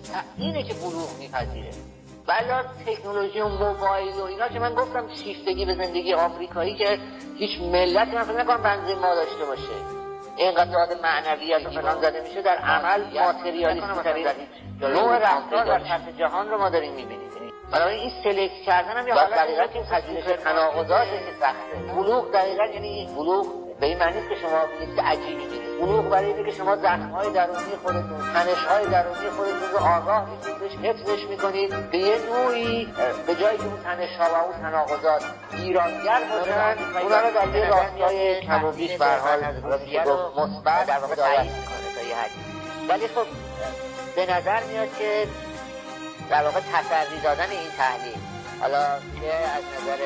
اینه که بلوغ میپذیره. بلا تکنولوژی و موبایل و اینا که من گفتم شیفتگی به زندگی آفریقایی که هیچ ملتی من فکر نکنم بنظیر ما داشته باشه. اینقدر داد معنویت و فلان زده میشه، در عمل ماتریالیستی ترین نوع رفتار در سطح جهان رو ما داریم میبینیم. بنابراین این سلکت کردن هم یه حالت دقیقا که پذیرش تناقضاته که سخته. بلوغ دقیقا یعنی بلوغ به این معنی که شما یه عجیبی می‌بینید. بلوغ برای اینه که شما زخم‌های درونی خودتون، تنش‌های درونی خودتون رو آگاه می‌شید، بهش حفظش می‌کنید، به یه نوعی به جایی که اون تنش‌ها و اون تناقضات ایرانگر باشن، اونا رو در یه راستای کم و بیش به هر حال مثبت در واقع تایید می‌کنه تا یه حدی. ولی خب به نظر میاد که در واقع تسری دادن این تحلیل، حالا چه از نظر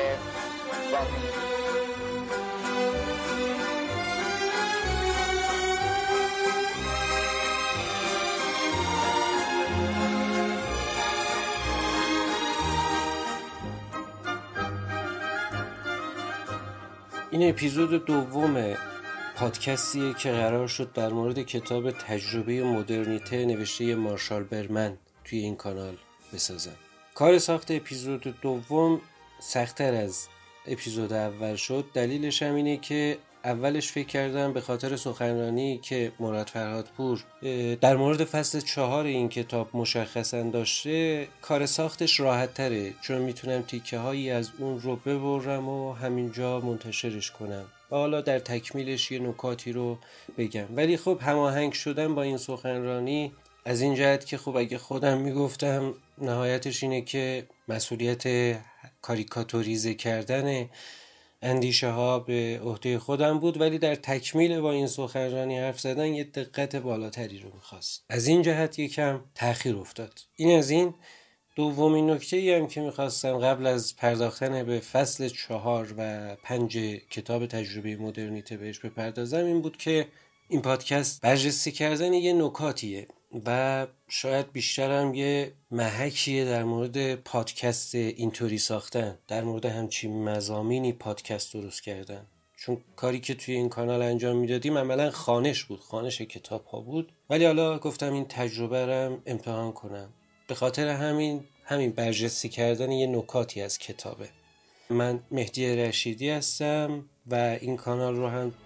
این اپیزود دوم پادکستیه که قرار شد در مورد کتاب تجربه مدرنیته نوشته مارشال برمن توی این کانال بسازم. کار ساخت اپیزود دوم سخت‌تر از اپیزود اول شد. دلیلش هم اینه که اولش فکر کردم به خاطر سخنرانی که مراد فرهادپور در مورد فصل 4 این کتاب مشخصا داشته، کار ساختش راحت تره، چون میتونم تیکه هایی از اون رو ببرم و همینجا منتشرش کنم و حالا در تکمیلش یه نکاتی رو بگم. ولی خب هماهنگ شدن با این سخنرانی از این جهت که خب اگه خودم میگفتم نهایتش اینه که مسئولیت کاریکاتوریزه کردن اندیشه ها به عهده خودم بود، ولی در تکمیل با این سخنرانی حرف زدن یه دقت بالاتری رو میخواست. از این جهت یکم تأخیر افتاد. این از این. دومین نکته‌ای هم که میخواستم قبل از پرداختن به فصل 4 و 5 کتاب تجربه مدرنیته بهش بپردازم این بود که این پادکست بررسی کردن یه نکاتیه و شاید بیشترم یه محکیه در مورد پادکست اینطوری ساختن، در مورد همچین مضامینی پادکست درست کردن. چون کاری که توی این کانال انجام میدادیم عملا خوانش بود، خوانش کتاب ها بود، ولی حالا گفتم این تجربه رو امتحان کنم. به خاطر همین بررسی کردن یه نکاتی از کتابه. من مهدی رشیدی هستم و این کانال رو هم،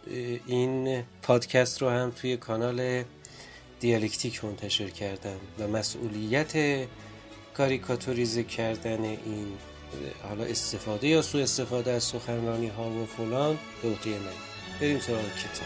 این پادکست رو هم توی کانال دیالکتیک منتشر کردم و مسئولیت کاریکاتوریزه کردن این، حالا استفاده یا سوء استفاده از سخنرانی ها و فلان به عهده من. بریم سراغ کتاب.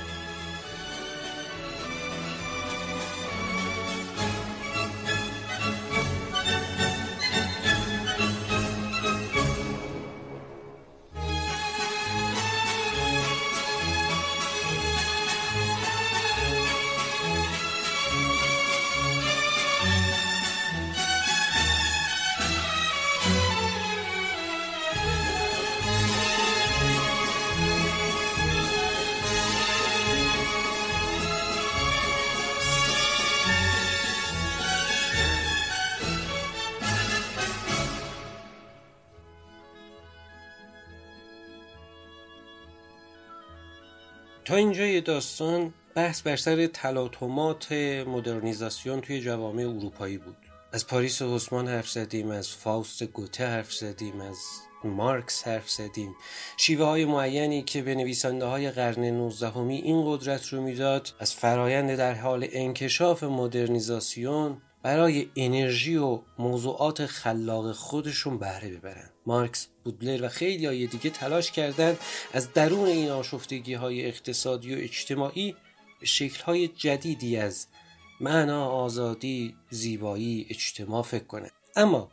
تا اینجای داستان بحث بر سر تلاطمات مدرنیزاسیون توی جوامع اروپایی بود. از پاریس عثمان حرف زدیم، از فاوست گوته حرف زدیم، از مارکس حرف زدیم، شیوه های معینی که به نویسنده های قرن 19 این قدرت رو میداد از فرایند در حال انکشاف مدرنیزاسیون برای انرژی و موضوعات خلاق خودشون بهره ببرن. مارکس، بودلر و خیلی های دیگه تلاش کردند از درون این آشفتگی های اقتصادی و اجتماعی به شکل های جدیدی از معنا، آزادی، زیبایی، اجتماع فکر کنند. اما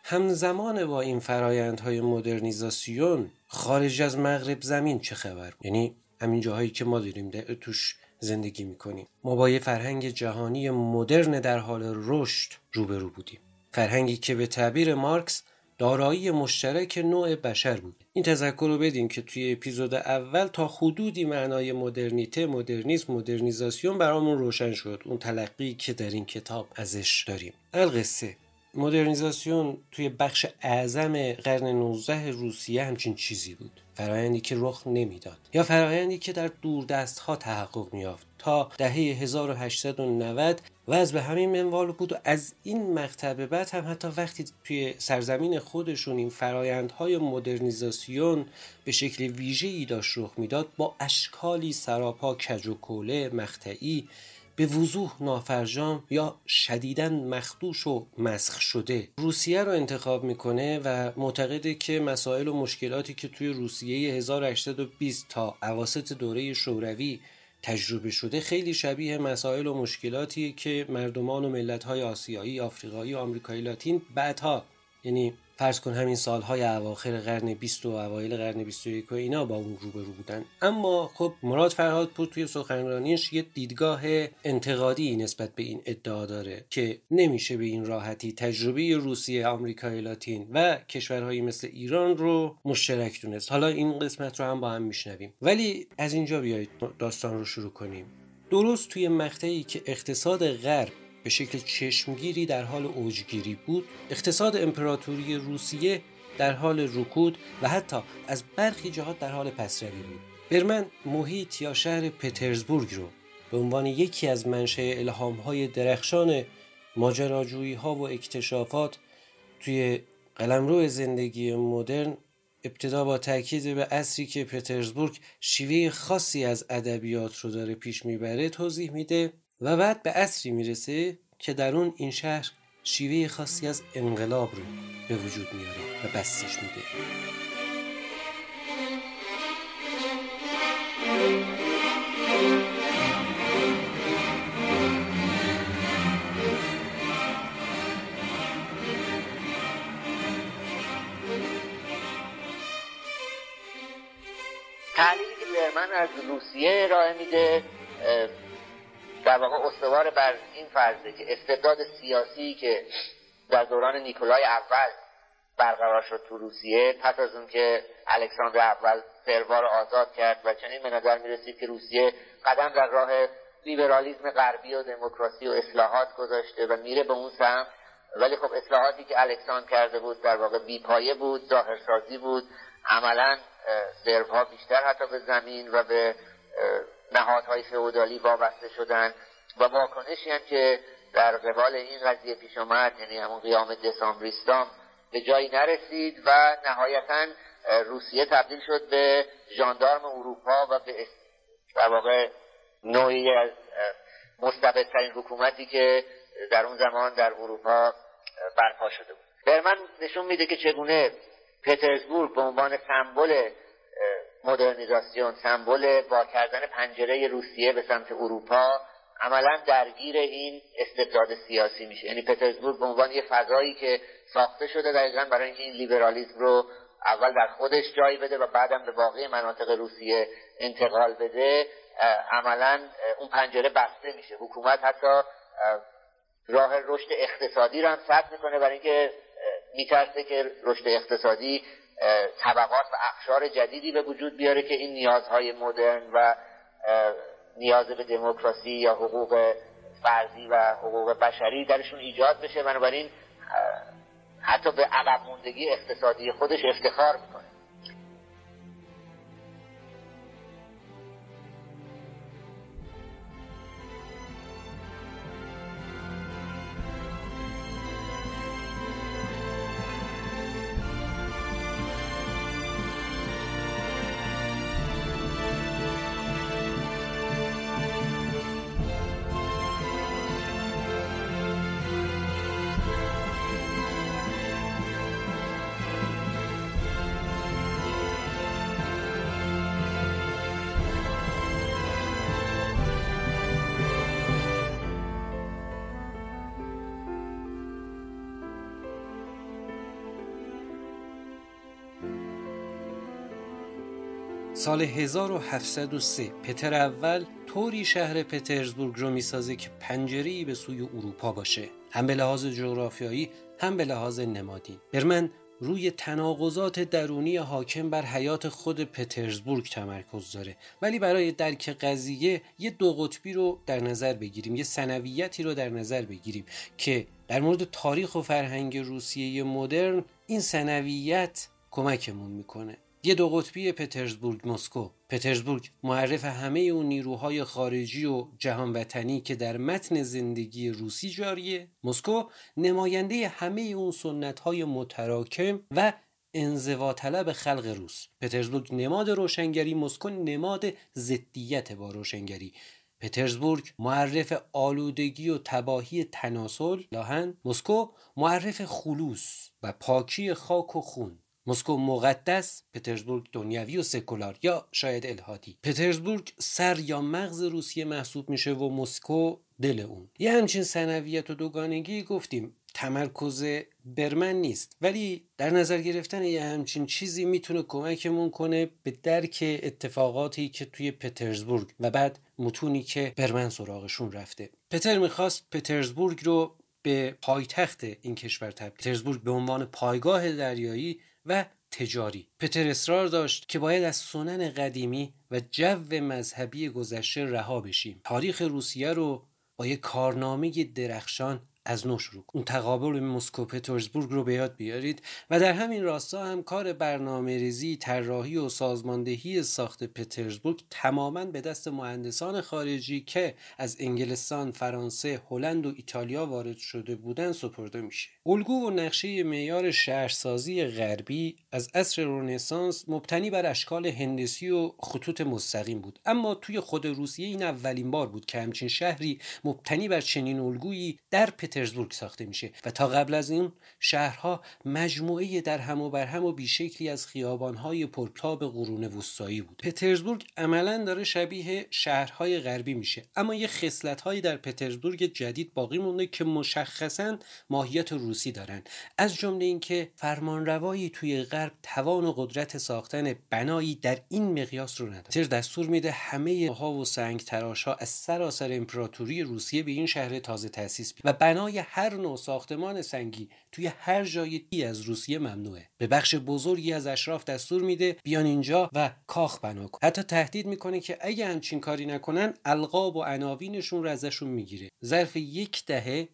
همزمان با این فرایندهای مدرنیزاسیون خارج از مغرب زمین چه خبر بود؟ یعنی همین جاهایی که ما داریم توش زندگی میکنیم. ما با یه فرهنگ جهانی مدرن در حال رشد روبرو بودیم. فرهنگی که به تعبیر مارکس دارایی مشترک نوع بشر بود. این تذکر رو بدیم که توی اپیزود اول تا حدودی معنای مدرنیته، مدرنیسم، مدرنیزاسیون برامون روشن شد. اون تلقی که در این کتاب ازش داریم. القصه مدرنیزاسیون توی بخش اعظم قرن 19 روسیه همچین چیزی بود. فرآیندی که رخ نمیداد یا فرآیندی که در دوردست‌ها تحقق می‌یافت. تا دهه 1890 و از به همین منوال بود و از این مقطع به بعد هم حتی وقتی توی سرزمین خودشون این فرایندهای مدرنیزاسیون به شکل ویژه‌ای داشت رخ میداد، با اشکالی سراپا کج و کوله مقطعی، به وضوح نافرجام یا شدیداً مخدوش و مسخ شده روسیه رو انتخاب میکنه و معتقده که مسائل و مشکلاتی که توی روسیه 1820 تا اواسط دوره شوروی تجربه شده خیلی شبیه مسائل و مشکلاتیه که مردمان و ملت‌های آسیایی، آفریقایی و آمریکای لاتین بعدها، یعنی فرض کن همین سالهای اواخر قرن 20 و اوایل قرن 21 و اینا با اون روبرو بودن. اما خب مراد فرهادپور توی سخنرانیش یه دیدگاه انتقادی نسبت به این ادعا داره که نمیشه به این راحتی تجربه روسیه، آمریکای لاتین و کشورهایی مثل ایران رو مشترک دونست. حالا این قسمت رو هم با هم میشنویم، ولی از اینجا بیایید داستان رو شروع کنیم. درست توی مقطعی که اقتصاد غرب به شکل چشمگیری در حال اوجگیری بود، اقتصاد امپراتوری روسیه در حال رکود و حتی از برخی جهات در حال پسروی بود. برمن محیط یا شهر پترزبورگ رو به عنوان یکی از منشأ الهام‌های درخشان ماجراجویی‌ها و اکتشافات توی قلمرو زندگی مدرن، ابتدا با تاکید به عصری که پترزبورگ شیوه خاصی از ادبیات رو داره پیش میبره توضیح میده و بعد به عصری میرسه که در اون این شهر شیوه خاصی از انقلاب رو به وجود میاره و بسش میده. تحلیلی که برمن از روسیه ارائه میده در واقع استوار بر این فرضه که استبداد سیاسی که در دوران نیکولای اول برقرار شد تو روسیه، پس از اون که الکساندر اول سروا رو آزاد کرد و چنین به نظر میرسید که روسیه قدم در راه لیبرالیسم غربی و دموکراسی و اصلاحات گذاشته و میره به اون سمت، ولی خب اصلاحاتی که الکساندر کرده بود در واقع بیپایه بود، ظاهرسازی بود. عملاً سروها بیشتر حتی به زمین و به نهادهای فئودالی وابسته شدن و واکنشی هم که در قبال این قضیه پیش آمد، یعنی همون قیام دسامبریستان، به جایی نرسید و نهایتاً روسیه تبدیل شد به ژاندارم اروپا و به در واقع نوعی از مستبدترین حکومتی که در اون زمان در اروپا برپا شده بود. برمن نشون میده که چگونه پترزبورگ به عنوان سمبل مدرنیزاسیون، سمبل وا کردن پنجره روسیه به سمت اروپا، عملا درگیر این استبداد سیاسی میشه. یعنی پترزبورگ به عنوان یه فضایی که ساخته شده دقیقاً برای اینکه این لیبرالیسم رو اول در خودش جای بده و بعدم به باقی مناطق روسیه انتقال بده، عملا اون پنجره بسته میشه. حکومت حتی راه رشد اقتصادی رو هم سد میکنه برای اینکه میترسه که رشد اقتصادی طبقات و اقشار جدیدی به وجود بیاره که این نیازهای مدرن و نیاز به دموکراسی یا حقوق فردی و حقوق بشری درشون ایجاد بشه. بنابراین حتی به عقب موندگی اقتصادی خودش افتخار میکنه. سال 1703 پتر اول طوری شهر پترزبورگ رو میسازه که پنجره‌ای به سوی اروپا باشه، هم به لحاظ جغرافیایی هم به لحاظ نمادین. برمن روی تناقضات درونی حاکم بر حیات خود پترزبورگ تمرکز داره، ولی برای درک قضیه یه دو قطبی رو در نظر بگیریم، یه ثانویتی رو در نظر بگیریم که در مورد تاریخ و فرهنگ روسیه مدرن این ثانویت کمکمون میکنه. یه دو قطبی پترزبورگ مسکو. پترزبورگ معرف همه اون نیروهای خارجی و جهان وطنی که در متن زندگی روسی جاریه. مسکو نماینده همه اون سنت‌های متراکم و انزوا طلب خلق روس. پترزبورگ نماد روشنگری، مسکو نماد ضدیت با روشنگری. پترزبورگ معرف آلودگی و تباهی تناسل لاهن، مسکو معرف خلوص و پاکی خاک و خون. مسکو مقدس، پترزبورگ دنیوی و سکولار یا شاید الحادی. پترزبورگ سر یا مغز روسیه محسوب میشه و مسکو دل اون. یه همچین ثنویت و دوگانگی گفتیم تمرکز برمن نیست، ولی در نظر گرفتن یه همچین چیزی میتونه کمکمون کنه به درک اتفاقاتی که توی پترزبورگ و بعد متونی که برمن سراغشون رفته. پتر میخواست پترزبورگ رو به پایتخت این کشور تبدیل، پترزبورگ به عنوان پایگاه دریایی و تجاری. پتر اصرار داشت که باید از سنن قدیمی و جو مذهبی گذشته رها بشیم. تاریخ روسیه رو با یک کارنامه درخشان از نو شروع. اون تقابل مسکو پترزبورگ رو به یاد بیارید و در همین راستا هم کار برنامه‌ریزی، طراحی و سازماندهی ساخت پترزبورگ تماماً به دست مهندسان خارجی که از انگلستان، فرانسه، هلند و ایتالیا وارد شده بودن سپرده میشه. الگو و نقشه معیار شهرسازی غربی از عصر رنسانس مبتنی بر اشکال هندسی و خطوط مستقیم بود، اما توی خود روسیه این اولین بار بود که همچین شهری مبتنی بر چنین الگویی در پترزبورگ ساخته میشه و تا قبل از این شهرها مجموعه در هم و بر هم و بیشکلی از خیابانهای پرتاب قرون وسطایی بود. پترزبورگ عملاً داره شبیه شهرهای غربی میشه، اما یه خصلت‌هایی در پترزبورگ جدید باقی مونده که مشخصاً ماهیت روسی دارن، از جمله اینکه فرمانروایی توی غرب توان و قدرت ساختن بنایی در این مقیاس رو نداره. پتر دستور میده همه ها و سنگ تراش‌ها از سراسر امپراتوری روسیه به این شهر تازه تأسیس و بنای هر نوع ساختمان سنگی توی هر جایی از روسیه ممنوعه. به بخش بزرگی از اشراف دستور میده بیان اینجا و کاخ بنا کن. حتی تهدید میکنه که اگه همچین کاری نکنن القاب و عناوینشون رو ازشون میگیره. ظرف یک دهه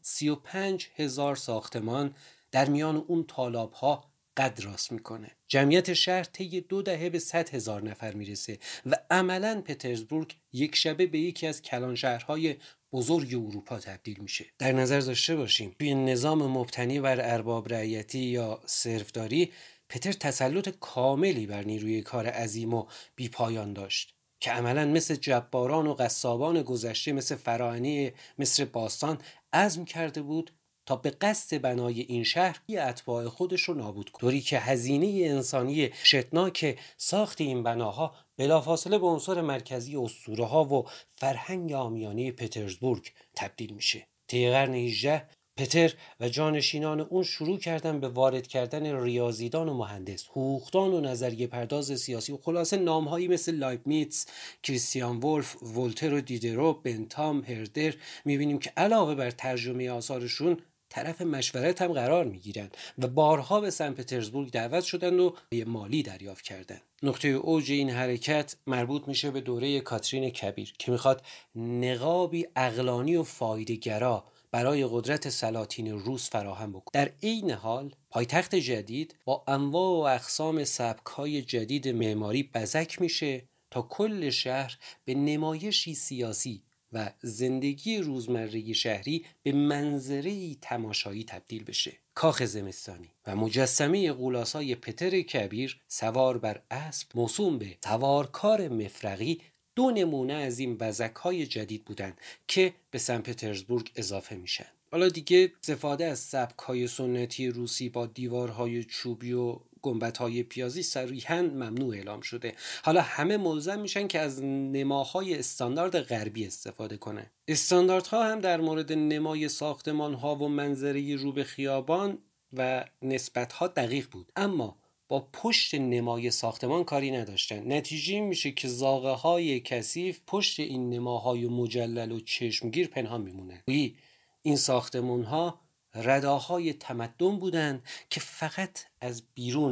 35,000 ساختمان در میان اون تالاب‌ها قد راست میکنه. جمعیت شهر طی 2 دهه به 100,000 نفر میرسه و عملاً پترزبورگ یک شبه به یکی از کلان شهرهای بزرگ اروپا تبدیل میشه. در نظر داشته باشیم توی نظام مبتنی بر ارباب رعیتی یا صرفداری، پتر تسلط کاملی بر نیروی کار عظیم و بیپایان داشت که عملاً مثل جباران و قصابان گذشته، مثل فراعنه مصر باستان عزم کرده بود تا به قصد بنای این شهر یه اتباع خودش رو نابود کنه، طوری که هزینه انسانی شتناک ساخت این بناها بلافاصله به عنصر مرکزی اسطوره‌ها و فرهنگ عامیانه پترزبورگ تبدیل میشه. طی قرن 18 پتر و جانشینان اون شروع کردن به وارد کردن ریاضیدان و مهندس، حقوقدان و نظریه پرداز سیاسی و خلاصه نامهایی مثل لایبنیتس، کریستیان ولف، ولتر و دیدرو، بنتام، هردر. میبینیم که علاوه بر ترجمه آثارشون طرف مشورت هم قرار میگیرن و بارها به سن پترزبورگ دعوت شدن و مالی دریافت کردن. نقطه اوج این حرکت مربوط میشه به دوره کاترین کبیر که میخواد نقابی عقلانی و فایده‌گرا برای قدرت سلاطین روس فراهم بکنه. در عین حال پایتخت جدید با انواع و اقسام سبک‌های جدید معماری بزک میشه تا کل شهر به نمایشی سیاسی و زندگی روزمره شهری به منظره‌ای تماشایی تبدیل بشه. کاخ زمستانی و مجسمه غولاسای پتر کبیر سوار بر اسب موسوم به سوارکار مفرقی 2 نمونه از این بزک‌های جدید بودند که به سن پترزبورگ اضافه میشن. حالا دیگه استفاده از سبک‌های سنتی روسی با دیوارهای چوبی و گنبدهای پیازی صریحاً ممنوع اعلام شده. حالا همه ملزم میشن که از نماهای استاندارد غربی استفاده کنه. استانداردها هم در مورد نمای ساختمان‌ها و منظره رو به خیابان و نسبت‌ها دقیق بود، اما با پشت نمای ساختمان کاری نداشتن. نتیجه میشه که زاغه‌های کثیف پشت این نماهای مجلل و چشمگیر پنهان میمونه. این ساختمان‌ها رداهای تمدن بودند که فقط از بیرون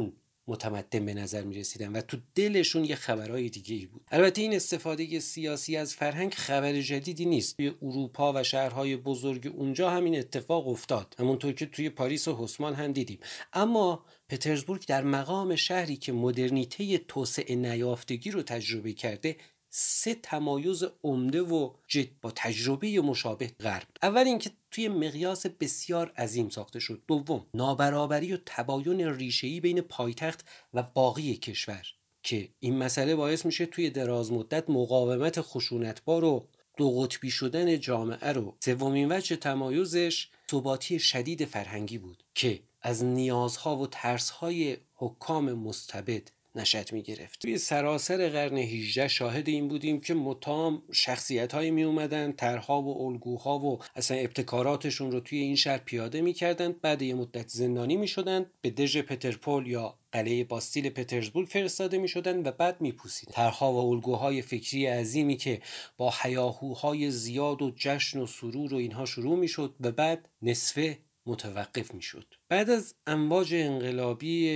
متمدن به نظر می رسیدن و تو دلشون یه خبرهای دیگه ای بود. البته این استفاده سیاسی از فرهنگ خبر جدیدی نیست. توی اروپا و شهرهای بزرگ اونجا همین اتفاق افتاد، همونطور که توی پاریس و هسمان هم دیدیم. اما پترزبورگ در مقام شهری که مدرنیته توسعه نیافتگی رو تجربه کرده 3 تمایز عمده و جد با تجربه مشابه غرب. اول اینکه توی مقیاس بسیار عظیم ساخته شد. دوم، نابرابری و تباین ریشه‌ای بین پایتخت و باقی کشور که این مسئله باعث میشه توی دراز مدت مقاومت خشونتبار و دو قطبی شدن جامعه رو. سومین وجه تمایزش ثباتی شدید فرهنگی بود که از نیازها و ترسهای حکام مستبد نشأت می گرفت. توی سراسر قرن 18 شاهد این بودیم که مدام شخصیت‌هایی می اومدن، طرح‌ها و الگوها و اصلا ابتکاراتشون رو توی این شهر پیاده می‌کردن، بعد یه مدت زندانی می‌شدن، به دژ پترپول یا قلعه باستیل پترزبورگ فرستاده می‌شدن و بعد می‌پوسیدن. طرح‌ها و الگوهای فکری عظیمی که با هیاهوهای زیاد و جشن و سرور و اینها شروع می‌شد و بعد نصفه متوقف میشد. بعد از امواج انقلابی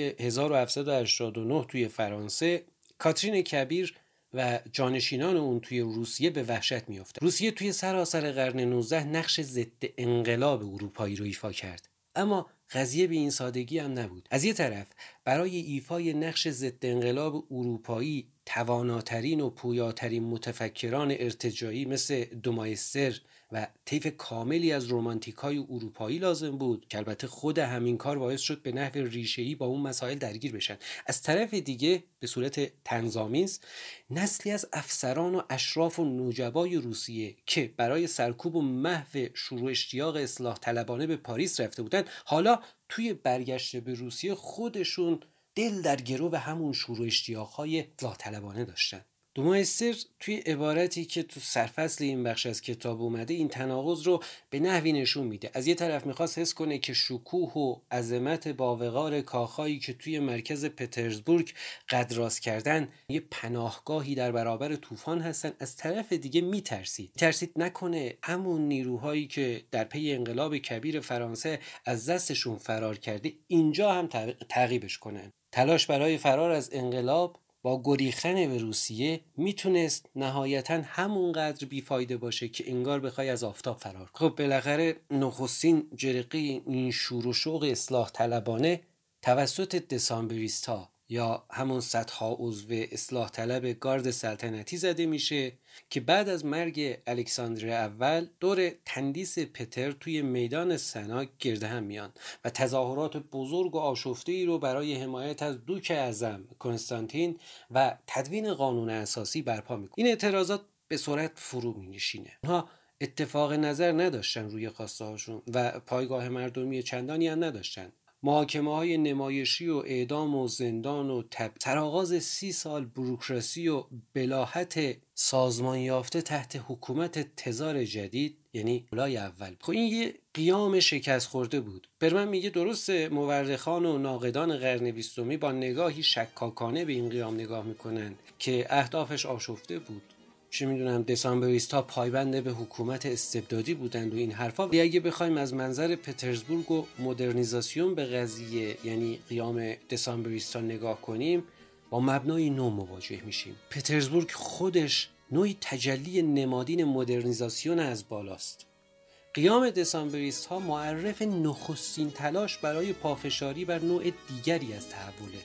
1789 توی فرانسه، کاترین کبیر و جانشینان اون توی روسیه به وحشت میافتند. روسیه توی سراسر قرن 19 نقش ضد انقلاب اروپایی رو ایفا کرد. اما قضیه به این سادگی هم نبود. از یه طرف برای ایفای نقش ضد انقلاب اروپایی تواناترین و پویاترین متفکران ارتجاعی مثل دومایستر و طیف کاملی از رمانتیکای اروپایی لازم بود که البته خود همین کار باعث شد به نحو ریشه‌ای با اون مسائل درگیر بشن. از طرف دیگه به صورت طنزآمیز نسلی از افسران و اشراف و نوجبای روسیه که برای سرکوب و محو شروع اشتیاق اصلاح طلبانه به پاریس رفته بودن، حالا توی برگشت به روسیه خودشون دل در گرو به همون شروع اشتیاق‌های اصلاح طلبانه داشتن. دومایستر توی عبارتی که تو سرفصل این بخش از کتاب اومده این تناقض رو به نحوی نشون میده. از یه طرف میخواست حس کنه که شکوه و عظمت باوقار کاخایی که توی مرکز پترزبورگ قد راست کردن یه پناهگاهی در برابر طوفان هستن، از طرف دیگه میترسید نکنه همون نیروهایی که در پی انقلاب کبیر فرانسه از دستشون فرار کرده اینجا هم تعقیبش کنن. تلاش برای فرار از انقلاب با گریختن به روسیه میتونست نهایتاً همونقدر بیفایده باشه که انگار بخوای از آفتاب فرار. خب بالاخره نخستین جرقه این شور و شوق اصلاح طلبانه توسط دسامبریست‌ها یا همون صدها عضو اصلاح طلب گارد سلطنتی زده میشه که بعد از مرگ الکساندر اول دور تندیس پتر توی میدان سنا گرد هم میان و تظاهرات بزرگ و آشفته‌ای رو برای حمایت از دوک اعظم کنستانتین و تدوین قانون اساسی برپا میکنه. این اعتراضات به سرعت فرو مینشینه. اونها اتفاق نظر نداشتن روی خواسته هاشون و پایگاه مردمی چندانی هم نداشتن. محاکمه‌های نمایشی و اعدام و زندان و سرآغاز 30 سال بوروکراسی و بلاهت سازمان یافته تحت حکومت تزار جدید یعنی اولای اول. خب این یه قیام شکست خورده بود. برمن میگه درسته مورخان و ناقدان قرن 20 با نگاهی شکاکانه به این قیام نگاه میکنن که اهدافش آشفته بود. چه میدونم دسامبریست‌ها پایبند به حکومت استبدادی بودند و این حرفا. اگه بخوایم از منظر پترزبورگ و مدرنیزاسیون به قضیه یعنی قیام دسامبریست‌ها نگاه کنیم با مبنای نو مواجه میشیم. پترزبورگ خودش نوعی تجلی نمادین مدرنیزاسیون از بالاست. قیام دسامبریست‌ها معرف نخستین تلاش برای پافشاری بر نوع دیگری از تحوله.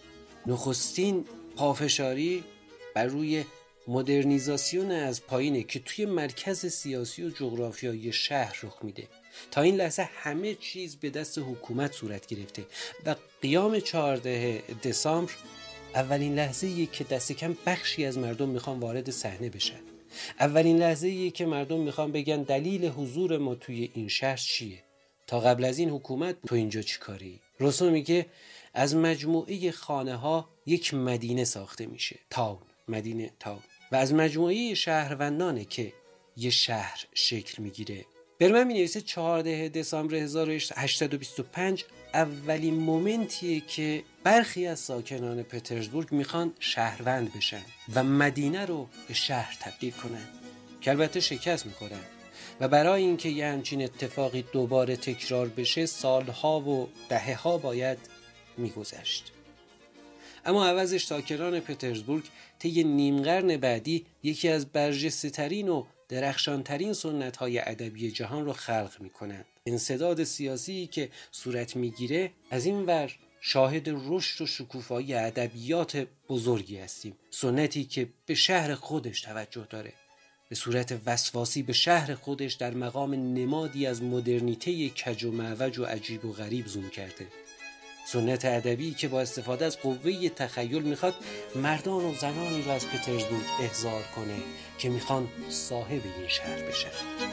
نخستین پافشاری بر روی مدرنیزاسیون از پایینه که توی مرکز سیاسی و جغرافیایی شهر رخ میده. تا این لحظه همه چیز به دست حکومت صورت گرفته و قیام 14 دسامبر اولین لحظه‌ایه که دست کم بخشی از مردم میخوان وارد صحنه بشن. اولین لحظه‌ایه که مردم میخوان بگن دلیل حضور ما توی این شهر چیه؟ تا قبل از این حکومت تو اینجا چی کاری؟ روسو میگه از مجموعه خانه‌ها یک مدینه ساخته میشه. مدینه تاون و از مجموعه شهروندانه که یه شهر شکل میگیره. برمن مینویسه 14 دسامبر 1825 اولین مومنتیه که برخی از ساکنان پترزبورگ میخوان شهروند بشن و مدینه رو به شهر تبدیل کنن که البته شکست میخورن و برای اینکه یه همچین اتفاقی دوباره تکرار بشه سالها و دهه‌ها باید میگذشت. اما عوضش ساکنان پترزبورگ طی نیم قرن بعدی یکی از برجسته‌ترین و درخشانترین سنت‌های ادبی جهان رو خلق می‌کنند. انسداد سیاسی که صورت می‌گیره از این ور شاهد رشد و شکوفایی ادبیات بزرگی هستیم. سنتی که به شهر خودش توجه داره، به صورت وسواسی به شهر خودش در مقام نمادی از مدرنیته کج و معوج و عجیب و غریب زوم کرده. سنت ادبی که با استفاده از قوه تخیل میخواد مردان و زنانی رو از پترزبورگ احضار کنه که میخوان صاحب این شهر بشن.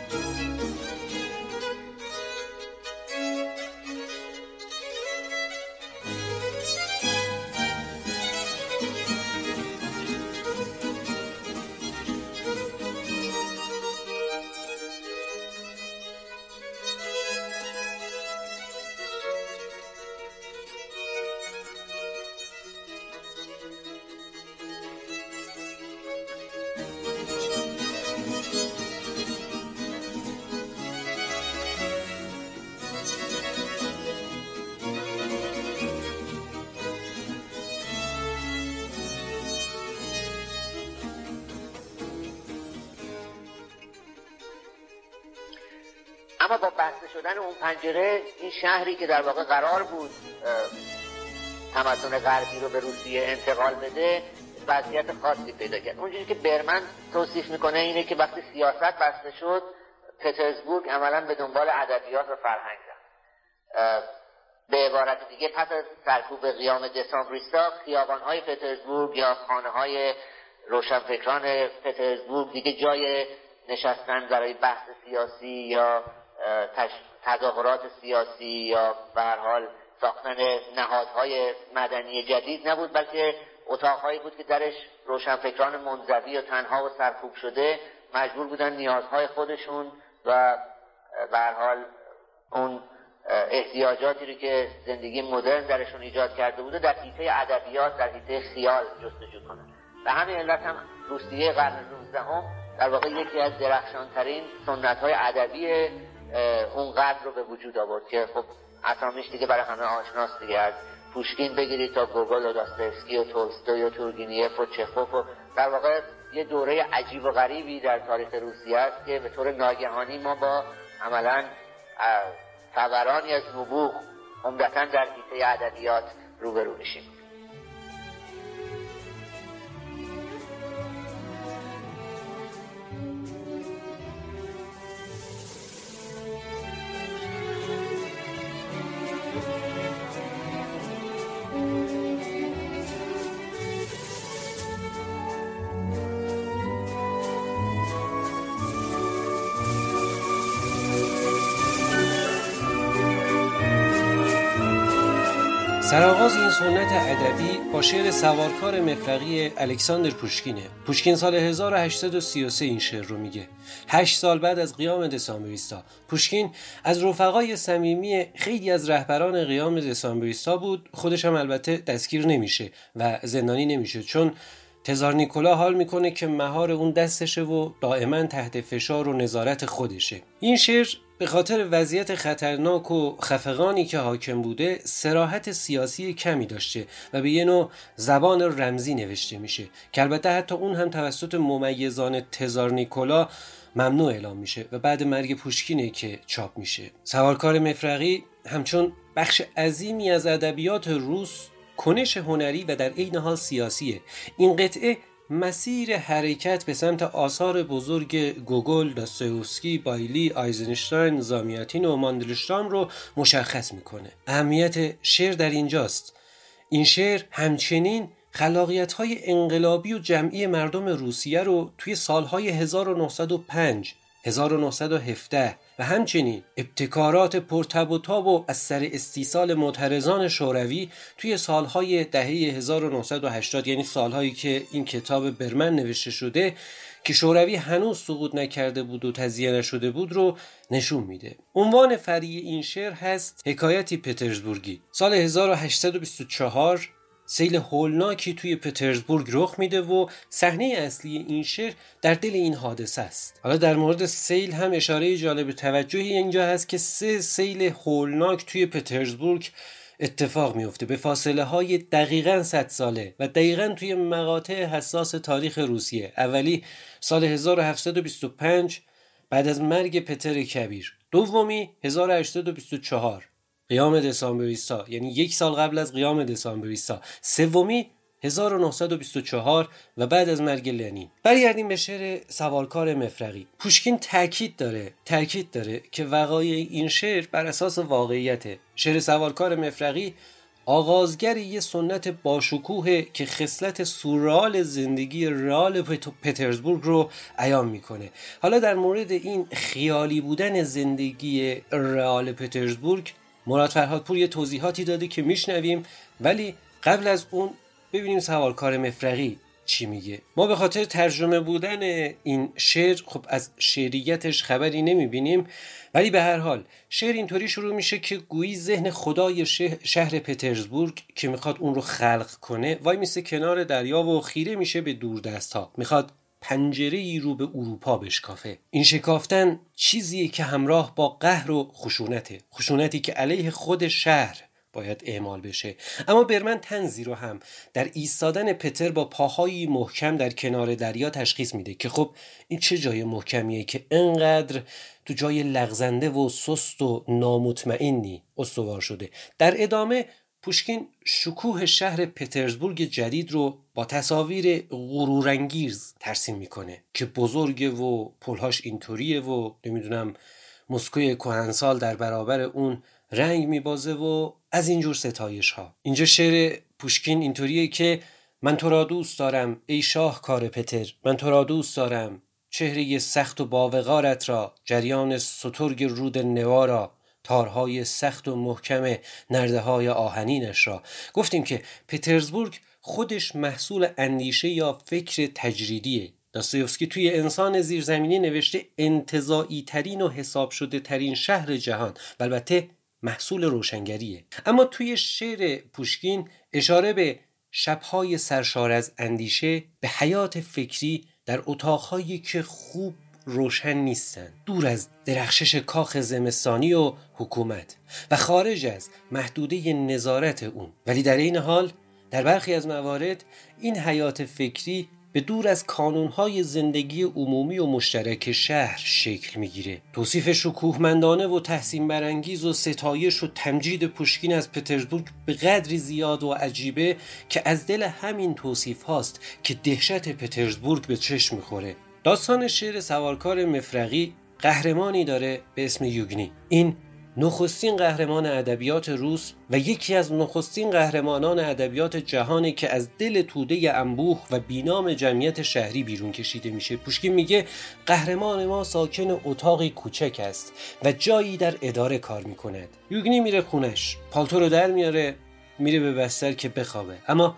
اما با بسته شدن اون پنجره، این شهری که در واقع قرار بود تمدن غربی رو به روسیه انتقال بده وضعیت خاصی پیدا کرد. اونجوری که برمن توصیف میکنه اینه که وقتی سیاست بسته شد، پترزبورگ عملا به دنبال ادبیات و فرهنگ رفت. به عبارت دیگه پس از سرکوب قیام دسامبریستا، خیابان‌های پترزبورگ یا خانه‌های روشنفکران پترزبورگ دیگه جای نشستن برای بحث سیاسی یا تظاهرات سیاسی یا به هر حال ساختن نهادهای مدنی جدید نبود، بلکه اتاقهایی بود که درش روشنفکران منزوی و تنها و سرکوب شده مجبور بودن نیازهای خودشون و به هر حال اون احتیاجاتی رو که زندگی مدرن درشون ایجاد کرده بوده در حیطه ادبیات، در حیطه خیال جستجو کنن. به همین علت هم روسیه قرن 19 در واقع یکی از درخشانترین سنت‌های ادبی اون قرن رو به وجود آورد که خب اسامیش دیگه برای همه آشناست دیگه، از پوشکین بگیرید تا گوگل و داستایوفسکی و تولستوی و تورگنیف و چخوف و در واقع یه دوره عجیب و غریبی در تاریخ روسیه است که به طور ناگهانی ما با عملاً فورانی از نبوغ عمدتاً در حیطه ادبیات روبرو میشیم. سرآغاز این سنت ادبی با شعر سوارکار مفرغی الکساندر پوشکینه. پوشکین سال 1833 این شعر رو میگه. 8 سال بعد از قیام دسامبریستا. پوشکین از رفقای صمیمی خیلی از رهبران قیام دسامبریستا بود. خودش هم البته دستگیر نمیشه و زندانی نمیشه، چون تزار نیکولا حال میکنه که مهار اون دستشه و دائما تحت فشار و نظارت خودشه. این شعر به خاطر وضعیت خطرناک و خفقانی که حاکم بوده صراحت سیاسی کمی داشته و به یه نوع زبان رمزی نوشته میشه که البته حتی اون هم توسط ممیزان تزار نیکولا ممنوع اعلام میشه و بعد مرگ پوشکینه که چاپ میشه. سوارکار مفرغی همچون بخش عظیمی از ادبیات روس کنش هنری و در عین حال سیاسیه. این قطعه مسیر حرکت به سمت آثار بزرگ گوگل، داستایوفسکی، بایلی، آیزنشتاین، زامیاتین و ماندلشتام رو مشخص میکنه. اهمیت شعر در اینجاست. این شعر همچنین خلاقیت‌های انقلابی و جمعی مردم روسیه رو توی سالهای 1905 1917 و همچنین ابتکارات پرتب و تاب و از سر استیصال معترضان شوروی توی سالهای دهه 1980، یعنی سالهایی که این کتاب برمن نوشته شده که شوروی هنوز سقوط نکرده بود و تزیه نشده بود رو نشون میده. عنوان فرعی این شعر هست حکایتی پترزبورگی. سال 1824 سیل هولناکی توی پترزبورگ رخ میده و صحنه اصلی این شعر در دل این حادثه است. حالا در مورد سیل هم اشاره جالب توجهی اینجا هست که 3 سیل هولناک توی پترزبورگ اتفاق میفته به فاصله های دقیقاً 100 ساله و دقیقاً توی مقاطع حساس تاریخ روسیه. اولی سال 1725 بعد از مرگ پتر کبیر، دومی 1824 قیام دسامبریستا، یعنی 1 سال قبل از قیام دسامبریستا، سومی 1924 و بعد از مرگ لنین. برگردیم به شعر سوارکار مفرغی. پوشکین تاکید داره که وقایع این شعر بر اساس واقعیته. شعر سوارکار مفرغی آغازگر یه سنت باشکوه که خصلت سورئال زندگی رئال پترزبورگ رو عیان میکنه. حالا در مورد این خیالی بودن زندگی رئال پترزبورگ مراد فرهادپور یه توضیحاتی داده که میشنویم، ولی قبل از اون ببینیم سوارکار مفرغی چی میگه. ما به خاطر ترجمه بودن این شعر خب از شعریتش خبری نمیبینیم، ولی به هر حال شعر اینطوری شروع میشه که گویی ذهن خدای شهر پترزبورگ که میخواد اون رو خلق کنه وای میسه کنار دریا و خیره میشه به دوردست ها، میخواد پنجره‌ای رو به اروپا بشکافه. این شکافتن چیزیه که همراه با قهر و خشونتی که علیه خود شهر باید اعمال بشه. اما برمن طنزی رو هم در ایستادن پتر با پاهایی محکم در کنار دریا تشخیص میده که خب این چه جای محکمیه که انقدر تو جای لغزنده و سست و نامطمئنی استوار شده. در ادامه پوشکین شکوه شهر پترزبورگ جدید رو با تصاویر غرورانگیز ترسیم میکنه که بزرگه و پلهاش اینطوریه و نمیدونم مسکوی کهنسال در برابر اون رنگ میبازه و از اینجور ستایش ها. اینجا شعر پوشکین اینطوریه که من تو را دوست دارم ای شاهکار پتر، من تو را دوست دارم چهره سخت و باوقارت را، جریان سترگ رود نوا را، تارهای سخت و محکم نرده های آهنینش را. گفتیم که پترزبورگ خودش محصول اندیشه یا فکر تجریدیه. داستایوفسکی توی انسان زیرزمینی نوشته انتزاعی ترین و حساب شده ترین شهر جهان، البته محصول روشنگریه. اما توی شعر پوشکین اشاره به شبهای سرشار از اندیشه، به حیات فکری در اتاقهایی که خوب روشن نیستن، دور از درخشش کاخ زمستانی و حکومت و خارج از محدوده نظارت اون. ولی در این حال در برخی از موارد این حیات فکری به دور از کانونهای زندگی عمومی و مشترک شهر شکل میگیره. توصیف شکوهمندانه و تحسین برانگیز و ستایش و تمجید پوشکین از پترزبورگ به قدری زیاد و عجیبه که از دل همین توصیف هاست که دهشت پترزبورگ به چشم میخوره. داستان شعر سوارکار مفرغی قهرمانی داره به اسم یوگنی. این نخستین قهرمان ادبیات روس و یکی از نخستین قهرمانان ادبیات جهانی که از دل توده انبوه و بینام جمعیت شهری بیرون کشیده میشه. پوشکین میگه قهرمان ما ساکن اتاقی کوچک است و جایی در اداره کار میکند. یوگنی میره خونش، پالتو رو در میاره، میره به بستر که بخوابه، اما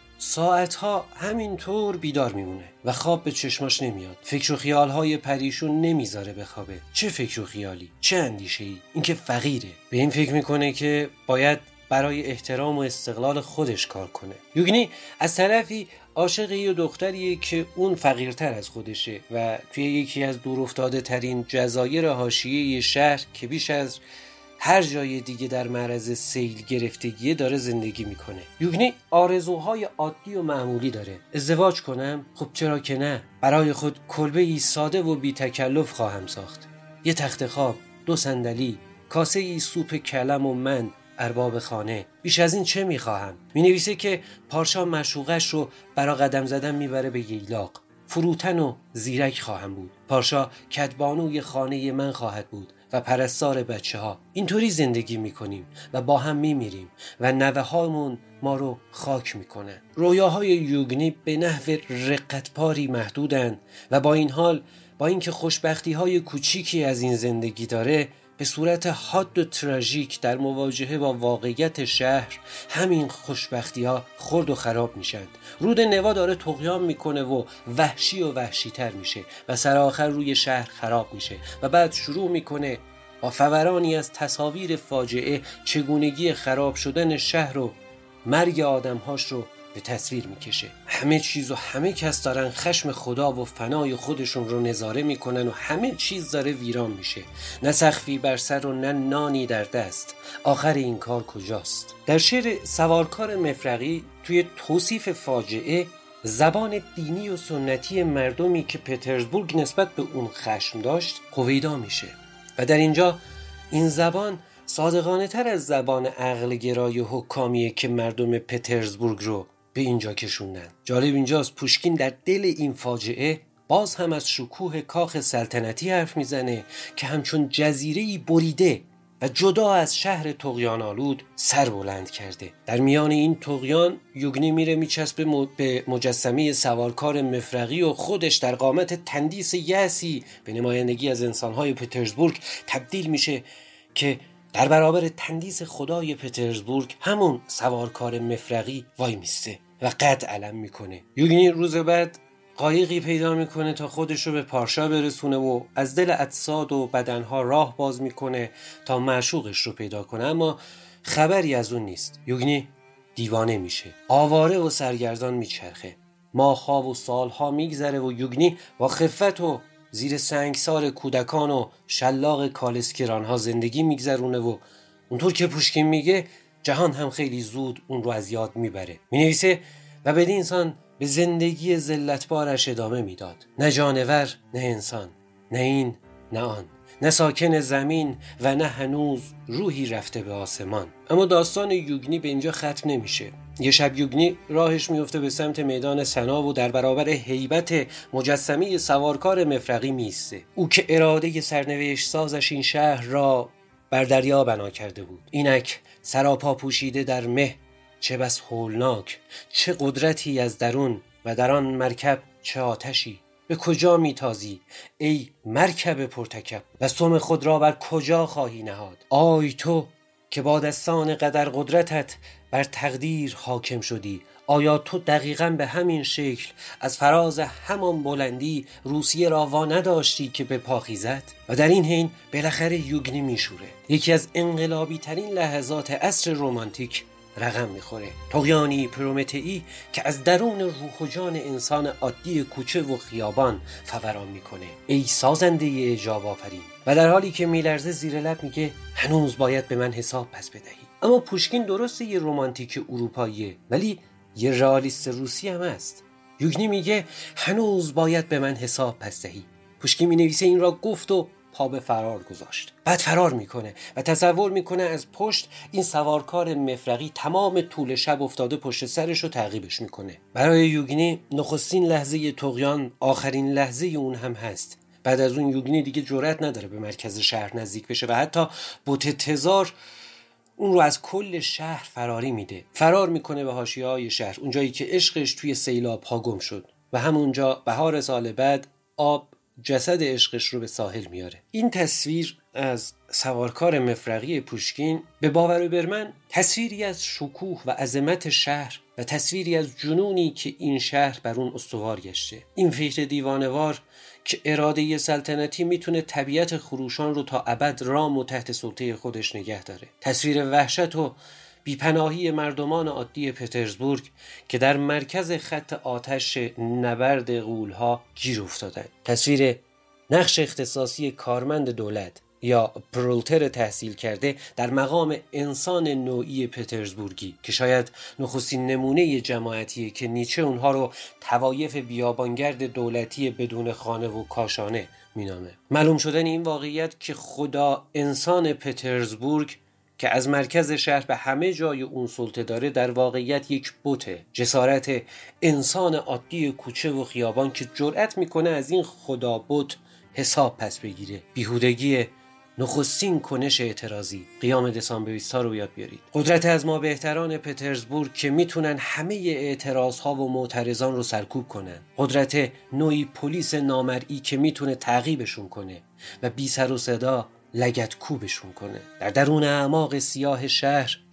ساعتها همینطور بیدار میمونه و خواب به چشماش نمیاد. فکر و خیالهای پریشون نمیذاره بخوابه. چه فکر و خیالی، چه اندیشه‌ای؟ اینکه فقیره. به این فکر میکنه که باید برای احترام و استقلال خودش کار کنه. یوگنی از طرفی عاشق یه دختریه که اون فقیرتر از خودشه و توی یکی از دورافتاده ترین جزایر حاشیه شهر که بیش از هر جای دیگه در معرض سیل گرفتگیه داره زندگی میکنه. یوگنی آرزوهای عادی و معمولی داره. ازدواج کنم؟ خب چرا که نه. برای خود کلبه‌ای ساده و بی تکلف خواهم ساخت. یه تخت خواب، 2 صندلی، کاسه‌ای سوپ کلم و من ارباب خانه. بیش از این چه میخواهم؟ مینویسه که پارشا معشوقش رو برای قدم زدن میبره به ییلاق. فروتن و زیرک خواهم بود. پارشا کدبانوی خانه من خواهد بود و پرستار بچه ها. اینطوری زندگی میکنیم و با هم میمیریم و نوه هامون ما رو خاک میکنن. رویاهای یوگنی به نحو رقتپاری محدودن و با این حال، با اینکه خوشبختی های کوچیکی از این زندگی داره، به صورت حاد و تراژیک در مواجهه با واقعیت شهر همین خوشبختی ها خرد و خراب میشن. رود نوا داره طغیان میکنه و وحشی تر میشه و سرآخر روی شهر خراب میشه و بعد شروع میکنه با فورانی از تصاویر فاجعه چگونگی خراب شدن شهر و مرگ آدمهاش رو به تصویر میکشه. همه چیز و همه کس دارن خشم خدا و فنای خودشون رو نظاره میکنن و همه چیز داره ویران میشه. نه سقفی بر سر و نه نانی در دست. آخر این کار کجاست؟ در شعر سوارکار مفرغی توی توصیف فاجعه زبان دینی و سنتی مردمی که پترزبورگ نسبت به اون خشم داشت هویدا میشه و در اینجا این زبان صادقانه تر از زبان عقل گرای و حکامیه که مردم پترزبورگ رو به اینجا کشوندن. جالب اینجاست پوشکین در دل این فاجعه باز هم از شکوه کاخ سلطنتی حرف میزنه که همچون جزیره‌ای بریده و جدا از شهر طغیان آلود سر بلند کرده. در میان این طغیان یوگنی میره میچسبه به مجسمه سوارکار مفرغی و خودش در قامت تندیس یأسی به نمایندگی از انسانهای پترزبورگ تبدیل میشه که در برابر تندیس خدای پترزبورگ همون سوارکار مفرغی وای میسته و قد علم میکنه. یوگنی روز بعد قایقی پیدا میکنه تا خودشو به پارشا برسونه و از دل اجساد و بدنها راه باز میکنه تا معشوقش رو پیدا کنه، اما خبری از اون نیست. یوگنی دیوانه میشه، آواره و سرگردان میچرخه. ماه‌ها و سالها میگذره و یوگنی با خفت و زیر سنگسار کودکان و شلاق کالسکرانها زندگی میگذرونه و اونطور که پوشکین میگه جهان هم خیلی زود اون رو از یاد میبره. مینویسه و بدین انسان به زندگی ذلتبارش ادامه میداد. نه جانور، نه انسان، نه این، نه آن، نه ساکن زمین و نه هنوز روحی رفته به آسمان. اما داستان یوگنی به اینجا ختم نمیشه. یه شب یوگنی راهش میفته به سمت میدان سنا و در برابر هیبت مجسمه سوارکار مفرغی میسته. او که اراده سرنوشت سازش این شهر را بر دریا بنا کرده بود، اینک سراپا پوشیده در مه، چه بس هولناک، چه قدرتی از درون و در آن مرکب چه آتشی. به کجا میتازی ای مرکب پرتکب و سم خود را بر کجا خواهی نهاد؟ آی تو که با دستان قدر قدرتت بر تقدیر حاکم شدی، آیا تو دقیقاً به همین شکل از فراز همان بلندی روسیه را وا نداشتی که به پا خیزد؟ و در این حین بالاخره یوگنی میشوره. یکی از انقلابی ترین لحظات عصر رمانتیک رقم میخوره. طغیانی پرومتئی که از درون روح و جان انسان عادی کوچه و خیابان فوران میکنه. ای سازنده اعجاب آفرین. و در حالی که میلرزه زیر لب میگه هنوز باید به من حساب پس بدهی. اما پوشکین درسته یه رمانتیک اروپاییه ولی یه رئالیست روسی هم هست. یوگنی میگه هنوز باید به من حساب پس دهی. پوشکین مینویسه این را گفت و پا به فرار گذاشت. بعد فرار میکنه و تصور میکنه از پشت این سوارکار مفرغی تمام طول شب افتاده پشت سرش رو تعقیبش میکنه. برای یوگنی نخستین لحظه طغیان آخرین لحظه اون هم هست. بعد از اون یوگنی دیگه جرأت نداره به مرکز شهر نزدیک بشه و حتی بت تزار اون رو از کل شهر فراری میده. فرار میکنه به حاشیه‌های شهر، اونجایی که عشقش توی سیلاب ها گم شد و همونجا بهار سال بعد آب جسد عشقش رو به ساحل میاره. این تصویر از سوارکار مفرغی پوشکین به باور برمن تصویری از شکوه و عظمت شهر و تصویری از جنونی که این شهر بر اون استوار گشته. این فکر دیوانوار که اراده سلطنتی میتونه طبیعت خروشان رو تا ابد رام و تحت سلطه خودش نگه داره. تصویر وحشت و بیپناهی مردمان عادی پترزبورگ که در مرکز خط آتش نبرد غول‌ها گیر افتادند. تصویر نقش اختصاصی کارمند دولت یا پرولتر تحصیل کرده در مقام انسان نوعی پترزبورگی که شاید نخستین نمونه جماعتیه که نیچه اونها رو طوایف بیابانگرد دولتی بدون خانه و کاشانه مینامه. معلوم شدن این واقعیت که خدا انسان پترزبورگ که از مرکز شهر به همه جای اون سلطه داره در واقعیت یک بته. جسارت انسان عادی کوچه و خیابان که جرأت میکنه از این خدا بت حساب پس بگیره. بیهودگی نخستین کنش اعتراضی. قیام دسامبریست‌ها رو یاد بیارید. قدرت از ما بهتران پترزبورگ که میتونن همه اعتراض‌ها و معترضان رو سرکوب کنن. قدرت نوعی پلیس نامرئی که میتونه تعقیبشون کنه و بی سر و صدا لگد کوبشون کنه. در درون اعماق سیاه شهر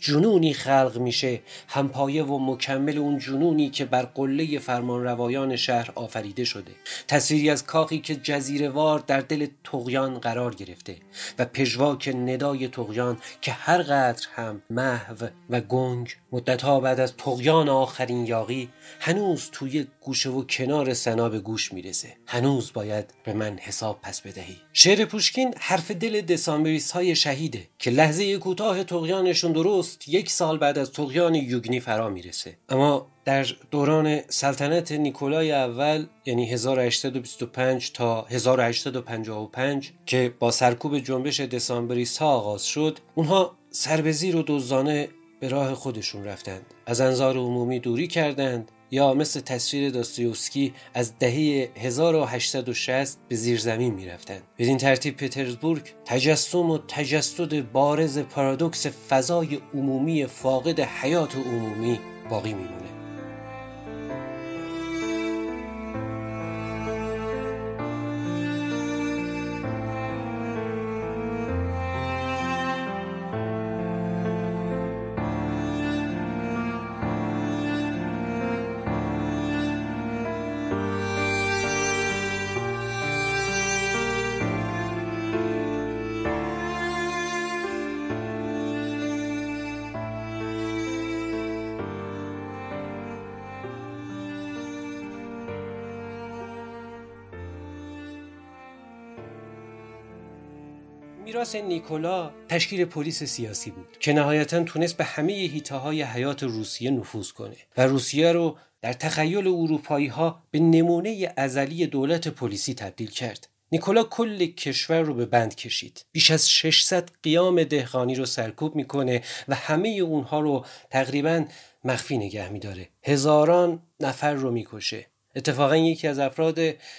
جنونی خلق میشه، همپایه و مکمل اون جنونی که بر قله فرمانروایان شهر آفریده شده. تصویری از کاخی که جزیره‌وار در دل طغیان قرار گرفته و پژواک ندای طغیان که هر قدر هم محو و گنگ مدتها بعد از طغیان آخرین یاغی هنوز توی گوشه و کنار سنا به گوش میرسه. هنوز باید به من حساب پس بدهی. شعر پوشکین حرف دل دسامبریست های شهیده که لحظه کوتاه طغیانشون درست 1 سال بعد از طغیان یوگنی فرا میرسه. اما در دوران سلطنت نیکولای اول یعنی 1825 تا 1855 که با سرکوب جنبش دسامبریست ها آغاز شد، اونها سربزیر و دزدانه به راه خودشون رفتند. از انظار عمومی دوری کردند یا مثل تصویر داستایوفسکی از دهه 1860 به زیرزمین می رفتند. بدین ترتیب پترزبورگ تجسم و تجسد بارز پارادوکس فضای عمومی فاقد حیات عمومی باقی می مونه. میراث نیکولا تشکیل پلیس سیاسی بود که نهایتاً تونست به همه حیطه‌های حیات روسیه نفوذ کنه و روسیه رو در تخیل اروپایی‌ها به نمونه ازلی دولت پلیسی تبدیل کرد. نیکولا کل کشور رو به بند کشید. بیش از 600 قیام دهقانی رو سرکوب میکنه و همه اونها رو تقریباً مخفی نگه میداره. هزاران نفر رو میکشه. اتفاقاً یکی از افراد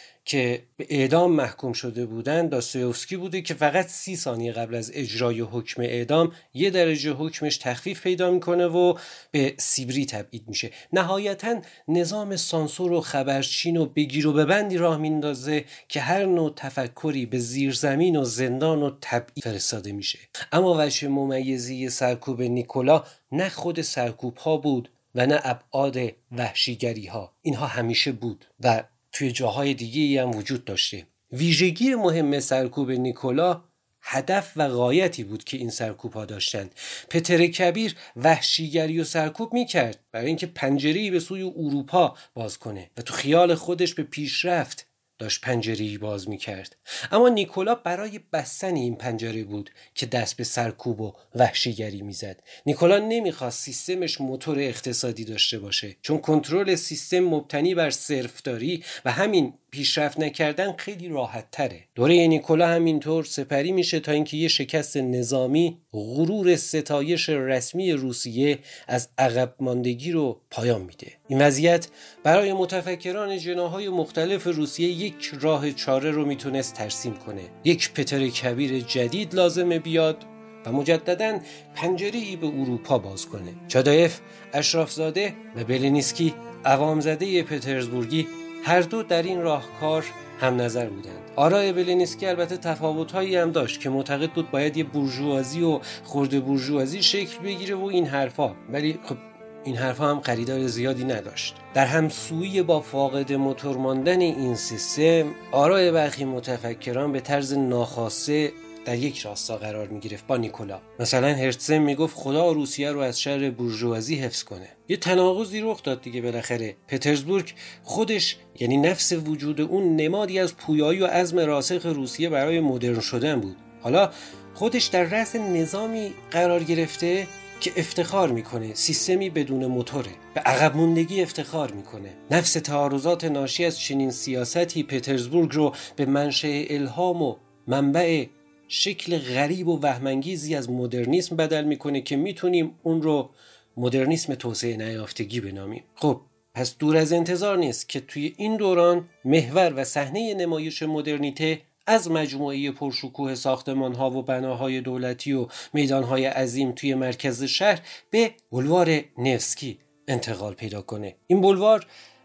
که به اعدام محکوم شده بودند داستایوفسکی بوده که فقط 30 ثانیه قبل از اجرای حکم اعدام 1 درجه حکمش تخفیف پیدا میکنه و به سیبری تبعید میشه. نهایتاً نظام سانسور و خبرچین و بگیر و ببندی راه میندازه که هر نوع تفکری به زیرزمین و زندان و تبعید فرستاده میشه. اما وجه ممیزی سرکوب نیکولا نه خود سرکوب ها بود و نه ابعاد وحشیگری ها. اینها همیشه بود و توی جاهای دیگه‌ای هم وجود داشته. ویژگی مهم سرکوب نیکولا هدف و غایتی بود که این سرکوب‌ها داشتند. پتر کبیر وحشیگری و سرکوب می‌کرد برای اینکه پنجره‌ای به سوی اروپا باز کنه و تو خیال خودش به پیشرفت داشت پنجره‌ای باز می‌کرد. اما نیکولا برای بستن این پنجره بود که دست به سرکوب و وحشیگری می‌زد. نیکولا نمی‌خواست سیستمش موتور اقتصادی داشته باشه، چون کنترل سیستم مبتنی بر صرفداری و همین پیشرفت نکردن خیلی راحت تره. دوره نیکولا همینطور سپری میشه تا اینکه یه شکست نظامی غرور ستایش رسمی روسیه از عقب ماندگی رو پایان میده. این وضعیت برای متفکران جناح‌های مختلف روسیه یک راه چاره رو میتونست ترسیم کنه. یک پتر کبیر جدید لازمه بیاد و مجدداً پنجره‌ای به اروپا باز کنه. چادایف اشرافزاده و بلینسکی عوامزاده پترزبورگی هر دو در این راهکار هم نظر بودند. آرای بلینسکی البته تفاوت‌هایی هم داشت که معتقد بود باید یه بورژوازی و خرده بورژوازی شکل بگیره و این حرفا، ولی خب این حرفا هم خریدار زیادی نداشت. در همسویی با فاقد موتور ماندن این سیستم، آرای برخی متفکران به طرز ناخواسته در یک راستا قرار می گرفت با نیکولا. مثلا هرتزل می گفت خدا روسیه رو از شر بورژوازی حفظ کنه. یه تناقضی رخ داد دیگه بالاخره. پترزبورگ خودش یعنی نفس وجود اون نمادی از پویایی و عزم راسخ روسیه برای مدرن شدن بود. حالا خودش در رأس نظامی قرار گرفته که افتخار میکنه سیستمی بدون موتوره، به عقب موندگی افتخار میکنه. نفس تعارضات ناشی از چنین سیاستی پترزبورگ رو به منشأ الهام و منبع شکل غریب و وهم‌انگیزی از مدرنیسم بدل میکنه که میتونیم اون رو مدرنیسم توسعه نیافتگی بنامیم. خب پس دور از انتظار نیست که توی این دوران محور و صحنه نمایش مدرنیته از مجموعه پرشکوه ساختمان‌ها و بناهای دولتی و میدان‌های عظیم توی مرکز شهر به بولوار نفسکی انتقال پیدا کنه. این بولوار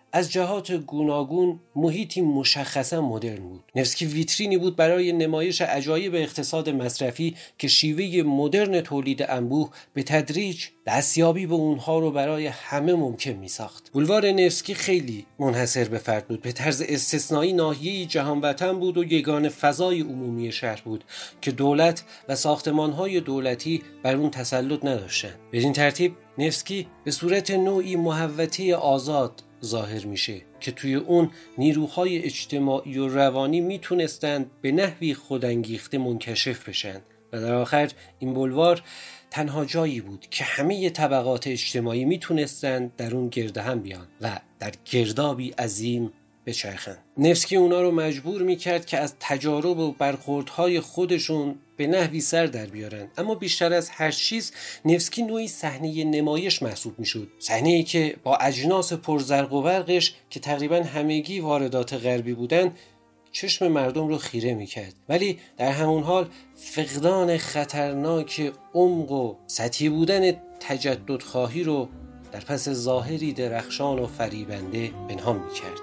از جهات گوناگون محیطی مشخصا مدرن بود. نفسکی ویترینی بود برای نمایش عجایب اقتصاد مصرفی که شیوه مدرن تولید انبوه به تدریج دستیابی به اونها رو برای همه ممکن می ساخت. بولوار نفسکی خیلی منحصر به فرد بود. به طرز استثنایی ناحیه‌ای جهان وطن بود و یگانه فضای عمومی شهر بود که دولت و ساختمان‌های دولتی بر اون تسلط نداشتند. بدین ترتیب نفسکی به صورت نوعی محوطه آزاد ظاهر میشه که توی اون نیروهای اجتماعی و روانی میتونستند به نحوی خودانگیخته منکشف بشن و در آخر این بولوار تنها جایی بود که همه طبقات اجتماعی میتونستند در اون گرد هم بیان و در گردابی عظیم بچرخن. نفسکی اونا رو مجبور میکرد که از تجارب و برخوردهای خودشون به نحوی سر در بیارن، اما بیشتر از هر چیز نفسکی نوعی صحنه نمایش محسوب میشد. صحنه‌ای که با اجناس پرزرق و برقش که تقریبا همگی واردات غربی بودن چشم مردم رو خیره میکرد، ولی در همون حال فقدان خطرناک عمق و سطحی بودن تجدد خواهی رو در پس ظاهری درخشان و فریبنده پنهان میکرد.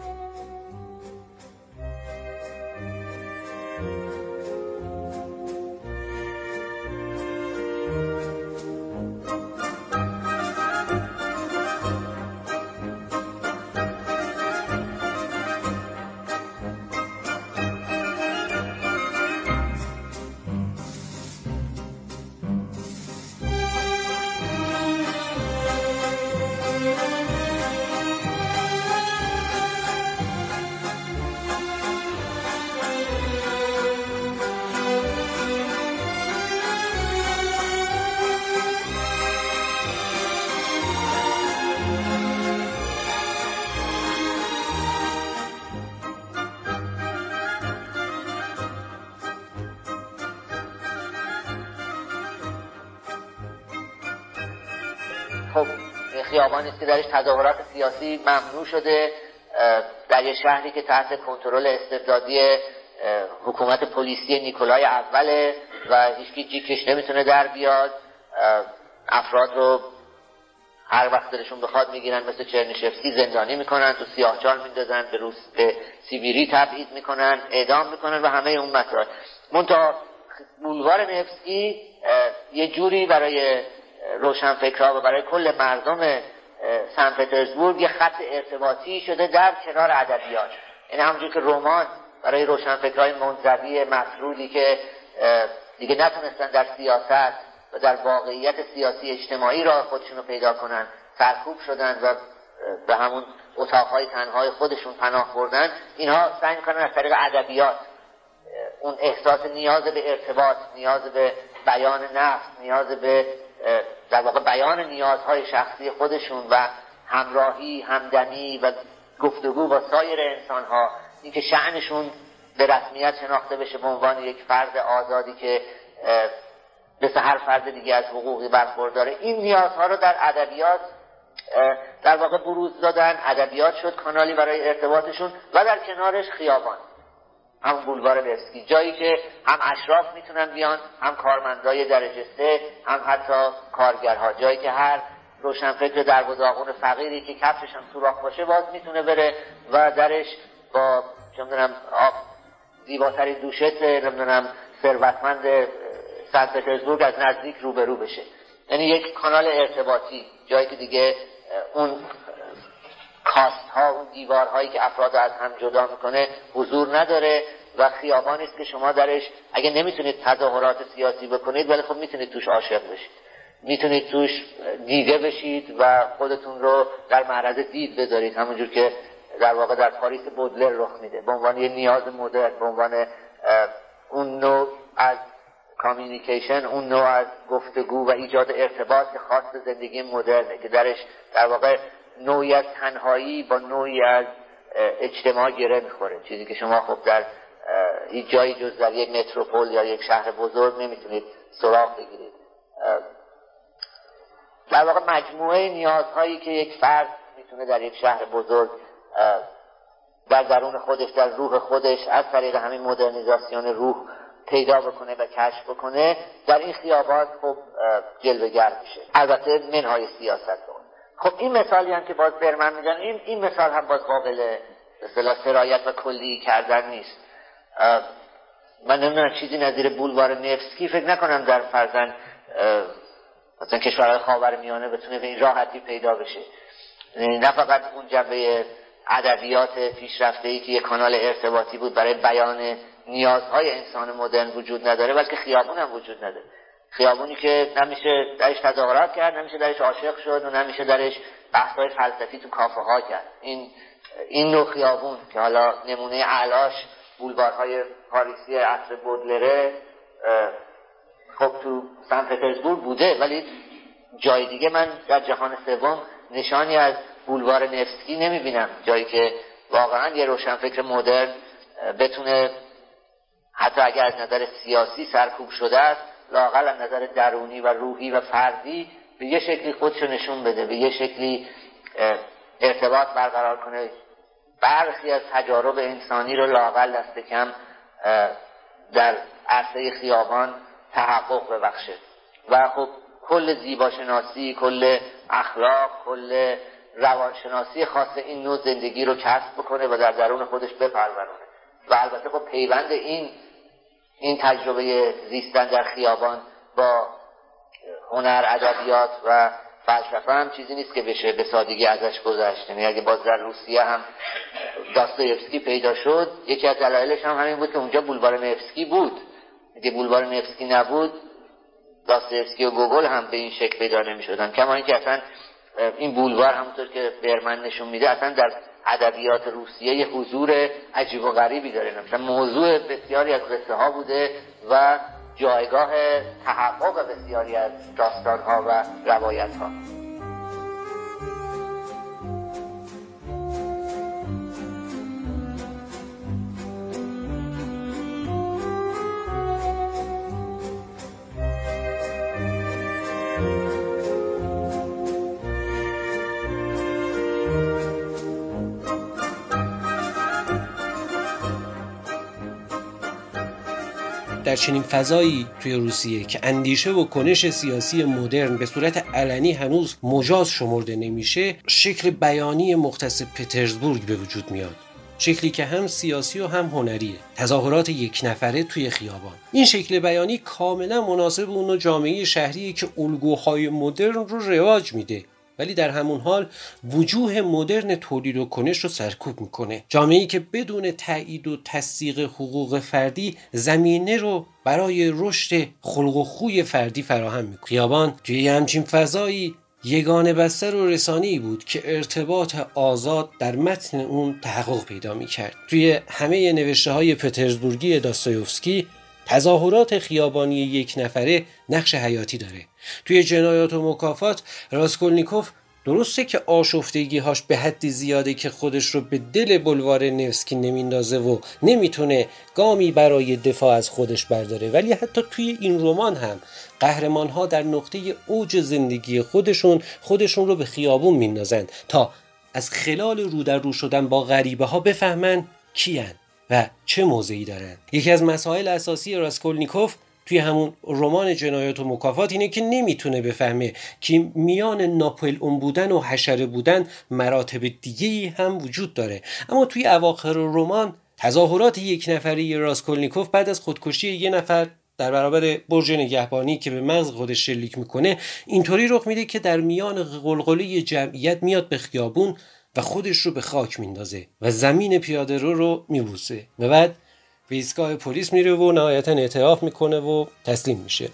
خب خیابانی است که درش تظاهرات سیاسی ممنوع شده، در یه شهری که تحت کنترل استبدادی حکومت پلیسی نیکولای اوله و هیچکی جیکش نمیتونه در بیاد. افراد رو هر وقت دلشون بخواد میگیرن، مثل چرنیشفسکی زندانی میکنن، تو سیاهچال میندازن، به سیبیری تبعید میکنن، اعدام میکنن و همه اون مسائل. منتها بولوار نفسکی یه جوری برای روشنفکرها و برای کل مردم سن پترزبورگ یه خط ارتباطی شده در کنار ادبیات. این همونجور که رمان برای روشنفکرهای منزوی مسئولی که دیگه نتونستن در سیاست و در واقعیت سیاسی اجتماعی را خودشون رو پیدا کنن سرکوب شدن و به همون اتاقهای تنهای خودشون پناه بردن، اینها سعی میکنن از طریق ادبیات اون احساس نیاز به ارتباط، نیاز به بیان نفس، نیاز به در واقع بیان نیازهای شخصی خودشون و همراهی، همدمی و گفتگو با سایر انسانها، اینکه شأنشون به رسمیت شناخته بشه به عنوان یک فرد آزادی که مثل هر فرد دیگه از حقوقی برخورداره، این نیازها رو در ادبیات در واقع بروز دادن. ادبیات شد کانالی برای ارتباطشون و در کنارش خیابان، همون بولوار نفسکی، جایی که هم اشراف میتونن بیان، هم کارمندای درجه 3، هم حتی کارگرها، جایی که هر روشنفکر دروازه‌آغون فقیری که کفشش هم سوراخ باشه باز میتونه بره و درش با زیباترین دوشت ثروتمند سن پترزبورگ از نزدیک روبرو بشه. یعنی یک کانال ارتباطی، جایی که دیگه اون کاست ها، اون دیوارهایی که افراد از هم جدا میکنه حضور نداره و خیابانی است که شما درش اگه نمیتونید تظاهرات سیاسی بکنید ولی خب میتونید توش عاشق بشید، میتونید توش دیده بشید و خودتون رو در معرض دید بذارید، همونجور که در واقع در پاریس بودلر رخ میده به عنوان یه نیاز مدرن، به عنوان اون نوع از کامیونیکیشن، اون نوع از گفتگو و ایجاد ارتباط که خاص زندگی مدرنه، که درش در واقع نوعی از تنهایی با نوعی از اجتماع گره میخوره، چیزی که شما خب در هیچ جایی جز در یک متروپول یا یک شهر بزرگ نمیتونید سراغ بگیرید. در واقع مجموعه نیازهایی که یک فرد میتونه در یک شهر بزرگ در درون خودش، در روح خودش از طریق همین مدرنیزاسیون روح پیدا بکنه و کشف بکنه، در این خیابان خب جلوه‌گر میشه. البته منهای سیاست بکنه. خب این مثالی هم که باز برمن میگن، این مثال هم باز قابل به اصطلاح سرایت و کلی کردن نیست. من نمیدونم چیزی نظیر بولوار نفسکی فکر نکنم در فرضاً مثلا کشورهای خاورمیانه بتونه به این راحتی پیدا بشه. نه فقط اون جنبه ادبیات پیشرفته‌ای که یک کانال ارتباطی بود برای بیان نیازهای انسان مدرن وجود نداره، بلکه خیابون هم وجود نداره. خیابونی که نمیشه درش تظاهرات کرد، نمیشه درش عاشق شد و نمیشه درش بحث‌های فلسفی تو کافه ها کرد. این نوع خیابون که حالا نمونه اعلاش بولوارهای پاریسی عصر بودلره خب تو سن پترزبورگ بوده، ولی جای دیگه من در جهان سوم نشانی از بولوار نفسکی نمیبینم، جایی که واقعا یه روشنفکر مدرن بتونه حتی اگر از نظر سیاسی سرکوب شده است، لااقل از نظر درونی و روحی و فردی به یه شکلی خودشو نشون بده، به یه شکلی ارتباط برقرار کنه، برخی از تجارب انسانی رو لااقل دست کم در عرصه خیابان تحقق ببخشه. و خب کل زیباشناسی، کل اخلاق، کل روانشناسی خاص این نوع زندگی رو کسب بکنه و در درون خودش بپرورونه. و البته خب پیوند این تجربه زیستن در خیابان با هنر، ادبیات و فلسفه هم چیزی نیست که بشه به سادگی ازش گذشت. یعنی اگه باز در روسیه هم داستایوفسکی پیدا شد، یکی از دلایلش هم همین بود که اونجا بولوار نفسکی بود. اگه بولوار نفسکی نبود، داستایوفسکی و گوگل هم به این شکل پیدا نمی‌شدن. کما اینکه اصلا این بولوار همونطور که برمن نشون میده اصلا در ادبیات روسیه یه حضور عجیب و غریبی داره. مثلا موضوع بسیاری از قصه ها بوده و جایگاه تحقق بسیاری از داستان ها و روایت ها. در چنین فضایی توی روسیه که اندیشه و کنش سیاسی مدرن به صورت علنی هنوز مجاز شمرده نمیشه، شکل بیانی مختص پترزبورگ به وجود میاد، شکلی که هم سیاسی و هم هنریه. تظاهرات یک نفره توی خیابان. این شکل بیانی کاملا مناسب اون جامعه شهریه که الگوهای مدرن رو رواج میده، ولی در همون حال وجوه مدرن تولید و کنش رو سرکوب میکنه. جامعه‌ای که بدون تایید و تصدیق حقوق فردی زمینه رو برای رشد خلق و خوی فردی فراهم میکنه. خیابان توی همچین فضایی یگانه بستر و رسانه‌ای بود که ارتباط آزاد در متن اون تحقق پیدا میکرد. توی همه نوشته‌های پترزبورگی داستایوفسکی تظاهرات خیابانی یک نفره نقش حیاتی داره. توی جنایات و مکافات راسکولنیکوف درسته که آشفتگی‌هاش به حدی زیاده که خودش رو به دل بولوار نفسکی نمیندازه و نمیتونه گامی برای دفاع از خودش برداره، ولی حتی توی این رمان هم قهرمان‌ها در نقطه اوج زندگی خودشون رو به خیابون میندازن تا از خلال رو در رو شدن با غریبه‌ها بفهمن کیان و چه موضعی دارن. یکی از مسائل اساسی راسکولنیکوف توی همون رمان جنایات و مکافات اینه که نمیتونه بفهمه که میان ناپلئون بودن و حشره بودن مراتب دیگه‌ای هم وجود داره. اما توی اواخر رمان تظاهرات یک نفره راسکولنیکوف بعد از خودکشی یه نفر در برابر برج نگهبانی که به مغز خودش شلیک میکنه اینطوری رخ میده که در میان قلقله جمعیت میاد به خیابون و خودش رو به خاک میندازه و زمین پیاده رو میبوسه و بعد به ایستگاه پلیس میره و نهایتا اعتراف میکنه و تسلیم میشه.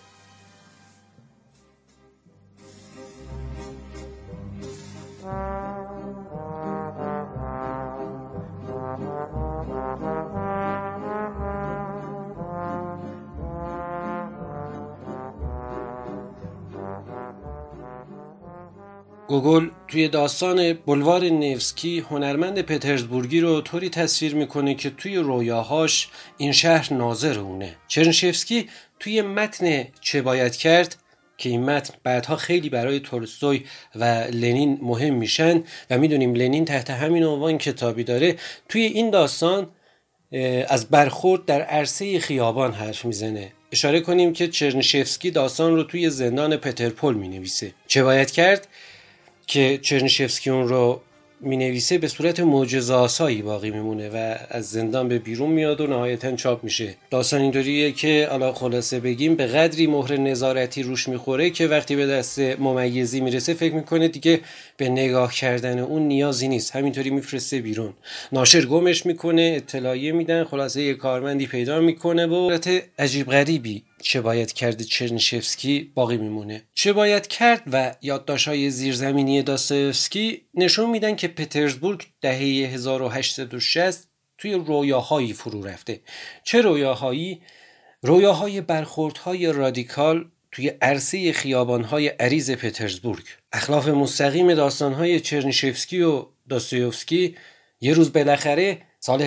گوگل توی داستان بولوار نفسکی هنرمند پترزبورگی رو طوری تصویر میکنه که توی رویاهاش این شهر ناظر اونه. چرنشفسکی توی متن چه باید کرد که این متن بعدها خیلی برای تولستوی و لنین مهم میشن و میدونیم لنین تحت همین عنوان کتابی داره، توی این داستان از برخورد در عرصه خیابان حرف میزنه. اشاره کنیم که چرنشفسکی داستان رو توی زندان پترپول مینویسه. چه باید کرد که چرنیشفسکی اون رو مینویسه به صورت معجزه‌آسایی باقی میمونه و از زندان به بیرون میاد و نهایتاً چاپ میشه. داستان اینطوریه که حالا خلاصه بگیم به قدری مهر نظارتی روش میخوره که وقتی به دست ممیزی میرسه فکر میکنه دیگه به نگاه کردن اون نیازی نیست، همینطوری میفرسته بیرون. ناشر گمش میکنه، اطلاعیه میدن، خلاصه یه کارمندی پیدا میکنه و حالت عجیب غریبی چه باید کرد چرنیشفسکی باقی میمونه. چه باید کرد و یادداشت‌های زیرزمینی داستایوفسکی نشون میدن که پترزبورگ دهه 1860 توی رویاهایی فرو رفته. چه رویاهایی؟ رویاهای برخوردهای رادیکال توی عرصه خیابانهای عریض پترزبورگ. اخلاف مستقیم داستانهای چرنیشفسکی و داستایوفسکی یه روز بالاخره سال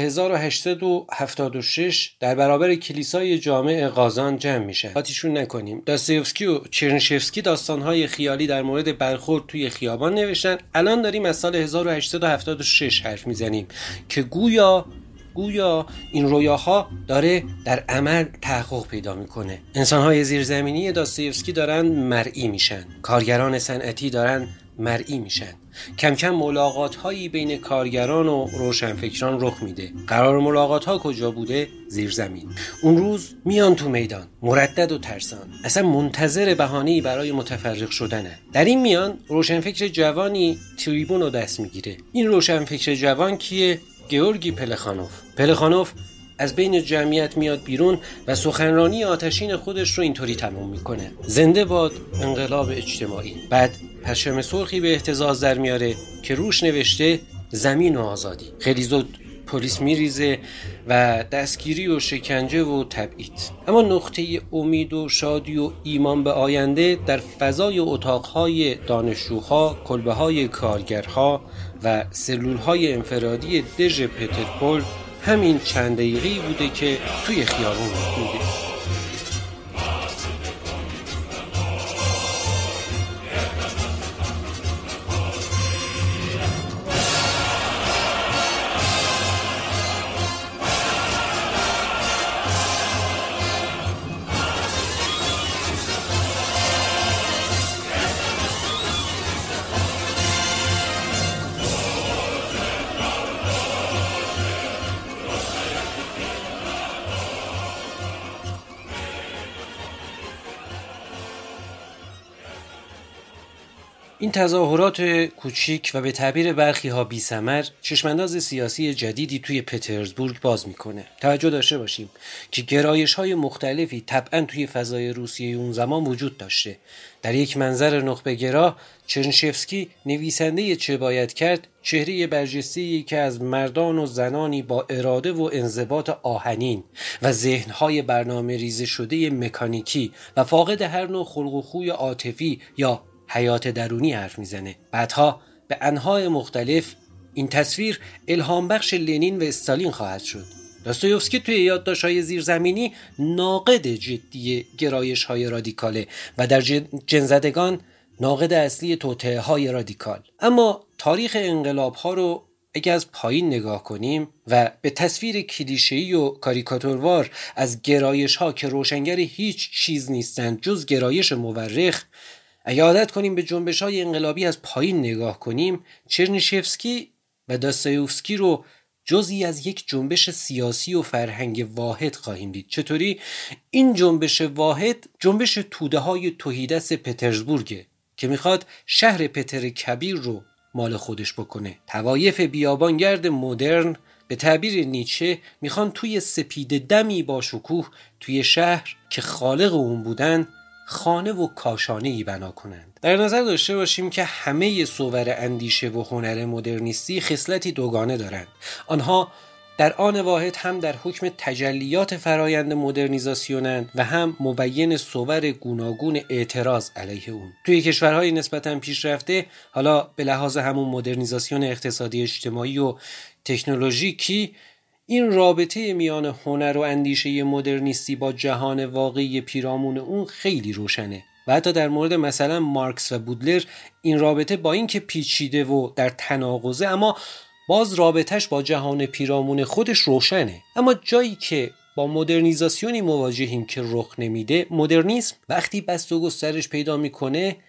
1876 در برابر کلیسای جامع قازان جمع میشه. خاطیشون نکنیم. داستایوفسکی و چرنیشفسکی داستانهای خیالی در مورد برخورد توی خیابان نوشتن. الان داریم از سال 1876 حرف میزنیم که گویا این رویاها داره در عمل تحقق پیدا میکنه. انسانهای زیرزمینی داستایوفسکی دارن مرئی میشن. کارگران صنعتی دارن مرئی میشن. کم کم ملاقات هایی بین کارگران و روشنفکران رخ میده. قرار ملاقات ها کجا بوده؟ زیر زمین. اون روز میان تو میدان مردد و ترسان، اصلا منتظر بهانه‌ای برای متفرق شدنه. در این میان روشنفکر جوانی تریبون رو دست میگیره. این روشنفکر جوان کیه؟ گیورگی پلخانوف از بین جمعیت میاد بیرون و سخنرانی آتشین خودش رو اینطوری تمام میکنه: زنده باد انقلاب اجتماعی. بعد پرچم سرخی به اهتزاز در میاره که روش نوشته زمین و آزادی. خیلی زود پلیس میریزه و دستگیری و شکنجه و تبعید. اما نقطه امید و شادی و ایمان به آینده در فضای اتاقهای دانشجوها، کلبه‌های کارگرها و سلولهای انفرادی دژ پترپول همین چند دقیقه‌ای بوده که توی خیابون بوده. این تظاهرات کوچیک و به تعبیر برخی ها بی ثمر چشمانداز سیاسی جدیدی توی پترزبورگ باز میکنه. توجه داشته باشیم که گرایش های مختلفی طبعا توی فضای روسیه اون زمان وجود داشته. در یک منظر نخبه‌گرا چرنیشفسکی نویسنده چه باید کرد چهره برجسته‌ای که از مردان و زنانی با اراده و انضباط آهنین و ذهن‌های برنامه ریزی شده مکانیکی و فاقد هر نوع خلق و خوی عاطفی یا حیات درونی حرف میزنه. بعدها به انواع مختلف این تصویر الهام بخش لنین و استالین خواهد شد. داستایوفسکی توی یادداشت‌های زیرزمینی ناقد جدی گرایش‌های رادیکاله و در جنزدگان ناقد اصلی توطئه‌های رادیکال. اما تاریخ انقلاب‌ها رو اگه از پایین نگاه کنیم و به تصویر کلیشه‌ای و کاریکاتوروار از گرایش‌ها که روشنگر هیچ چیز نیستند جز گرایش مورخ، اگه عادت کنیم به جنبش‌های انقلابی از پایین نگاه کنیم، چرنیشفسکی و داستایوفسکی رو جزئی از یک جنبش سیاسی و فرهنگ واحد خواهیم دید. چطوری؟ این جنبش واحد جنبش توده‌های تهیدست پترزبورگه که میخواد شهر پتر کبیر رو مال خودش بکنه. طوایف بیابانگرد مدرن به تعبیر نیچه میخوان توی سپید دمی با شکوه توی شهر که خالق اون بودن خانه و کاشانه‌ای بنا کنند. در نظر داشته باشیم که همه صور اندیشه و هنر مدرنیستی خصلتی دوگانه دارند. آنها در آن واحد هم در حکم تجلیات فرایند مدرنیزاسیونند و هم مبین صور گوناگون اعتراض علیه اون. توی کشورهای نسبتاً پیشرفته، حالا به لحاظ همون مدرنیزاسیون اقتصادی اجتماعی و تکنولوژیکی، این رابطه میان هنر و اندیشه مدرنیستی با جهان واقعی پیرامون اون خیلی روشنه. و حتی در مورد مثلا مارکس و بودلر این رابطه با این که پیچیده و در تناقضه، اما باز رابطش با جهان پیرامون خودش روشنه. اما جایی که با مدرنیزاسیونی مواجهیم که رخ نمیده، مدرنیسم وقتی بست و گسترش پیدا میکنه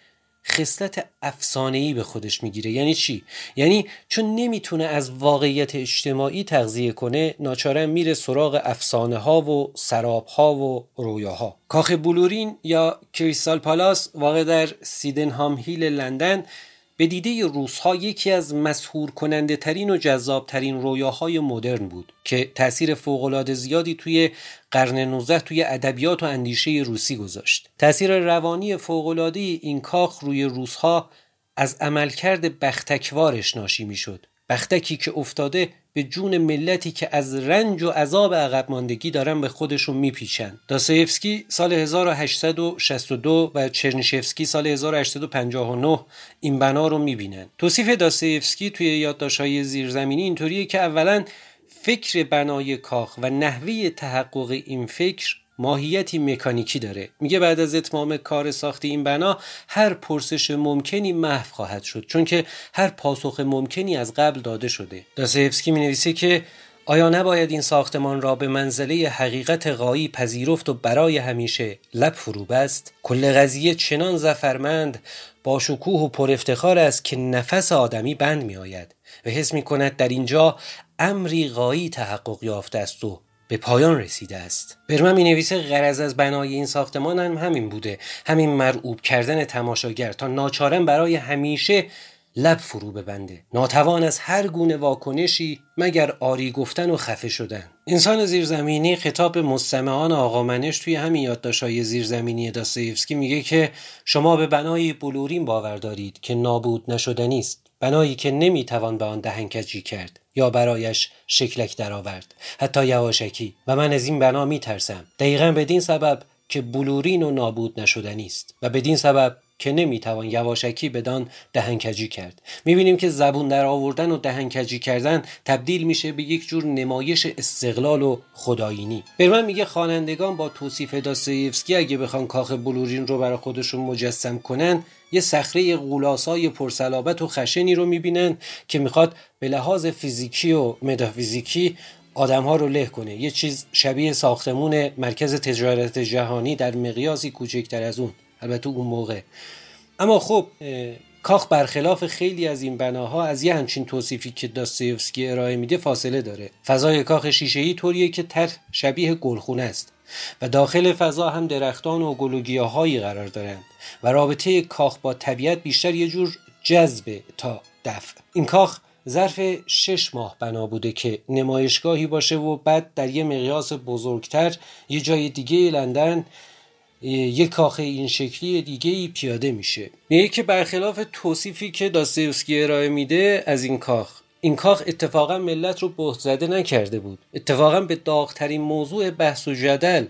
خصلت افسانه‌ای به خودش میگیره. یعنی چی؟ یعنی چون نمیتونه از واقعیت اجتماعی تغذیه کنه، ناچارن میره سراغ افسانه ها و سراب ها و رویاها. کاخ بلورین یا کریستال پالاس واقع در سیدنهام هیل لندن به دیده روس‌ها یکی از مسحور کننده ترین و جذاب ترین رویاهای مدرن بود که تأثیر فوق‌العاده زیادی توی قرن 19 توی ادبیات و اندیشه روسی گذاشت. تأثیر روانی فوق‌العاده این کاخ روی روس‌ها از عملکرد بختکوارش ناشی می‌شد. بختکی که افتاده به جون ملتی که از رنج و عذاب عقب ماندگی دارن به خودشون میپیچن. داستایوفسکی سال 1862 و چرنیشفسکی سال 1859 این بنا رو میبینن. توصیف داستایوفسکی توی یادداشت‌های زیرزمینی اینطوریه که اولا فکر بنای کاخ و نحوه تحقق این فکر ماهیتی مکانیکی داره. میگه بعد از اتمام کار ساخت این بنا هر پرسش ممکنی محو خواهد شد، چون که هر پاسخ ممکنی از قبل داده شده. داستایوفسکی مینویسه که آیا نباید این ساختمان را به منزله حقیقت غایی پذیرفت و برای همیشه لب فرو بست؟ کل قضیه چنان ظفرمند با شکوه و پر افتخار است که نفس آدمی بند می آید و حس می کند در اینجا امری غایی تحقق یافته است و به پایان رسیده است. برمن می نویسه غرض از بنای این ساختمان هم همین بوده، همین مرعوب کردن تماشاگر تا ناچارن برای همیشه لب فرو ببنده، ناتوان از هر گونه واکنشی مگر آری گفتن و خفه شدن. انسان زیرزمینی خطاب مستمعان آقا منش توی همین یادداشت‌های زیرزمینی داستایوفسکی میگه که شما به بنای بلورین باور دارید که نابود نشدنی است، بنایی که نمیتوان به آن دهنکجی کرد یا برایش شکلک درآورد، حتی یواشکی، و من از این بنا میترسم، دقیقاً بدین سبب که بلورین و نابود نشدنی است و بدین سبب که نمیتوان یواشکی بدان دهنکجی کرد. میبینیم که زبون در آوردن و دهنکجی کردن تبدیل میشه به یک جور نمایش استقلال و خدایینی. برمن میگه خوانندگان با توصیف داستایوفسکی اگه بخوان کاخ بلورین رو برای خودشون مجسم کنن، یه صخره غولاسای پرصلابت و خشنی رو میبینن که میخواد به لحاظ فیزیکی و متافیزیکی آدم‌ها رو له کنه. یه چیز شبیه ساختمون مرکز تجارت جهانی در مقیاسی کوچکتر از اون، البته اون موقع. اما خب کاخ برخلاف خیلی از این بناها از یه همچین توصیفی که داستایوفسکی ارائه میده فاصله داره. فضای کاخ شیشه‌ای طوریه که شبیه گلخونه است و داخل فضا هم درختان و گل و گیاهایی قرار دارند و رابطه کاخ با طبیعت بیشتر یه جور جذب تا دفع. این کاخ ظرف 6 ماه بنا بوده که نمایشگاهی باشه و بعد در یه مقیاس بزرگتر یه جای دیگه لندن یک کاخ این شکلی دیگه‌ای پیاده میشه. میگه که برخلاف توصیفی که داستایوفسکی ارائه میده از این کاخ اتفاقا ملت رو بهت زده نکرده بود، اتفاقا به داغ‌ترین موضوع بحث و جدل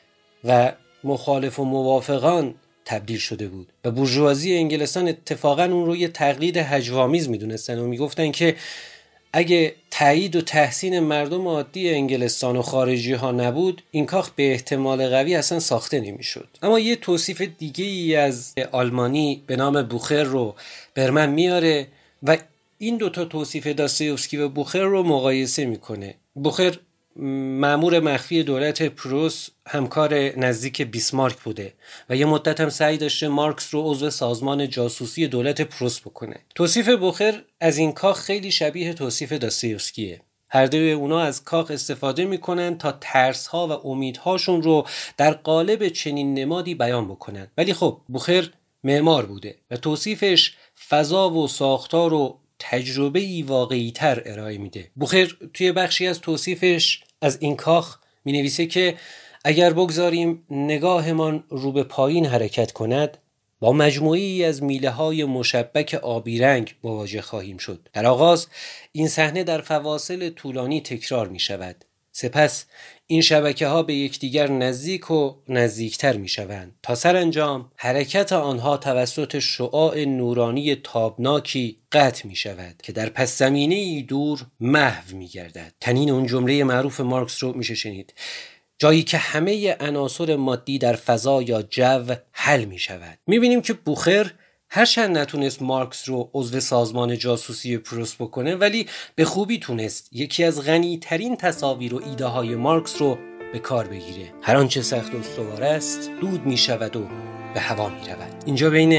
و مخالف و موافقان تبدیل شده بود و بورژوازی انگلستان اتفاقا اون رو یه تقلید هجوآمیز میدونستن و میگفتن که اگه تایید و تحسین مردم عادی انگلستان و خارجی ها نبود، این کاخ به احتمال قوی اصلا ساخته نمیشد. اما یه توصیف دیگه ای از آلمانی به نام بوخر رو برمن میاره و این دوتا توصیف داستایوفسکی و بوخر رو مقایسه میکنه. بوخر مأمور مخفی دولت پروس، همکار نزدیک بیسمارک بوده و یه مدت هم سعی داشته مارکس رو عضو سازمان جاسوسی دولت پروس بکنه. توصیف بوخر از این کاخ خیلی شبیه توصیف داستایوفسکیه. هر دوی اونا از کاخ استفاده میکنن تا ترس‌ها و امیدهاشون رو در قالب چنین نمادی بیان بکنن. ولی خب بوخر معمار بوده و توصیفش فضا و ساختار و تجربه‌ای واقعی‌تر ارائه میده. بوخر توی بخشی از توصیفش از این کاخ مینویسه که اگر بگذاریم نگاهمان رو به پایین حرکت کند، با مجموعی از میله‌های مشبک آبی رنگ مواجه خواهیم شد. در آغاز این صحنه در فواصل طولانی تکرار می‌شود. سپس این شبکه‌ها به یکدیگر نزدیک و نزدیکتر می‌شوند تا سرانجام حرکت آنها توسط شعاع نورانی تابناکی قطع می‌شود که در پس زمینه‌ای دور محو می‌گردد. تنین اون جمله معروف مارکس رو میشه شنید: جایی که همه عناصر مادی در فضا یا جو حل می‌شود. می‌بینیم که بوخر هرچند نتونست مارکس رو عضو سازمان جاسوسی پروس بکنه، ولی به خوبی تونست یکی از غنی ترین تصاویر و ایده های مارکس رو به کار بگیره. هر آنچه سخت و استوار است دود می شود و به هوا می رود. اینجا بین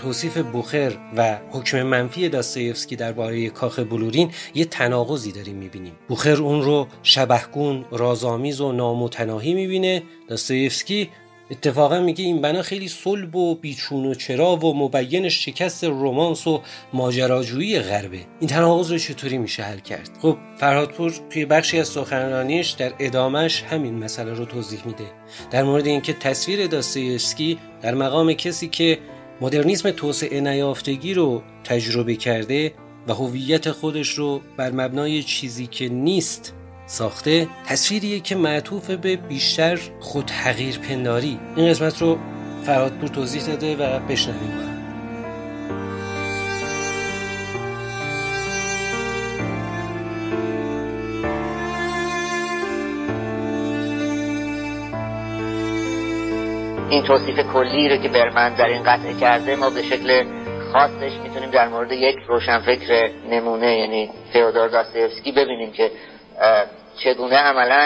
توصیف بوخر و حکم منفی داستایفسکی درباره کاخ بلورین یه تناقضی داریم میبینیم. بوخر اون رو شبحگون، رازآمیز و نامتناهی میبینه. داستایفسکی اتفاقا میگه این بنا خیلی صلب و بیچون و چرا و مبین شکست رومانس و ماجراجویی غربه. این تناقض رو چطوری میشه حل کرد؟ خب فرهادپور توی بخشی از سخنرانیش در ادامش همین مسئله رو توضیح میده، در مورد اینکه تصویر داستایفسکی در مقام کسی که مدرنیسم توسعه نیافتگی رو تجربه کرده و هویت خودش رو بر مبنای چیزی که نیست ساخته، تصویریه که معطوف به بیشتر خود حقیر پنداری. این قسمت رو فرهادپور توضیح داده و بشنویم با هم. این توصیف کلی رو که برمن در این قطعه کرده ما به شکل خاصش میتونیم در مورد یک روشنفکر نمونه یعنی فئودور داستایفسکی ببینیم که چگونه عملاً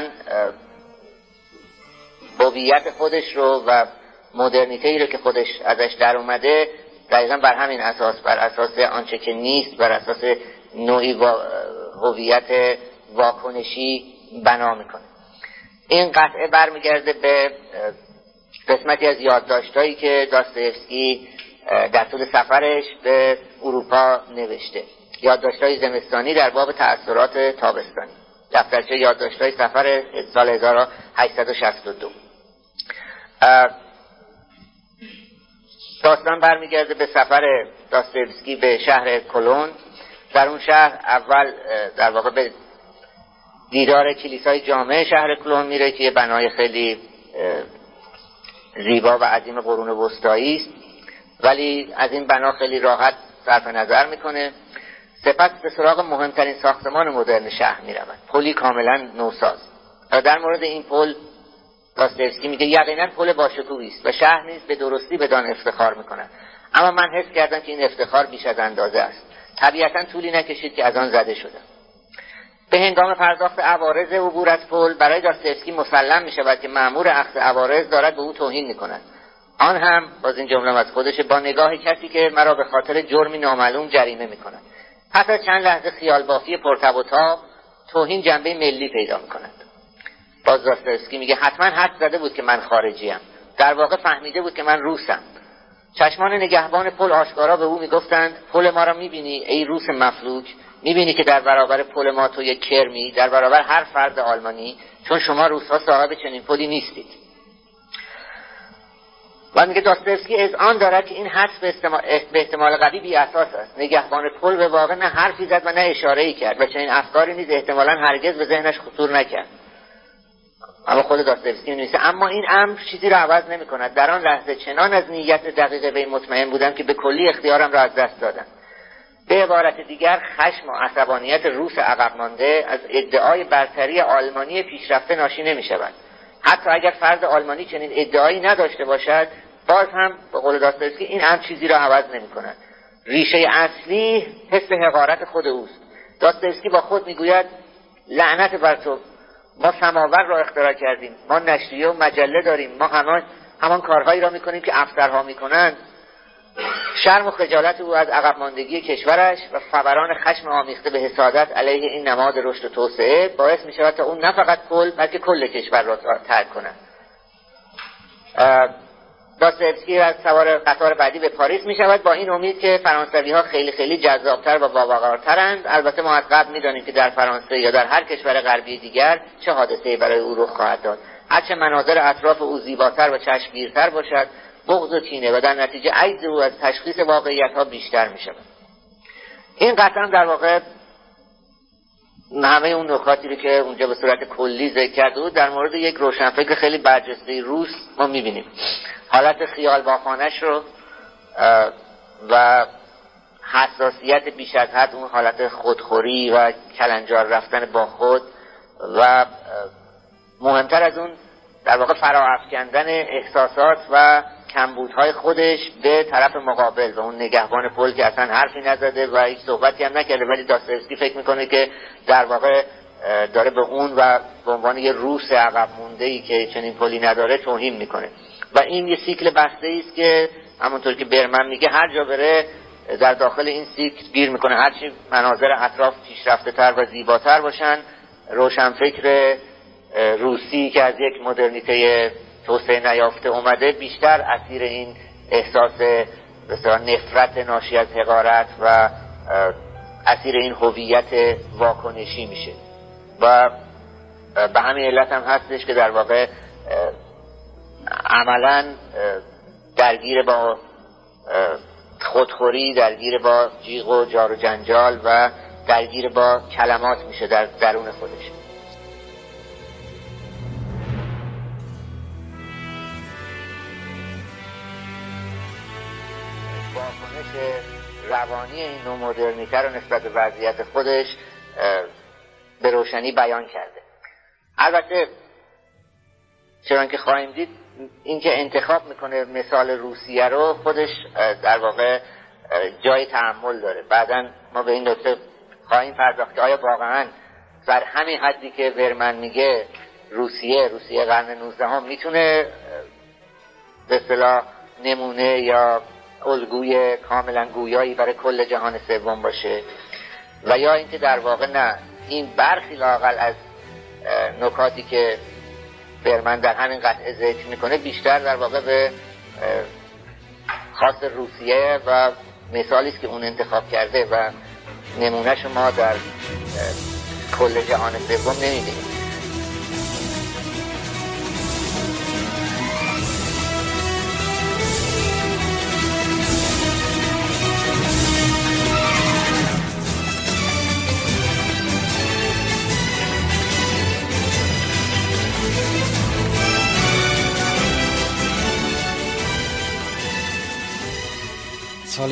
هویت خودش رو و مدرنیته‌ای رو که خودش ازش در اومده دقیقاً بر همین اساس، بر اساس آنچه که نیست، بر اساس نوعی هویت واکنشی بنا میکنه. این قطعه برمیگرده به قسمتی از یادداشت‌هایی که داستایفسکی در طول سفرش به اروپا نوشته، یادداشت‌های زمستانی در باب تأثیرات تابستانی، دفترچه یادداشت‌های سفر سال 1862. داستان برمیگرده به سفر داستایفسکی به شهر کلون. در اون شهر اول در واقع به دیدار کلیسای جامع شهر کلون میره که یه بنای خیلی زیبا و عظیم قرون وسطایی است، ولی از این بنا خیلی راحت صرف نظر میکنه. سپس به سراغ مهمترین ساختمان مدرن شهر میرود، پلی کاملا نوساز. در مورد این پل داستایفسکی میگه یقینا پل باشکوهی است و شهر نیز به درستی بدان افتخار میکند، اما من حس کردم که این افتخار بیش از اندازه است. طبیعتا طولی نکشید که از آن زده شدم. به هنگام پرداخت عوارض عبور از پل برای داستایفسکی مسلم میشود که مأمور اخذ عوارض دارد به او توهین میکند، آن هم باز این جمله از خودش با نگاه کسی که مرا به خاطر جرمی نامعلوم جریمه میکند. پس از چند لحظه خیال بافی پرتب و تاب توهین جنبه ملی پیدا میکند. باز داستایفسکی میگه حتما حد زده بود که من خارجیم، در واقع فهمیده بود که من روسم. چشمان نگهبان پل آشکارا به او میگفتند پل ما را میبینی ای روس مفلوک؟ میبینی که در برابر پل ما تو یک کرمی، در برابر هر فرد آلمانی، چون شما روس‌ها صاحب چنین پلی نیستید. و میگه داستایفسکی اذعان دارد که این حدس به احتمال قوی بی اساس است. نگهبان پل به واقع نه حرفی زد و نه اشاره‌ای کرد و چنین افکاری نیز احتمالاً هرگز به ذهنش خطور نکرد. اما خود داستایفسکی می‌نویسه اما این امر چیزی را عوض نمی‌کند. در آن لحظه چنان از نیت دقیق وی مطمئن بودم که به کلی اختیارم را از دست دادم. به عبارت دیگر خشم و عصبانیت روس عقب مانده از ادعای برتری آلمانی پیشرفته ناشی نمی‌شود. حتی اگر فرد آلمانی چنین ادعایی نداشته باشد، باز هم به قول داستایفسکی این امر چیزی را عوض نمی‌کند. ریشه اصلی حس حقارت خود اوست. داستایفسکی با خود میگوید لعنت بر تو، ما سماور را اختراع کردیم، ما نشریه و مجله داریم، ما همان کارهایی را میکنیم که افسرها میکنند. شرم و خجالت او از عقب ماندگی کشورش و فوران خشم آمیخته به حسادت علیه این نماد رشد و توسعه باعث میشود تا اون نه فقط پل بلکه کل کشور را ترک کند. داستایفسکی از سوار قطار بعدی به پاریس می شود با این امید که فرانسوی ها خیلی خیلی جذابتر و باوقارترند. البته ما از قبل می دانیم که در فرانسه یا در هر کشور غربی دیگر چه حادثه‌ای برای او رخ خواهد داد. هرچه مناظر اطراف او زیباتر و چشمگیرتر باشد، بغض و کینه و در نتیجه عجز او از تشخیص واقعیت ها بیشتر می شود. این قطعا در واقع همه اون نکاتی رو که اونجا به صورت کلی ذکر کرده بود در مورد یک روشنفکر خیلی برجسته روس ما می بینیم. حالت خیال بافانش رو و حساسیت بیش از حد، اون حالت خودخوری و کلنجار رفتن با خود و مهمتر از اون در واقع فراافکندن احساسات و کمبودهای خودش به طرف مقابل و اون نگهبان پل که اصلا حرفی نزده و هیچ صحبتی هم نکرده، ولی داستایفسکی فکر میکنه که در واقع داره به اون و به عنوان یه روس عقب مونده‌ای که چنین پلی نداره توهین میکنه. و این یه سیکل بسته است که همونطور که برمن میگه هر جا بره در داخل این سیکل گیر میکنه. هرچی مناظر اطراف پیشرفته تر و زیباتر باشن، روشنفکر روسی که از یک مدرنیته توسعه نیافته اومده بیشتر اسیر این احساس بسیار نفرت ناشی از حقارت و اسیر این هویت واکنشی میشه و به همین علت هم هستش که در واقع عملا درگیر با خودخوری، درگیر با جیغ و جار و جنجال و درگیر با کلمات میشه در درون خودش. واکنش روانی این نوع مدرنیته رو نسبت به وضعیت خودش به روشنی بیان کرده. البته چون که خواهیم دید اینکه انتخاب میکنه مثال روسیه رو خودش در واقع جای تأمل داره. بعداً ما به این نکته خواهیم پرداخت که آیا واقعاً در همین حدی که ورمن میگه روسیه قرن 19 هم میتونه به اصطلاح نمونه یا الگوی کاملا گویایی برای کل جهان سوم باشه و یا اینکه در واقع نه، این برخی لااقل از نکاتی که برمن در همین قطعه ذکر میکنه بیشتر در واقع به خاص روسیه و مثالی است که اون انتخاب کرده و نمونهش ما در کل جهان سوم نمیبینیم. سال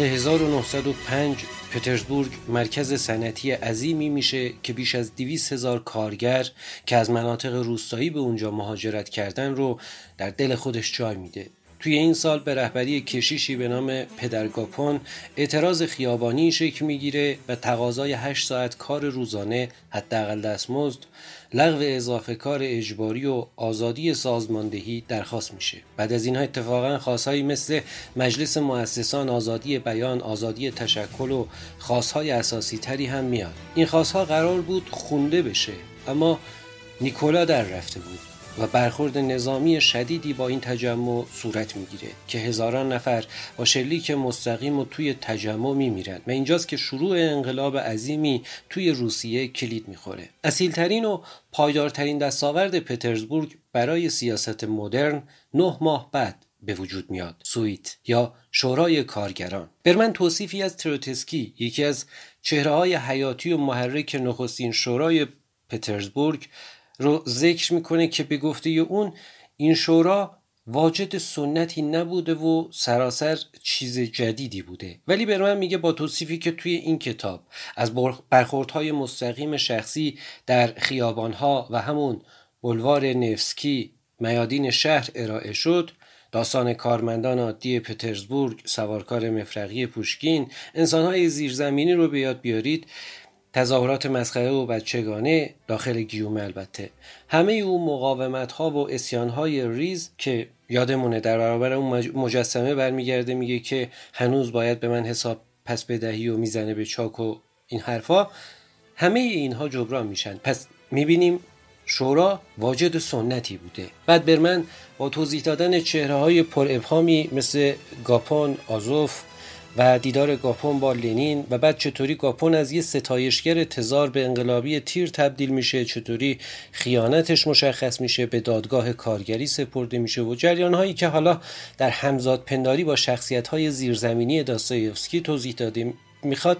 1905 پترزبورگ مرکز صنعتی عظیمی میشه که بیش از 200,000 کارگر که از مناطق روستایی به اونجا مهاجرت کردن رو در دل خودش جای میده. توی این سال به رهبری کشیشی به نام پدر گاپون اعتراض خیابانی شکل میگیره و تقاضای 8 ساعت کار روزانه، حداقل دستمزد، لغو اضافه کار اجباری و آزادی سازماندهی درخواست میشه. بعد از اینها اتفاقا خواستهایی مثل مجلس مؤسسان، آزادی بیان، آزادی تشکل و خواستهای اساسی تری هم میاد. این خواستها قرار بود خونده بشه، اما نیکولا در رفته بود و برخورد نظامی شدیدی با این تجمع صورت میگیره که هزاران نفر با شلیک مستقیم و توی تجمع میمیرن و اینجاست که شروع انقلاب عظیمی توی روسیه کلید میخوره. اصیلترین و پایدارترین دستاورد پترزبورگ برای سیاست مدرن 9 ماه بعد به وجود میاد، سویت یا شورای کارگران. برمن توصیفی از تروتسکی، یکی از چهره‌های حیاتی و محرک نخستین شورای پترزبورگ، رو ذکر میکنه که به گفته اون این شورا واجد سنتی نبوده و سراسر چیز جدیدی بوده. ولی برمن میگه با توصیفی که توی این کتاب از برخوردهای مستقیم شخصی در خیابانها و همون بولوار نفسکی میادین شهر ارائه شد، داستان کارمندان عادی پترزبورگ، سوارکار مفرقی پوشکین، انسانهای زیرزمینی رو به یاد بیارید، تظاهرات مسخره و بچگانه داخل گیومه، البته همه اون مقاومت‌ها و اسیان‌های ریز که یادمونه در برابر اون مجسمه برمیگرده میگه که هنوز باید به من حساب پس بدهی و میزنه به چاک و این حرفا، همه اینها جبران میشن. پس میبینیم شورا واجد سنتی بوده. بعد برمن با توضیح دادن چهره‌های پر ابهامی مثل گاپون، آزوف و دیدار گاپون با لنین و بعد چطوری گاپون از یه ستایشگر تزار به انقلابی تیر تبدیل میشه، چطوری خیانتش مشخص میشه، به دادگاه کارگری سپرده میشه و جریان‌هایی که حالا در همزاد پنداری با شخصیت‌های زیرزمینی داستایوفسکی توضیح دادیم، میخواد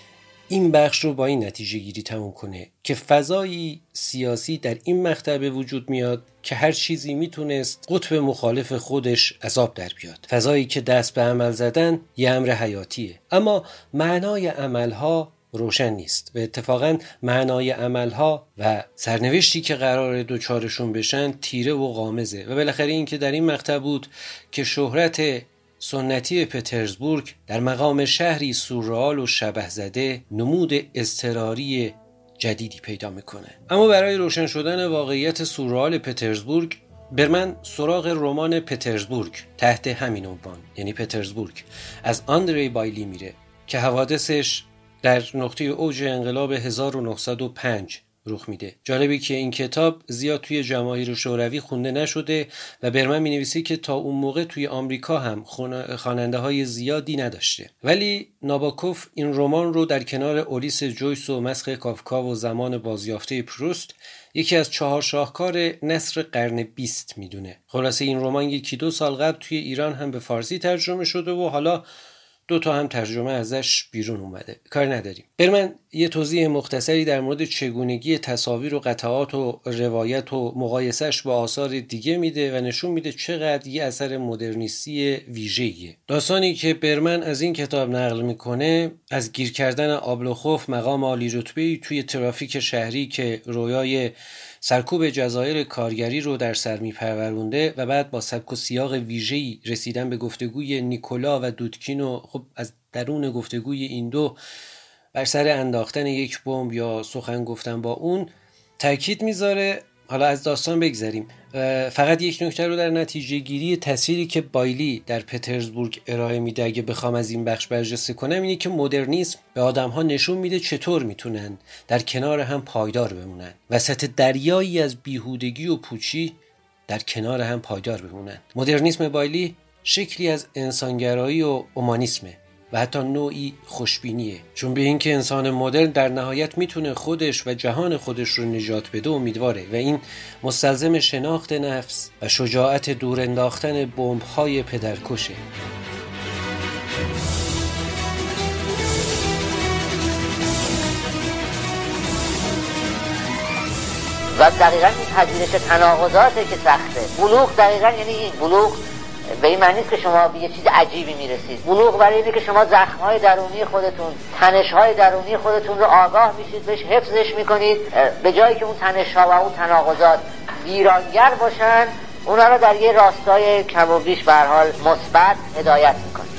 این بخش رو با این نتیجه گیری تموم کنه که فضایی سیاسی در این مقطع به وجود میاد که هر چیزی میتونست قطب مخالف خودش عذاب در بیاد. فضایی که دست به عمل زدن یه امر حیاتیه، اما معنای عملها روشن نیست و اتفاقاً معنای عملها و سرنوشتی که قرار دوچارشون بشن تیره و غامضه. و بالاخره این که در این مقطع بود که شهرت سنتی پترزبورگ در مقام شهری سورئال و شبح زده نمود اضطراری جدیدی پیدا میکنه. اما برای روشن شدن واقعیت سورئال پترزبورگ برمن سراغ رمان پترزبورگ تحت همین عنوان، یعنی پترزبورگ، از آندری بایلی میره که حوادثش در نقطه اوج انقلاب 1905 رخ میده. جالبی که این کتاب زیاد توی جماهیر شوروی خونده نشده و برمن مینویسه که تا اون موقع توی آمریکا هم خواننده های زیادی نداشته. ولی ناباکوف این رمان رو در کنار اولیس جویس و مسخ کافکا و زمان بازیافته پروست یکی از 4 شاهکار نثر قرن 20 میدونه. خلاصه این رمان 1-2 سال قبل توی ایران هم به فارسی ترجمه شده و حالا 2 تا هم ترجمه ازش بیرون اومده. کار نداریم. برمن یه توضیح مختصری در مورد چگونگی تصاویر و قطعات و روایت و مقایسهش با آثار دیگه میده و نشون میده چقدر یه اثر مدرنیستی ویژه‌ایه. داستانی که برمن از این کتاب نقل میکنه از گیر کردن آبلوخوف، مقام عالی رتبه‌ای توی ترافیک شهری که رویای سرکوب جزایر کارگری رو در سر میپرورونده و بعد با سبک و سیاق ویژه‌ای رسیدن به گفتگوی نیکولا و دودکین و خب از درون گفتگوی این دو بر سر انداختن یک بمب یا سخن گفتن با اون تاکید میذاره. حالا از داستان بگذریم، فقط یک نکته رو در نتیجه گیری تصویری که بایلی در پترزبورگ ارائه میده اگه بخوام از این بخش برجسته کنم اینه که مدرنیسم به آدم‌ها نشون میده چطور میتونن در کنار هم پایدار بمونن، وسط دریایی از بیهودگی و پوچی در کنار هم پایدار بمونن. مدرنیسم بایلی شکلی از انسانگرایی و اومانیسمه و حتی نوعی خوشبینیه، چون به این که انسان مدرن در نهایت میتونه خودش و جهان خودش رو نجات بده امیدواره و این مستلزم شناخت نفس و شجاعت دور انداختن بمب‌های پدرکشه. و دقیقا این پذیرش تناقضاته که سخته. بلوغ دقیقا یعنی این بلوغ به این معنی نیست که شما به یه چیز عجیبی میرسید. بلوغ برای اینه که شما زخم‌های درونی خودتون، تنش‌های درونی خودتون رو آگاه میشید، بهش حفظش میکنید، به جایی که اون تنش‌ها و اون تناقضات ویرانگر باشن اونا رو در یه راستای کم و بیش به هر حال مثبت هدایت میکنید.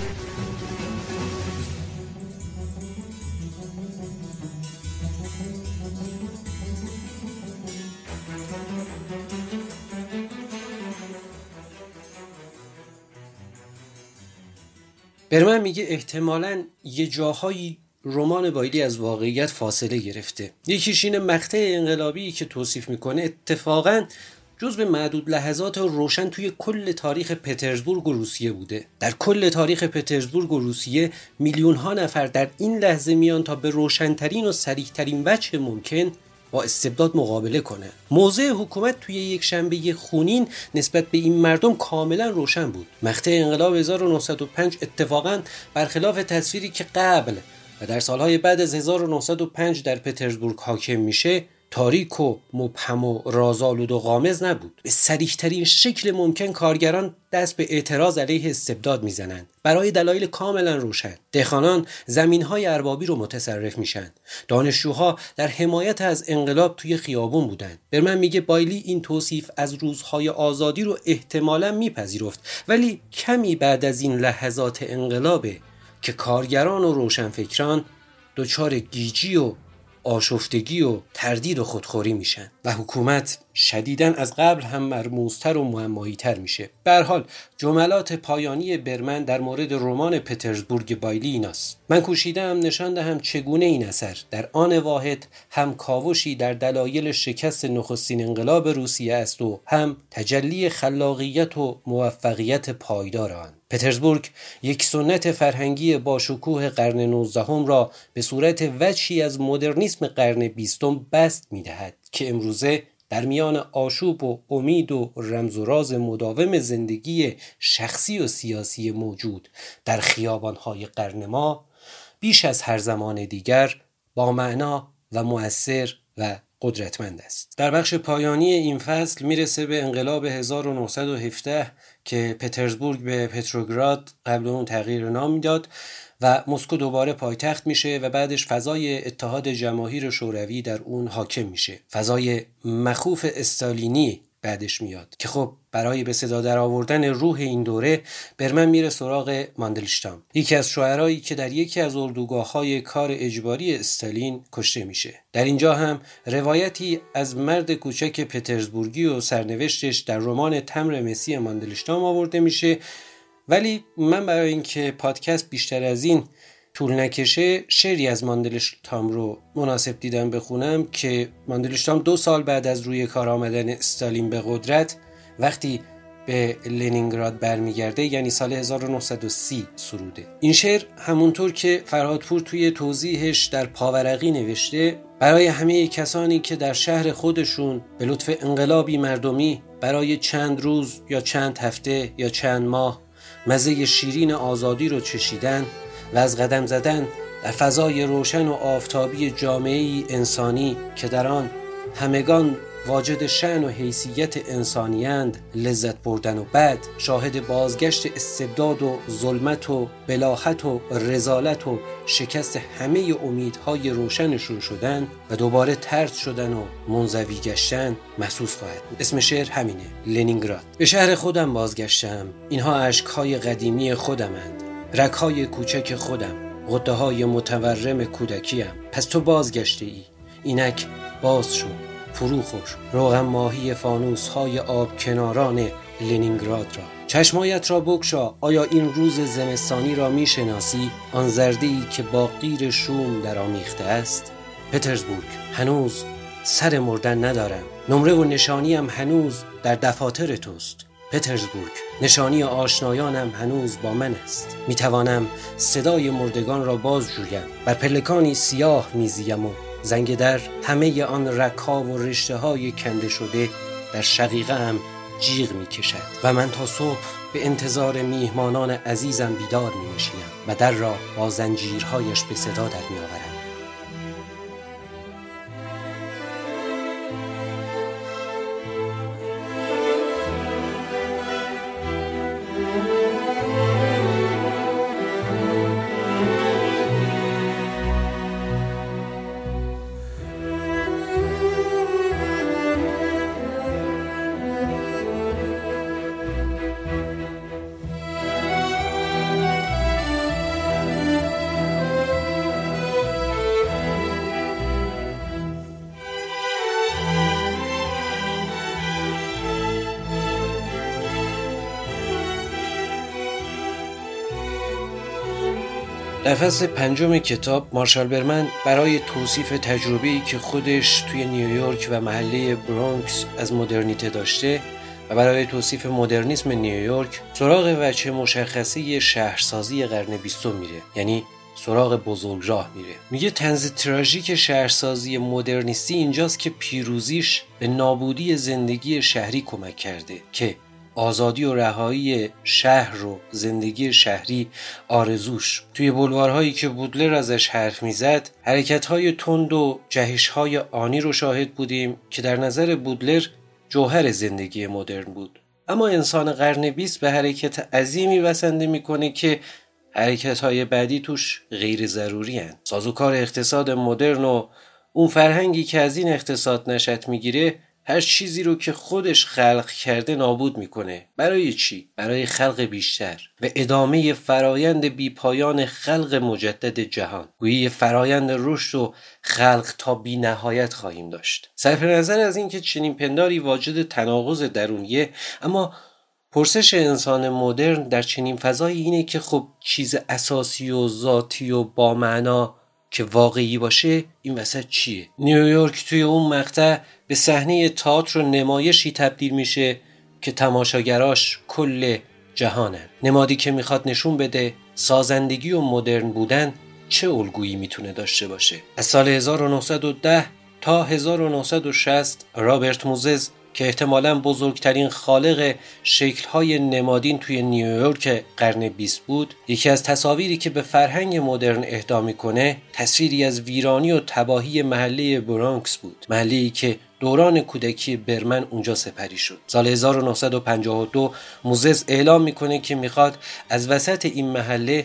برمن میگه احتمالاً یه جاهایی رمان بایلی از واقعیت فاصله گرفته. یکیش این مقطع انقلابی که توصیف میکنه اتفاقاً جزو معدود لحظات روشن توی کل تاریخ پترزبورگ و روسیه بوده. در کل تاریخ پترزبورگ و روسیه میلیون‌ها نفر در این لحظه میان تا به روشن‌ترین و صریح‌ترین وجه ممکن با استبداد مقابله کنه. موضع حکومت توی یک شنبه خونین نسبت به این مردم کاملا روشن بود. مقطع انقلاب 1905 اتفاقا برخلاف تصویری که قبل و در سالهای بعد از 1905 در پترزبورگ حاکم میشه، تاریک و مبهم و رازآلود و غامض نبود. به صریح‌ترین شکل ممکن کارگران دست به اعتراض علیه استبداد میزنند برای دلایل کاملا روشن. دهقانان زمین‌های اربابی رو متصرف میشن. دانشجوها در حمایت از انقلاب توی خیابون بودن. برمن میگه بایلی این توصیف از روزهای آزادی رو احتمالاً میپذیرفت، ولی کمی بعد از این لحظات انقلابه که کارگران و روشنفکران دچار گیجی و آشفتگی و تردید و خودخوری میشن و حکومت شدیداً از قبل هم مرموزتر و معمایی‌تر میشه. به هر حال جملات پایانی برمن در مورد رمان پترزبورگ بایلی ایناست: من کوشیدم نشان دهم چگونه این اثر در آن واحد هم کاوشی در دلایل شکست نخستین انقلاب روسیه است و هم تجلی خلاقیت و موفقیت پایدار آن. پترزبورگ یک سنت فرهنگی با شکوه قرن 19 را به صورت وجهی از مدرنیسم قرن 20 بست می‌دهد که امروزه در میان آشوب و امید و رمز و راز مداوم زندگی شخصی و سیاسی موجود در خیابان‌های قرن ما بیش از هر زمان دیگر با معنا و مؤثر و قدرتمند است. در بخش پایانی این فصل میرسه به انقلاب 1917 که پترزبورگ به پتروگراد قبل اون تغییر نام میداد و مسکو دوباره پایتخت میشه و بعدش فضای اتحاد جماهیر شوروی در اون حاکم میشه. فضای مخوف استالینی بعدش میاد که خب برای به صدا در آوردن روح این دوره برمن میره سراغ ماندلشتام، یکی از شاعرایی که در یکی از اردوگاه‌های کار اجباری استالین کشته میشه. در اینجا هم روایتی از مرد کوچک پترزبورگی و سرنوشتش در رمان تمر مسی ماندلشتام آورده میشه، ولی من برای اینکه پادکست بیشتر از این طول نکشه شعری از ماندلشتام رو مناسب دیدم بخونم که ماندلشتام 2 سال بعد از روی کار آمدن استالین به قدرت وقتی به لنینگراد برمیگرده، یعنی سال 1930 سروده. این شعر همونطور که فرهادپور توی توضیحش در پاورقی نوشته برای همه کسانی که در شهر خودشون به لطف انقلابی مردمی برای چند روز یا چند هفته یا چند ماه مزه شیرین آزادی رو چشیدن و از قدم زدن در فضای روشن و آفتابی جامعه‌ای انسانی که در آن همگان واجد شأن و حیثیت انسانیند لذت بردن و بعد شاهد بازگشت استبداد و ظلمت و بلاهت و رذالت و شکست همه امیدهای روشنشون شدن و دوباره طرد شدن و منزوی گشتن محسوس خواهد بود. اسم شعر همینه، لنینگراد. به شهر خودم بازگشتم، اینها اشکهای قدیمی خودمند، رگهای کوچک خودم، غده‌های متورم کودکیم. پس تو بازگشته ای، اینک باز شو، فرو خور روغن ماهی فانوس‌های آب کناران لنینگراد را. چشمایت را بگشا، آیا این روز زمستانی را می‌شناسی؟ آن زرده‌ای که با قیر شوم در آمیخته است. پترزبورگ، هنوز سر مردن ندارم، نمره و نشانیم هنوز در دفاتر توست. پترزبورگ، نشانی آشنایانم هنوز با من است. میتوانم صدای مردگان را باز جویم، بر پلکانی سیاه میزیم و زنگ در همه آن رگ‌ها و رشته‌های کنده شده در شقیقه هم جیغ میکشد و من تا صبح به انتظار میهمانان عزیزم بیدار مینشینم و در را با زنجیرهایش به صدا در میآورم. در فصل 5 کتاب مارشال برمن برای توصیف تجربه‌ای که خودش توی نیویورک و محله برونکس از مدرنیته داشته و برای توصیف مدرنیسم نیویورک سراغ وجه مشخصه شهرسازی قرن 20 میره، یعنی سراغ بزرگراه میره. میگه طنز تراژیک شهرسازی مدرنیستی اینجاست که پیروزیش به نابودی زندگی شهری کمک کرده که آزادی و رهایی شهر و زندگی شهری آرزوش. توی بلوارهایی که بودلر ازش حرف میزد حرکت‌های تند و جهش‌های آنی رو شاهد بودیم که در نظر بودلر جوهر زندگی مدرن بود. اما انسان قرن 20 به حرکت عظیمی بسنده میکنه که حرکت‌های بعدی توش غیر ضروری هستند. سازوکار اقتصاد مدرن و اون فرهنگی که از این اقتصاد نشأت میگیره هر چیزی رو که خودش خلق کرده نابود میکنه. برای چی؟ برای خلق بیشتر و ادامه فرایند بیپایان خلق مجدد جهان. گویی فرایند رشد و خلق تا بی نهایت خواهیم داشت. صرف نظر از این که چنین پنداری واجد تناقض درونیه، اما پرسش انسان مدرن در چنین فضایی اینه که خب چیز اساسی و ذاتی و با معنا که واقعی باشه این وسط چیه؟ نیویورک توی اون مقطع به صحنه تئاتر و نمایشی تبدیل میشه که تماشاگراش کل جهانن. نمادی که میخواد نشون بده سازندگی و مدرن بودن چه الگویی میتونه داشته باشه. از سال 1910 تا 1960 رابرت موزز که احتمالاً بزرگترین خالق شکل‌های نمادین توی نیویورک قرن 20 بود، یکی از تصاویری که به فرهنگ مدرن اهدا می‌کنه تصویری از ویرانی و تباهی محله برونکس بود، محله‌ای که دوران کودکی برمن اونجا سپری شد. سال 1952 موزز اعلام می‌کنه که می‌خواد از وسط این محله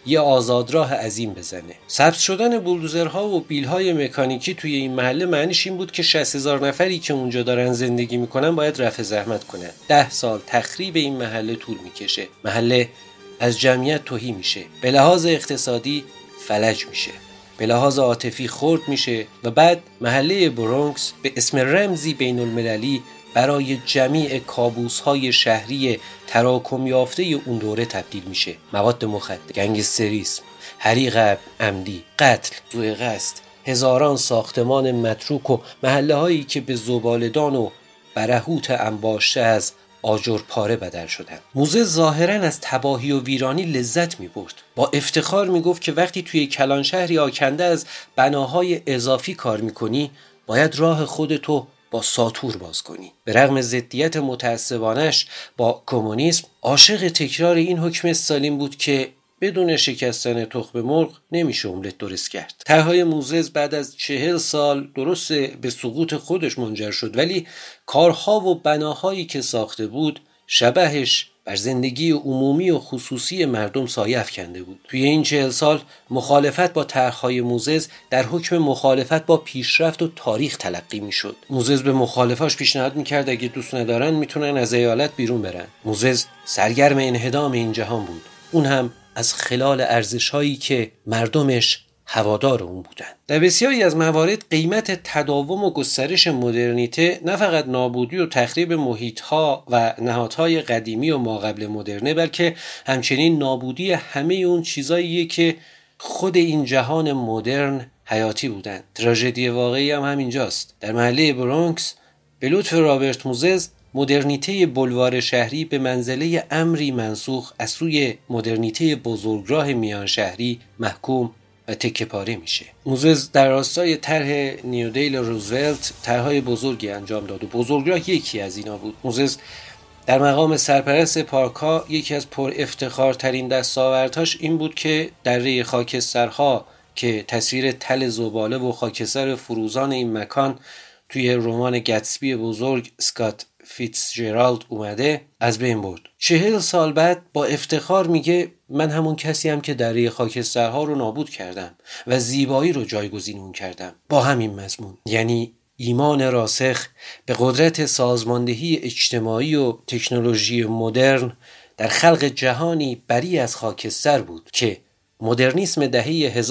یه آزادراه عظیم بزنه. سبز شدن بولدوزرها و بیلهای مکانیکی توی این محله معنیش این بود که 60,000 نفری که اونجا دارن زندگی میکنن باید رفع زحمت کنن. 10 سال تخریب این محله طول میکشه. محله از جمعیت تهی میشه، به لحاظ اقتصادی فلج میشه، به لحاظ عاطفی خرد میشه و بعد محله برونکس به اسم رمزی بین المللی برای جمیع کابوس‌های شهری تراکم یافته اون دوره تبدیل میشه. مواد مخدر، گنگستریسم، حریق عمدی، قتل، سوء قصد، هزاران ساختمان متروک و محله‌هایی که به زباله‌دان و برهوت انباشته از آجر پاره بدل شدن. موزه ظاهراً از تباهی و ویرانی لذت می‌برد. با افتخار میگفت که وقتی توی کلان شهری آکنده از بناهای اضافی کار میکنی باید راه خودتو با ساطور باز کنی. به رغم ضدیت متعصبانش با کمونیسم، عاشق تکرار این حکم استالین بود که بدون شکستن تخم مرغ نمیشه املت درست کرد. طرحهای موزز بعد از 40 سال درست به سقوط خودش منجر شد، ولی کارها و بناهایی که ساخته بود شبهش بر زندگی عمومی و خصوصی مردم سایه افکنده بود. توی این 40 سال مخالفت با طرحهای موزز در حکم مخالفت با پیشرفت و تاریخ تلقی میشد. موزز به مخالفاش پیشنهاد میکرد اگه دوست ندارن میتونن از ایالت بیرون برن. موزز سرگرم انهدام این جهان بود، اون هم از خلال ارزش‌هایی که مردمش هوادار اون بودن. در بسیاری از موارد قیمت تداوم و گسترش مدرنیته نه فقط نابودی و تخریب محیط‌ها و نهادهای قدیمی و ماقبل مدرنه، بلکه همچنین نابودی همه اون چیزاییه که خود این جهان مدرن حیاتی بودن. تراژدی واقعی هم همینجاست. در محله برونکس به لطف رابرت موزز مدرنیته بلوار شهری به منزله امری منسوخ از سوی مدرنیته بزرگراه میان شهری محکوم و تکه پاره میشه. موزز در راستای طرح نیودیل روزولت طرحهای بزرگی انجام داد و بزرگراه یکی از اینا بود. موزز در مقام سرپرست پارک‌ها یکی از پر افتخارترین دستاوردهاش این بود که دره خاکسترها که تصویر تل زباله و خاکستر فروزان این مکان توی رمان گتسبی بزرگ اسکات فیتزجرالد اومده از بین برد. 40 سال بعد با افتخار میگه من همون کسی هم که دره خاکسترها رو نابود کردم و زیبایی رو جایگزین اون کردم. با همین مضمون، یعنی ایمان راسخ به قدرت سازماندهی اجتماعی و تکنولوژی مدرن در خلق جهانی بری از خاکستر بود که مدرنیسم دهه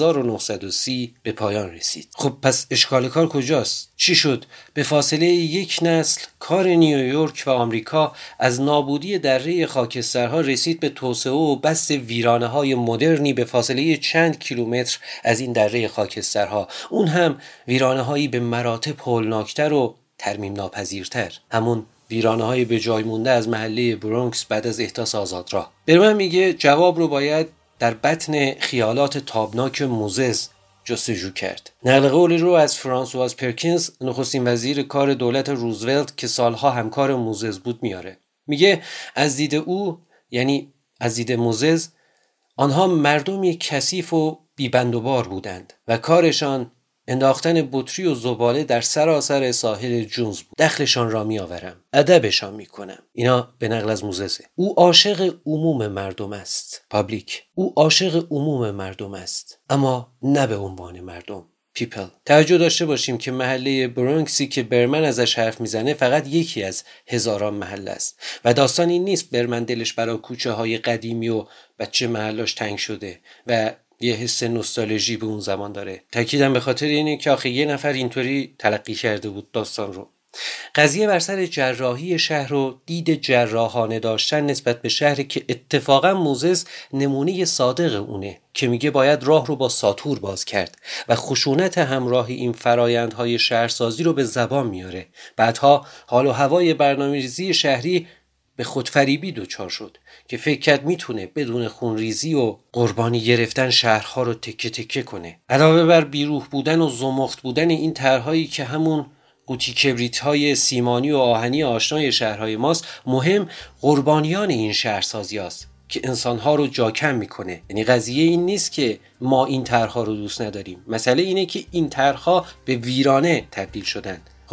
1930 به پایان رسید. خب پس اشکال کار کجاست؟ چی شد؟ به فاصله یک نسل کار نیویورک و آمریکا از نابودی دره خاکسترها رسید به توسعه و بسط ویرانه‌های مدرنی به فاصله چند کیلومتر از این دره خاکسترها، اون هم ویرانه‌هایی به مراتب هولناکتر و ترمیم ناپذیرتر، همون ویرانه‌های به جای مونده از محله برونکس بعد از احداث آزادراه. برمن میگه جواب رو باید در بطن خیالات تابناک موزز جستجو کرد. نقل قولی رو از فرانسواز پرکینز، نخستین وزیر کار دولت روزولت که سالها همکار موزز بود میاره. میگه از دید او، یعنی از دید موزز، آنها مردمی کثیف و بی‌بندوبار بودند و کارشان انداختن بطری و زباله در سراسر ساحل جونز بود. دخلشان را می آورم، ادبشان می کنم. اینا به نقل از موززه. او عاشق عموم مردم است، پابلیک. او عاشق عموم مردم است، اما نه به عنوان مردم، پیپل. توجه داشته باشیم که محله برونکسی که برمن ازش حرف میزنه فقط یکی از هزاران محله است و داستان این نیست برمن دلش برای کوچه های قدیمی و بچه محلاش تنگ شده و یه حس نوستالژی به اون زمان داره. تأکیدم به خاطر اینه که آخه یه نفر اینطوری تلقی کرده بود داستان رو. قضیه بر سر جراحی شهر و دید جراحانه داشتن نسبت به شهر که اتفاقا موزز نمونه صادق اونه که میگه باید راه رو با ساطور باز کرد و خشونت همراه این فرایندهای شهرسازی رو به زبان میاره. بعدها حال و هوای برنامه‌ریزی شهری به خودفریبی دوچار شد که فکر کرد میتونه بدون خونریزی و قربانی گرفتن شهرها رو تکه تکه کنه. علاوه بر بیروح بودن و زمخت بودن این طرحهایی که همون قوطی کبریت‌های سیمانی و آهنی آشنای شهرهای ماست، مهم قربانیان این شهرسازی هست که انسانها رو جاکم میکنه. یعنی قضیه این نیست که ما این طرحها رو دوست نداریم، مسئله اینه که این طرحها به ویرانه تبدیل شدن. خب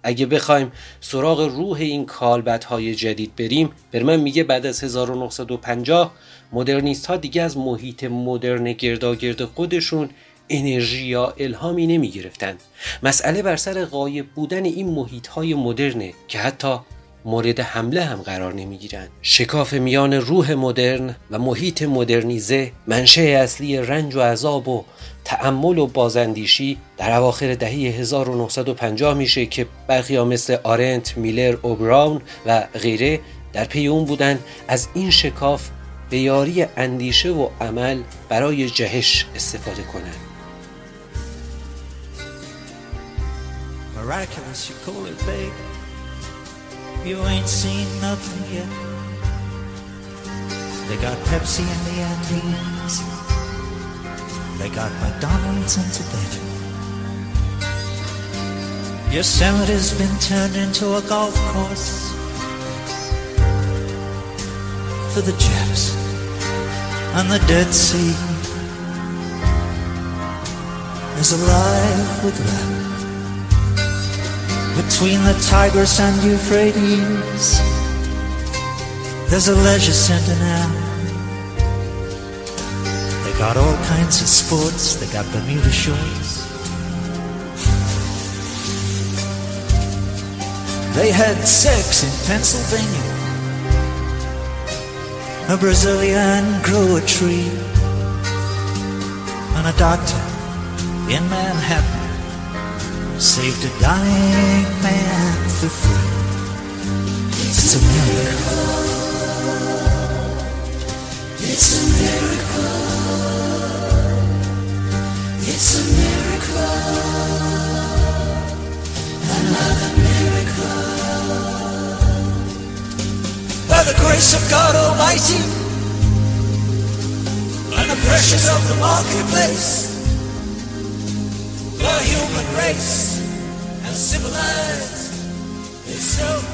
اگه بخوایم سراغ روح این کالبدهای جدید بریم، برمن میگه بعد از 1950 مدرنیست ها دیگه از محیط مدرن گرداگرد خودشون انرژی یا الهامی نمی گرفتن. مسئله بر سر غایب بودن این محیط های مدرنه که حتی مورد حمله هم قرار نمی گیرن. شکاف میان روح مدرن و محیط مدرنیزه منشأ اصلی رنج و عذاب و تأمل و بازاندیشی در اواخر دهه 1950 میشه که برخی‌ها مثل آرنت، میلر، اوبراون و غیره در پی اون بودن از این شکاف به یاری اندیشه و عمل برای جهش استفاده کنن. Miraculous, you call it, babe. You ain't seen nothing yet. They got Pepsi in the Andes. They got McDonald's in Tibet. Yosemite's been turned into a golf course for the jets. And the Dead Sea is alive with rap. Between the Tigris and Euphrates, there's a leisure center now. They got all kinds of sports. They got Bermuda shorts. They had sex in Pennsylvania. A Brazilian grew a tree, and a doctor in Manhattan saved a dying man for free. It's a miracle. It's a miracle. It's a miracle. Another miracle. By the grace of God Almighty and the pressures of the marketplace, the human race has civilized itself.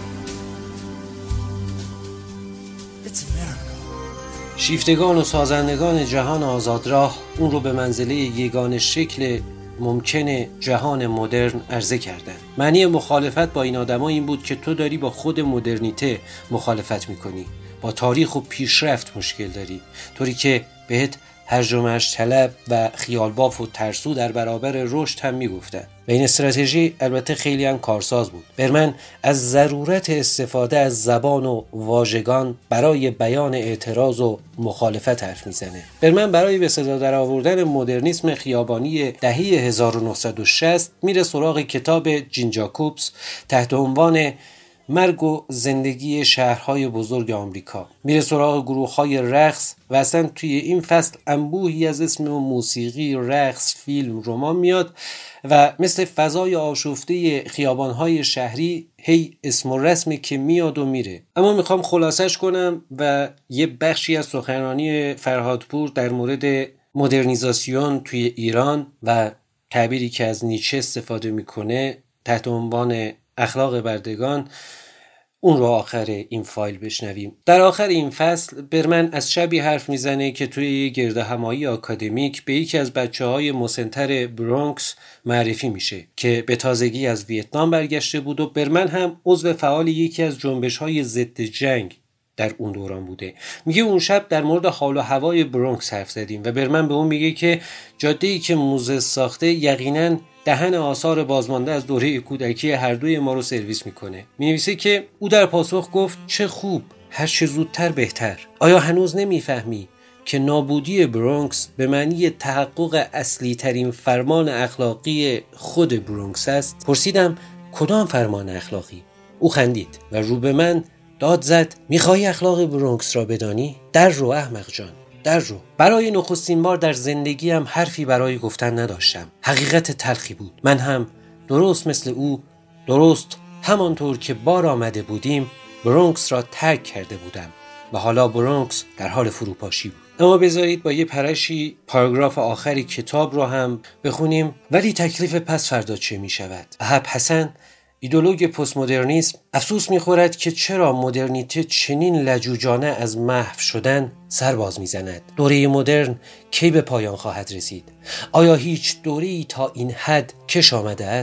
It's a miracle. شیفتگان و سازندگان جهان آزادراه اون رو به منزله یگان شکل ممکن جهان مدرن عرضه کردن. معنی مخالفت با این آدما این بود که تو داری با خود مدرنیته مخالفت میکنی، با تاریخ و پیشرفت مشکل داری، طوری که بهت هرج و مرج طلب و خیالباف و ترسو در برابر رشد هم میگفتن. و این استراتژی البته خیلی هم کارساز بود. برمن از ضرورت استفاده از زبان و واژگان برای بیان اعتراض و مخالفت حرف میزنه. برمن برای به صدا در آوردن مدرنیسم خیابانی دهه 1960 میره سراغ کتاب جین جاکوبس تحت عنوان مرگ و زندگی شهرهای بزرگ آمریکا. میره سراغ گروه‌های رقص و اصلا توی این فصل انبوهی از اسم موسیقی، رقص، فیلم، رمان میاد و مثل فضای آشفته خیابان‌های شهری هی اسم و رسمی که میاد و میره. اما میخوام خلاصش کنم و یه بخشی از سخنرانی فرهادپور در مورد مدرنیزاسیون توی ایران و تعبیری که از نیچه استفاده میکنه تحت عنوان اخلاق بردگان، اون رو آخر این فایل بشنویم. در آخر این فصل برمن از شبی حرف میزنه که توی گرد همایی آکادمیک به یکی از بچه‌های مسنتر برونکس معرفی میشه که به تازگی از ویتنام برگشته بود و برمن هم عضو فعال یکی از جنبش‌های ضد جنگ در اون دوران بوده. میگه اون شب در مورد حال و هوای برونکس حرف زدیم و برمن به اون میگه که جاده‌ای که موزه ساخته یقیناً دهن آثار بازمانده از دوره کودکی هر دوی ما رو سرویس میکنه. مینویسه که او در پاسخ گفت چه خوب، هر چه زودتر بهتر. آیا هنوز نمیفهمی که نابودی برونکس به معنی تحقق اصلی ترین فرمان اخلاقی خود برونکس است؟ پرسیدم کدام فرمان اخلاقی؟ او خندید و رو به من داد زد میخوای اخلاق برونکس را بدانی؟ در رو احمق جان، در رو. برای نخستین بار در زندگیم حرفی برای گفتن نداشتم. حقیقت تلخی بود. من هم درست مثل او، درست همانطور که بار آمده بودیم، برونکس را ترک کرده بودم و حالا برونکس در حال فروپاشی بود. اما بذارید با یه پرشی پاراگراف آخری کتاب رو هم بخونیم. ولی تکلیف پس فردا چه می شود؟ احب حسن، ایدئولوگ پست مدرنیسم، افسوس می‌خورد که چرا مدرنیته چنین لجوجانه از محو شدن سر باز می‌زند. دوره مدرن کی به پایان خواهد رسید؟ آیا هیچ دوره‌ای تا این حد کش آمده است؟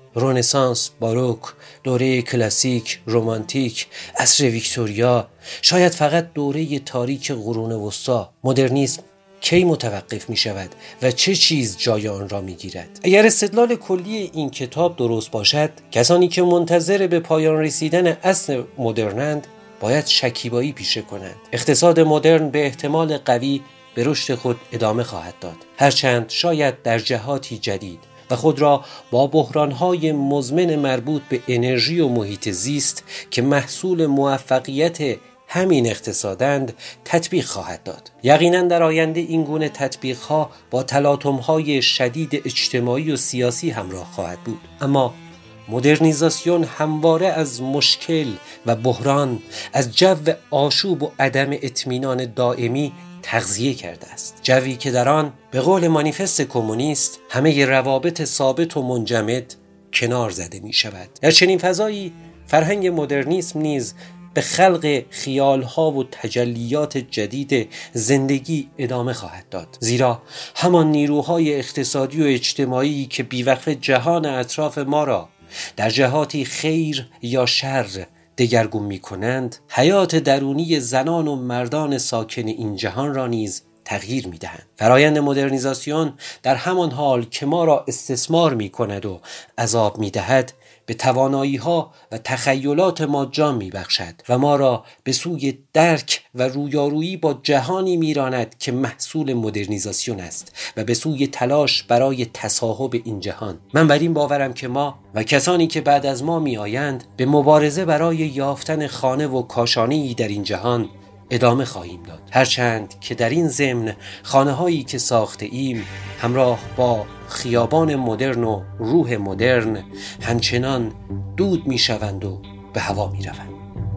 رنسانس، باروک، دوره کلاسیک، رمانتیک، عصر ویکتوریا، شاید فقط دوره تاریک قرون وسطا. مدرنیسم کی متوقف می شود و چه چیز جای آن را می گیرد؟ اگر استدلال کلی این کتاب درست باشد، کسانی که منتظر به پایان رسیدن عصر مدرنند باید شکیبایی پیشه کنند. اقتصاد مدرن به احتمال قوی به رشد خود ادامه خواهد داد، هرچند شاید در جهاتی جدید، و خود را با بحران‌های مزمن مربوط به انرژی و محیط زیست که محصول موفقیت همین اقتصادند تطبیق خواهد داد. یقیناً در آینده این گونه تطبیق‌ها با تلاطم‌های شدید اجتماعی و سیاسی همراه خواهد بود، اما مدرنیزاسیون همواره از مشکل و بحران، از جو آشوب و عدم اطمینان دائمی تغذیه کرده است. جوی که در آن به قول مانیفست کمونیست همه روابط ثابت و منجمد کنار زده می شود. در چنین فضایی فرهنگ مدرنیسم نیز به خلق خیالها و تجلیات جدید زندگی ادامه خواهد داد، زیرا همان نیروهای اقتصادی و اجتماعی که بیوقفه جهان اطراف ما را در جهاتی خیر یا شر دگرگون می کنند، حیات درونی زنان و مردان ساکن این جهان را نیز تغییر می دهند. فرایند مدرنیزاسیون در همان حال که ما را استثمار می کند و عذاب می دهد، به توانایی ها و تخیلات ما جان می بخشد و ما را به سوی درک و رویارویی با جهانی می راند که محصول مدرنیزاسیون است و به سوی تلاش برای تصاحب این جهان. من بر این باورم که ما و کسانی که بعد از ما می آیند به مبارزه برای یافتن خانه و کاشانه‌ای در این جهان ادامه خواهیم داد، هرچند که در این ضمن خانه هایی که ساخته ایم همراه با خیابان مدرن و روح مدرن همچنان دود می شوند و به هوا می روند.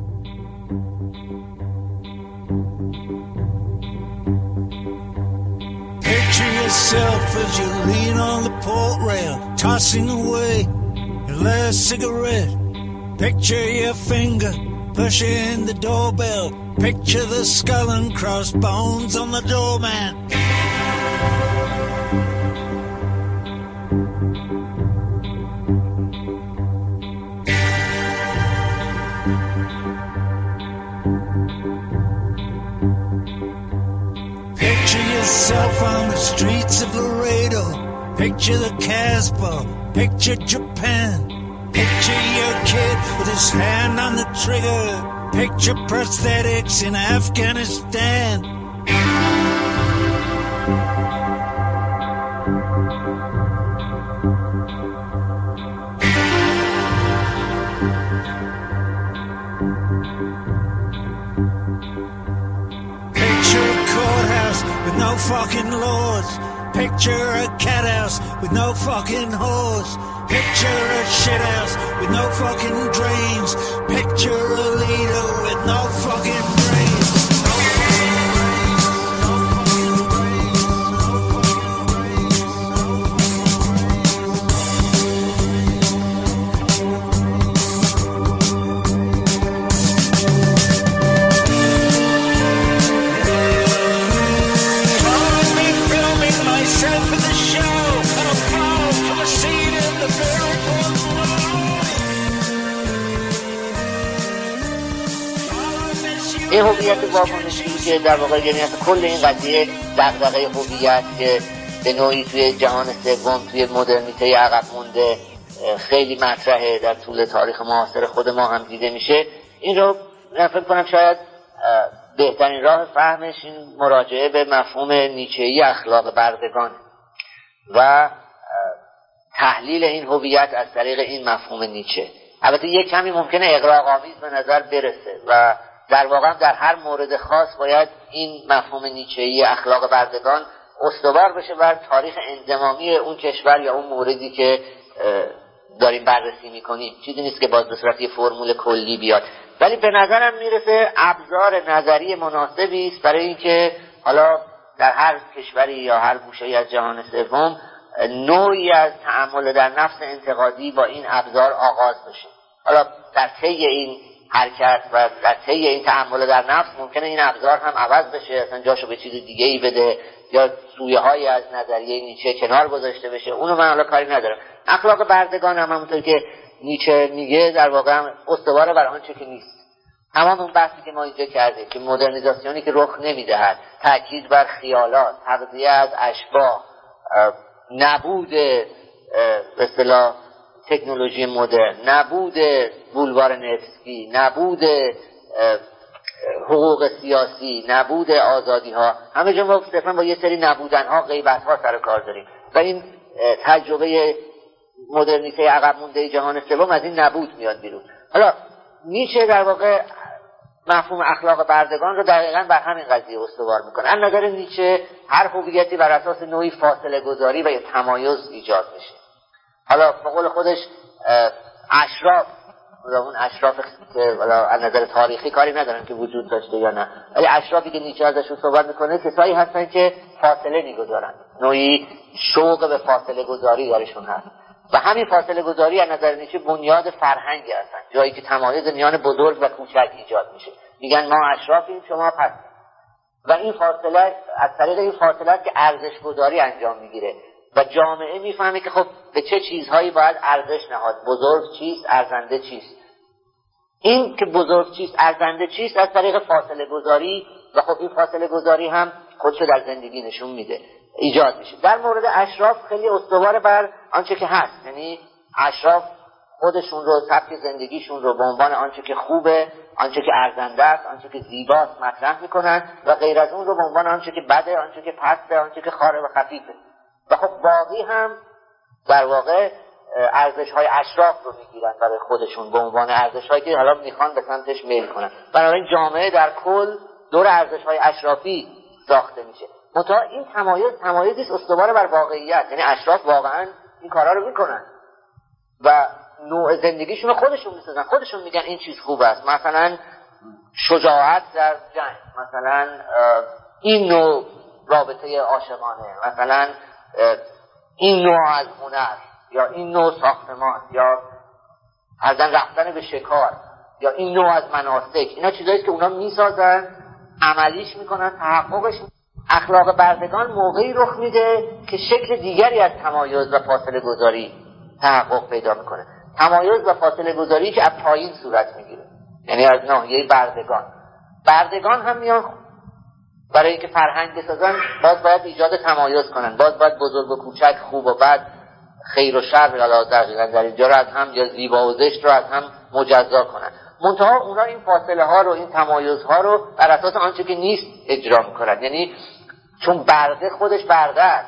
Picture yourself as you lean on the port rail, tossing away your last cigarette. Picture your finger pushing the doorbell. Picture the skull and crossbones on the doorman. Picture yourself on the streets of Laredo. Picture the Casbah. Picture Japan. Picture your kid with his hand on the trigger. Picture prosthetics in Afghanistan. Picture a courthouse with no fucking laws. Picture a cat house with no fucking hose. Picture a shit house with no fucking drains. Picture a leader with no fucking brains. این هویت واکنشی که در واقع یعنی کل این قضیه دغدغه هویت که به نوعی توی جهان سوم توی مدرنیته عقب مونده خیلی مطرحه، در طول تاریخ معاصر خود ما هم دیده میشه. این رو من فکر کنم شاید بهترین راه فهمش این مراجعه به مفهوم نیچه‌ای اخلاق بردگان و تحلیل این هویت از طریق این مفهوم نیچه. البته یک کمی ممکنه اغراق‌آمیز به نظر برسه و در واقع در هر مورد خاص باید این مفهوم نیچه‌ای اخلاق بردگان استوار بشه بر تاریخ انضمامی اون کشور یا اون موردی که داریم بررسی میکنیم. چیزی نیست که باز به صورت یه فرمول کلی بیاد، ولی به نظرم میرسه ابزار نظری مناسبی است برای اینکه حالا در هر کشوری یا هر گوشه‌ای از جهان سوم نوعی از تأمل در نفس انتقادی با این ابزار آغاز بشه. حالا در طی این حرکت و در طی این تأمل در نفس ممکنه این ابزار هم عوض بشه، اصلا جاشو به چیز دیگه ای بده یا سویه های از نظریه نیچه کنار گذاشته بشه، اونو من حالا کاری ندارم. اخلاق بردگان هم همونطور که نیچه میگه در واقع هم استوار بر آنچه که نیست. تمام اون بحثی که ما اینجا کردیم که مدرنیزاسیونی که رخ نمیدهد، تاکید بر خیالات، تغذیه از اشباح، نبود به اصطلاح تکنولوژی مدرن، نبود بولوار نفسکی، نبود حقوق سیاسی، نبود آزادی ها، همه جا ما صرفا با یه سری نبودن ها، غیبت ها سر کار داریم و این تجربه مدرنیته عقب مونده جهان سوم از این نبود میاد بیرون. حالا نیچه در واقع مفهوم اخلاق بردگان رو دقیقاً بر همین قضیه استوار میکنه. از نظر نیچه هر هویتی بر اساس نوعی فاصله گذاری و یا تمایز ایجاد میشه. حالا به قول خودش اشراف، اون اشراف که از نظر تاریخی کاری ندارن که وجود داشته یا نه، ولی اشرافی که نیچه ازشون صحبت میکنه کسایی هستن که فاصله میگذارن، نوعی شوق به فاصله گذاری درشون هست و همین فاصله گذاری از نظر نیچه بنیاد فرهنگی هستن، جایی که تمایز میان بزرگ و کوچک ایجاد میشه. میگن ما اشرافیم، شما پس، و این فاصله از طریق این فاصله است که ارزش گذاری انجام میگیره و جامعه میفهمه که خب به چه چیزهایی باید ارزش نهاد، بزرگ چیست، ارزنده چیست. این که بزرگ چیست، ارزنده چیست از طریق فاصله گذاری و خب این فاصله گذاری هم خودشو در زندگی نشون میده، ایجاد میشه. در مورد اشراف خیلی استوار بر آنچه که هست، یعنی اشراف خودشون رو، سبک زندگیشون رو به عنوان آنچه که خوبه، آنچه که ارزنده است، آنچه که زیباست مطرح میکنن و غیر از اون رو به عنوان آنچه که بده، آنچه که پسته، آنچه که خاره و خفیفه. و خب باقی هم در واقع ارزش‌های اشراف رو میگیرن برای خودشون به عنوان ارزش‌هایی که حالا میخوان به سمتش میل کنن. بنابراین جامعه در کل دور ارزش‌های اشرافی ساخته میشه. منتها این تمایزی است استوار بر واقعیت، یعنی اشراف واقعا این کارا رو میکنن و نوع زندگیشون رو خودشون میسازن، خودشون میگن این چیز خوب است، مثلا شجاعت در جنگ، مثلا این نوع رابطه عاشقانه، مثلا این نوع از هنر، یا این نوع ساختمان، یا ازن رفتن به شکار، یا این نوع از مناسک. اینا چیزایی که اونا میسازن، عملیش میکنن، تحققش. اخلاق بردگان موقعی رخ میده که شکل دیگری از تمایز و فاصله گذاری تحقق پیدا میکنه. تمایز و فاصله گذاری که از پایین صورت میگیره، یعنی از ناحیه بردگان هم میان برای اینکه فرهنگ بسازن باز باید ایجاد تمایز کنن، باز باید بزرگ و کوچک، خوب و بد، خیر و شر دقیقاً در اینجا رو از هم، یا زیبا و زشت رو از هم مجزا کنن. منتها اونا این فاصله ها رو، این تمایز ها رو بر اساس آنچه که نیست اجرا میکنن. یعنی چون برده خودش برده است،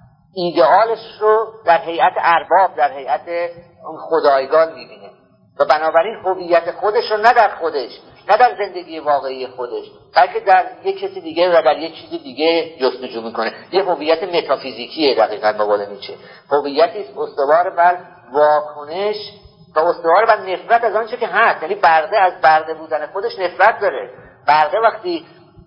ایدئالش رو در هیئت ارباب، در هیئت اون خدایگان میبینه و بنابراین هویت خودش رو نه در خودش، نه در زندگی واقعی خودش، بلکه در یک کسی دیگه و در یک چیز دیگه جستجو میکنه. یه هویت متافیزیکیه دقیقاً به قول نیچه، هویتی است استوار بر واکنش و استوار بر نفرت از آنچه که هست. یعنی برده از برده بودن خودش نفرت داره. برده وقتی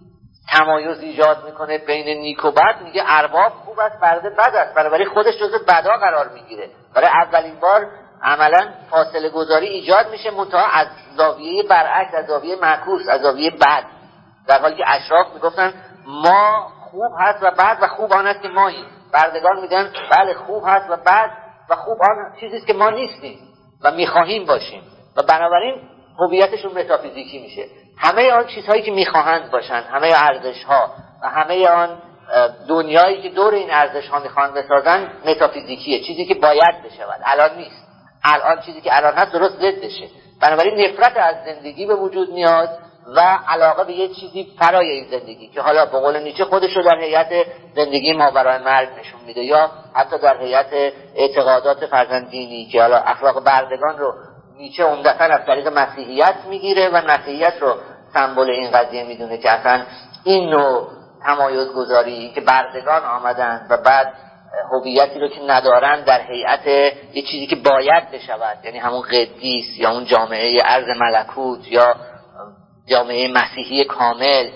تمایز ایجاد میکنه بین نیک و بد، میگه ارباب خوب است، برده بد است، بنابراین خودش جزو بدا قرار میگیره. برای اولین بار عملا فاصله گذاری ایجاد میشه، منتها از زاویه برعکس، از زاویه معکوس، از زاویه بد. در حالی که اشراف میگفتن ما خوب هست و بد و خوب آن است که ماییم، بردگان میگن بله خوب هست و بد و خوب آن چیزی است که ما نیستیم و میخواهیم باشیم و بنابراین هویتشون متافیزیکی میشه. همه آن چیزهایی که میخواهند باشند، همه ارزش‌ها و همه آن دنیایی که دور این ارزش‌ها میخوان بسازن متافیزیکیه، چیزی که باید بشود، الان نیست. الان چیزی که الان هست درست ضدشه. بنابراین نفرت از زندگی به وجود میاد و علاقه به یه چیزی فرای این زندگی که حالا به قول نیچه خودش رو در هیئت زندگی ماورای مرگ نشون میده، یا حتی در هیئت اعتقادات فرزند دینی که حالا اخلاق بردگان رو نیچه عمدتاً از طریق مسیحیت میگیره و مسیحیت رو سمبل این قضیه میدونه که اصلا این نوع تمایز گذاری که بردگان آمدن و بعد هویتی رو که ندارن در هیئت یه چیزی که باید بشود، یعنی همون قدیس یا اون جامعه ارض ملکوت یا جامعه مسیحی کامل،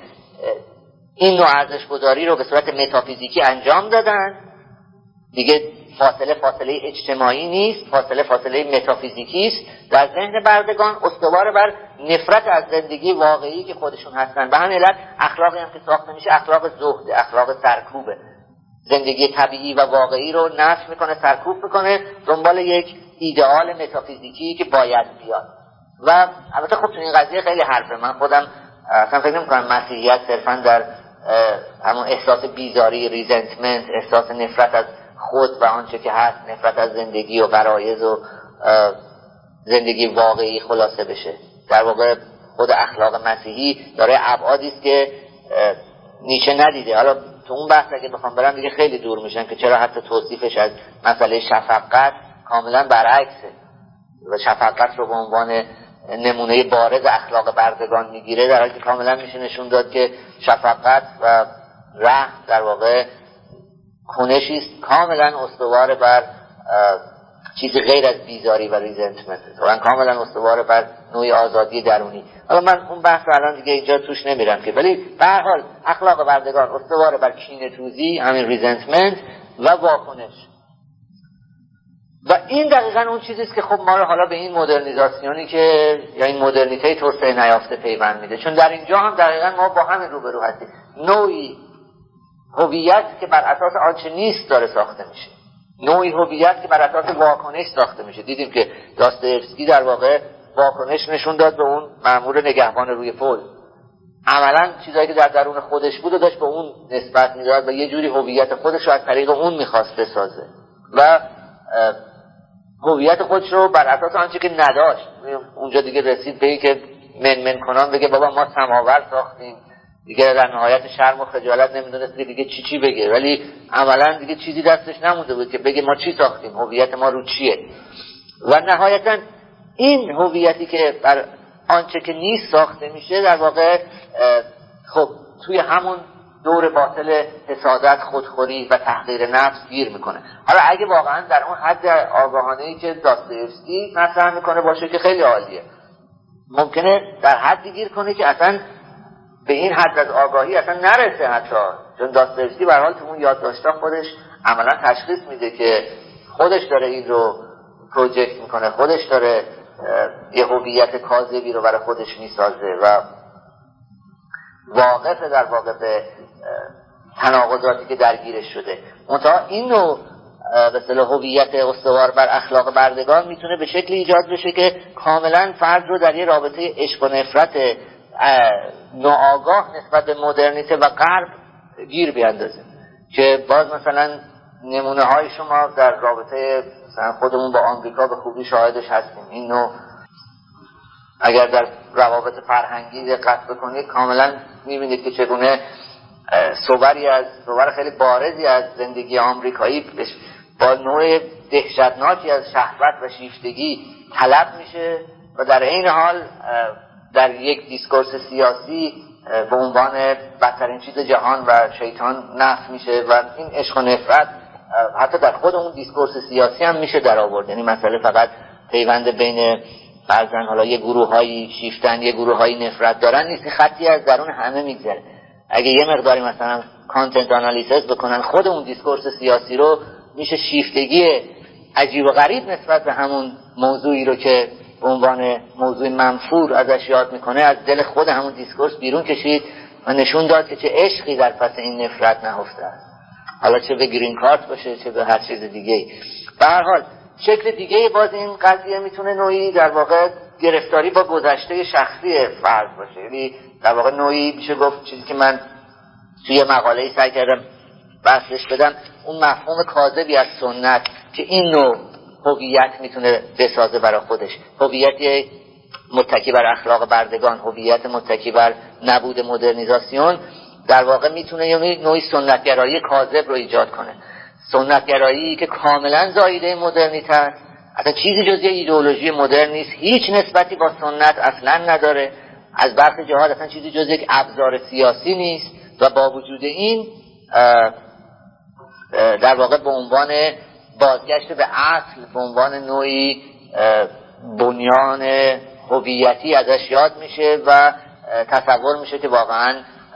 این نوع ارزش گذاری رو به صورت متافیزیکی انجام دادن. دیگه فاصله اجتماعی نیست، فاصله متافیزیکی است در ذهن بردگان، استوار بر نفرت از زندگی واقعی که خودشون هستن. به همین علت اخلاقی هم که ساخته میشه اخلاق زهد، اخلاق سرکوبه. زندگی طبیعی و واقعی رو نفی میکنه، سرکوب میکنه، دنبال یک ایدئال متافیزیکی که باید بیاد. و البته خب تو این قضیه خیلی حرفه. من خودم اصلا فکر نمی‌کنم مسیحیت صرفا در همون احساس بیزاری، ریزنتمنت، احساس نفرت از خود و آنچه که هست، نفرت از زندگی و غرایز و زندگی واقعی خلاصه بشه. در واقع خود اخلاق مسیحی داره ابعادی است که نیچه ندیده. حالا تو اون بحث اگه بخوام برم دیگه خیلی دور میشن که چرا حتی توصیفش از مسئله شفقت کاملا برعکسه و شفقت رو به عنوان نمونه بارز اخلاق بردگان میگیره، در حالی که کاملا میشه نشون داد که شفقت و رحم در واقع کنشی است کاملا استوار بر چیزی غیر از بیزاری و ریزنتمنت، و کاملا استوار بر نوعی آزادی درونی. حالا من اون بحث رو الان دیگه اینجا توش نمیرم که، ولی به هر حال اخلاق بردگان استوار بر کینه‌توزی، همین ریزنتمنت و واکنش. و این دقیقاً اون چیزی است که خب ما رو حالا به این مدرنیزاسیونی که یا این مدرنیته توسعه نیافته پیوند میده، چون در اینجا هم دقیقاً ما با همین روبرو هستیم. نوعی هویت که بر اساس آنچه نیست داره ساخته میشه، نوعی هویت که بر اساس واکنش ساخته میشه. دیدیم که داستایوفسکی در واقع واکنش نشون داد به اون مأمور نگهبان روی پل، عملاً چیزایی که در درون خودش بود و داشت به اون نسبت میداد و یه جوری هویت خودش رو از طریق اون میخواست بسازه و هویت خودش رو بر اساس آنچه که نداشت. اونجا دیگه رسید به این که من کنان بگه بابا ما سماور ساختیم، دیگه در نهایت شرم و خجالت نمیدونست که دیگه چی بگه، ولی عملا دیگه چیزی دستش نمونده بود که بگه ما چی ساختیم، هویت ما رو چیه. و نهایتا این هویتی که بر آنچه که نیست ساخته میشه در واقع خب توی همون دور باطل حسادت، خودخوری و تحقیر نفس گیر میکنه. حالا اگه واقعا در اون حد آگاهانه‌ای که داستایوفسکی مطرح میکنه باشه که خیلی عالیه، ممکنه در حدی گیر کنه که اصلا به این حد از آگاهی اصلا نرسه حتی، چون داستایوفسکی به هر حال تو اون یادداشت‌ها خودش عملا تشخیص میده که خودش داره این رو پروژکت میکنه، خودش داره یه هویت کاذبی رو برای خودش میسازه و واقفه در واقع به تناقضاتی که درگیرش شده. منتها این نوع به اصطلاح هویت استوار بر اخلاق بردگان میتونه به شکلی ایجاد بشه که کاملا فرد رو در یه رابطه عشق و نفرت ناآگاه نسبت به مدرنیته و غرب گیر بیاندازه، که باز مثلا نمونه های شما در رابطه مثلا خودمون با آمریکا به خوبی شاهدش هستیم. این نوع اگر در روابط فرهنگی دقت بکنید کاملا میبینید که چگونه صور خیلی بارزی از زندگی آمریکایی با نوع دهشتناکی از شهوت و شیفتگی طلب میشه و در این حال در یک دیسکورس سیاسی به عنوان بدترین چیز جهان و شیطان نفی میشه و این عشق و نفرت حتی در خود اون دیسکورس سیاسی هم میشه در آورد. یعنی مسئله فقط پیوند بین فرضاً حالا یه گروه‌هایی شیفتن، یه گروه‌هایی نفرت دارن نیست، خطی از درون همه میگذره. اگه یه مقداری مثلا کانتنت آنالیسیس بکنن خود اون دیسکورس سیاسی رو، میشه شیفتگی عجیب و غریب نسبت به همون موضوعی رو که به عنوان موضوع منفور ازش یاد میکنه از دل خود همون دیسکورس بیرون کشید و نشون داد که چه عشقی در پس این نفرت نهفته است، حالا چه به گرین کارت باشه چه به هر چیز دیگه. به هر حال شکل دیگه باز این قضیه میتونه نوعی در واقع گرفتاری با گذشته شخصی فرد باشه. یعنی در واقع نوعی میشه گفت چیزی که من توی مقاله‌ای سعی کردم بحثش بدم، اون مفهوم کاذبی از سنت که این نوع هویت میتونه بسازه برای خودش، هویت متکی بر اخلاق بردگان، هویت متکی بر نبود مدرنیزاسیون، در واقع میتونه یه نوعی سنتگرایی کاذب رو ایجاد کنه. سنتگرایی که کاملا زاییده مدرنیته است، اصلا چیزی جز یه ایدئولوژی مدرن نیست، هیچ نسبتی با سنت اصلا نداره، از برخی جهات اصلا چیزی جز یک ابزار سیاسی نیست و با وجود این در واقع به عنوان بازگشت به اصل، به عنوان نوعی بنیان هویتی ازش یاد میشه و تصور میشه که واقعا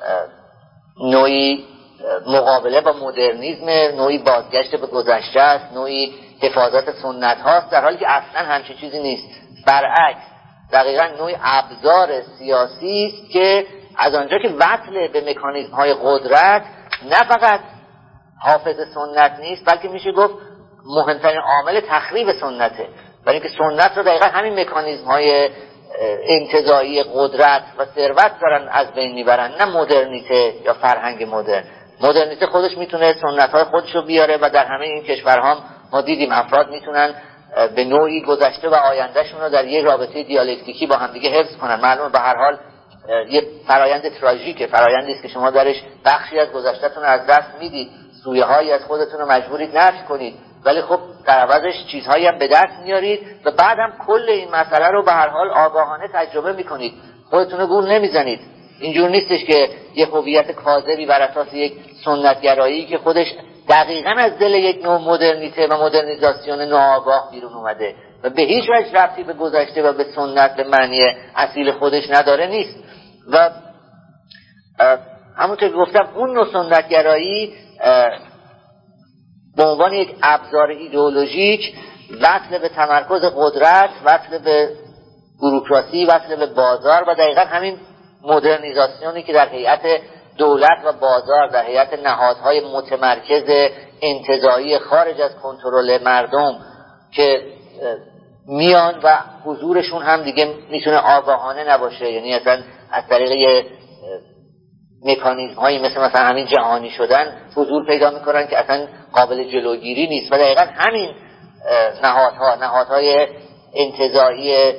نوعی مقابله با مدرنیسم، نوعی بازگشت به گذشته است، نوعی حفاظت سنت هاست، در حالی که اصلا همچین چیزی نیست. برعکس دقیقا نوعی ابزار سیاسی است که از آنجا که وصل به مکانیزم های قدرت نه فقط حافظ سنت نیست، بلکه میشه گفت مهمترین عامل تخریب سنته. برای اینکه سنت رو دقیقا همین مکانیزم های انتزاعی قدرت و ثروت دارن از بین میبرن، نه مدرنیته یا فرهنگ مدرن. مدرنیته خودش میتونه سنت های خودش رو بیاره و در همه این کشورها ما دیدیم افراد میتونن به نوعی گذشته و آیندهشون رو در یک رابطه دیالکتیکی با هم دیگه حفظ کنن. معلومه به هر حال یه فرایند تراژیکه، فرایندی است که شما درش بخشی از گذشته‌تون رو از دست میدید، سویه‌هایی از خودتون رو مجبورید نفی کنید، ولی خب در عوضش چیزهایی هم به دست میارید و بعدم کل این مسئله رو به هر حال آگاهانه تجربه میکنید، خودتون رو گول نمیزنید. اینجور نیستش که یه هویت کاذبی بر اساس یک سنتگرایی که خودش دقیقاً از دل یک نوع مدرنیته و مدرنیزاسیون ناآگاه بیرون اومده و به هیچ وجه ربطی به گذشته و به سنت به معنی اصیل خودش نداره نیست. و همونطور که گفتم اون نوع سنتگرایی به عنوان یک ابزار ایدئولوژیک وصل به تمرکز قدرت، وصل به بوروکراسی، وصل به بازار و دقیقاً همین مدرنیزاسیونی که در هیئت دولت و بازار، در هیئت نهادهای متمرکز انتزاعی خارج از کنترل مردم که میان و حضورشون هم دیگه میتونه آگاهانه نباشه، یعنی اصلا از طریق مکانیزم هایی مثلا همین جهانی شدن حضور پیدا میکنن که اصلا قابل جلوگیری نیست و دقیقا همین نهادهای انتزاعی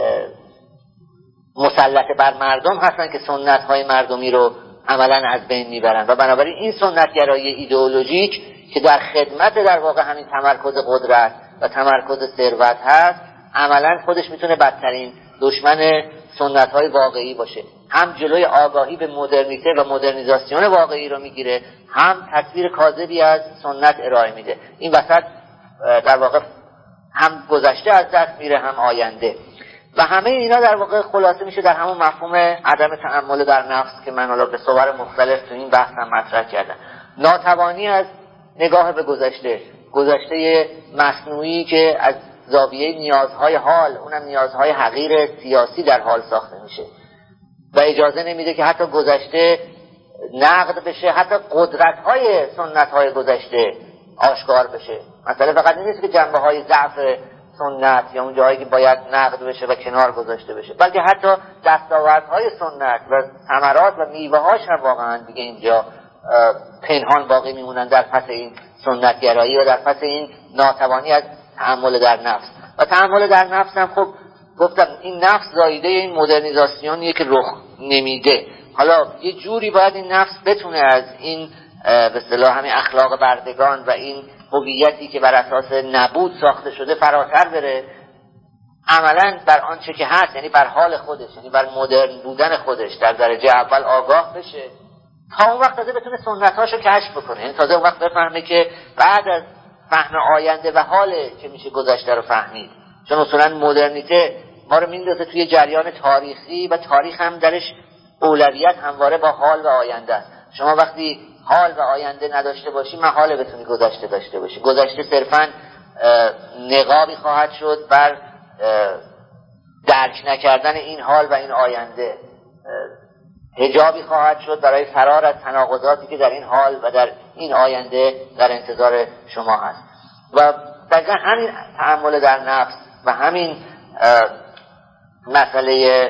مسلط بر مردم هستن که سنت های مردمی رو عملا از بین میبرن و بنابراین این سنتگرایی ایدئولوژیک که در خدمت در واقع همین تمرکز قدرت و تمرکز ثروت هست، عملا خودش میتونه بدترین دشمن سنت های واقعی باشه. هم جلوی آگاهی به مدرنیته و مدرنیزاسیون واقعی رو میگیره، هم تصویر کاذبی از سنت ارائه میده. این وسط در واقع هم گذشته از دست میره هم آینده و همه اینا در واقع خلاصه میشه در همون مفهوم عدم تأمل در نفس که من حالا به صور مختلف تو این بحثم مطرح کردم. ناتوانی از نگاه به گذشته مصنوعی که از زاویه نیازهای حال، اونم نیازهای حقیر سیاسی در حال ساخته میشه و اجازه نمیده که حتی گذشته نقد بشه، حتی قدرت‌های سنت‌های گذشته آشکار بشه. مثلا فقط این نیست که جنبه‌های ضعف سنت یا اون جایی که باید نقد بشه و کنار گذاشته بشه، بلکه حتی دستاوردهای سنت و ثمرات و میوه‌هاش هم واقعا دیگه اینجا پنهان باقی میمونن در پس این سنتگرایی و در پس این ناتوانی از تأمل در نفس. و تأمل در نفس هم خب گفتم این نفس زایده این مدرنیزاسیونیه که رخ نمیده. حالا یه جوری باید این نفس بتونه از این به اصطلاح همین اخلاق بردگان و این هویتی که بر اساس نبود ساخته شده فراتر بره، عملا بر آنچه که هست، یعنی بر حال خودش، یعنی بر مدرن بودن خودش در درجه اول آگاه بشه، تا اون وقت تازه بتونه سنتاشو کشف بکنه. یعنی تازه اون وقت بفهمه که بعد از فهم آینده و حاله که میشه گذشته رو فهمید. چون اصولا مدرنیته ما رو میندازه توی جریان تاریخی و تاریخ هم درش اولویت همواره با حال و آینده است. شما وقتی حال و آینده نداشته باشی محاله بتونی گذشته داشته باشی. گذشته صرفاً نقابی خواهد شد بر درک نکردن این حال و این آینده، حجابی خواهد شد برای فرار از تناقضاتی که در این حال و در این آینده در انتظار شما هست. و دقیقا همین تأمل در نفس و همین مسئله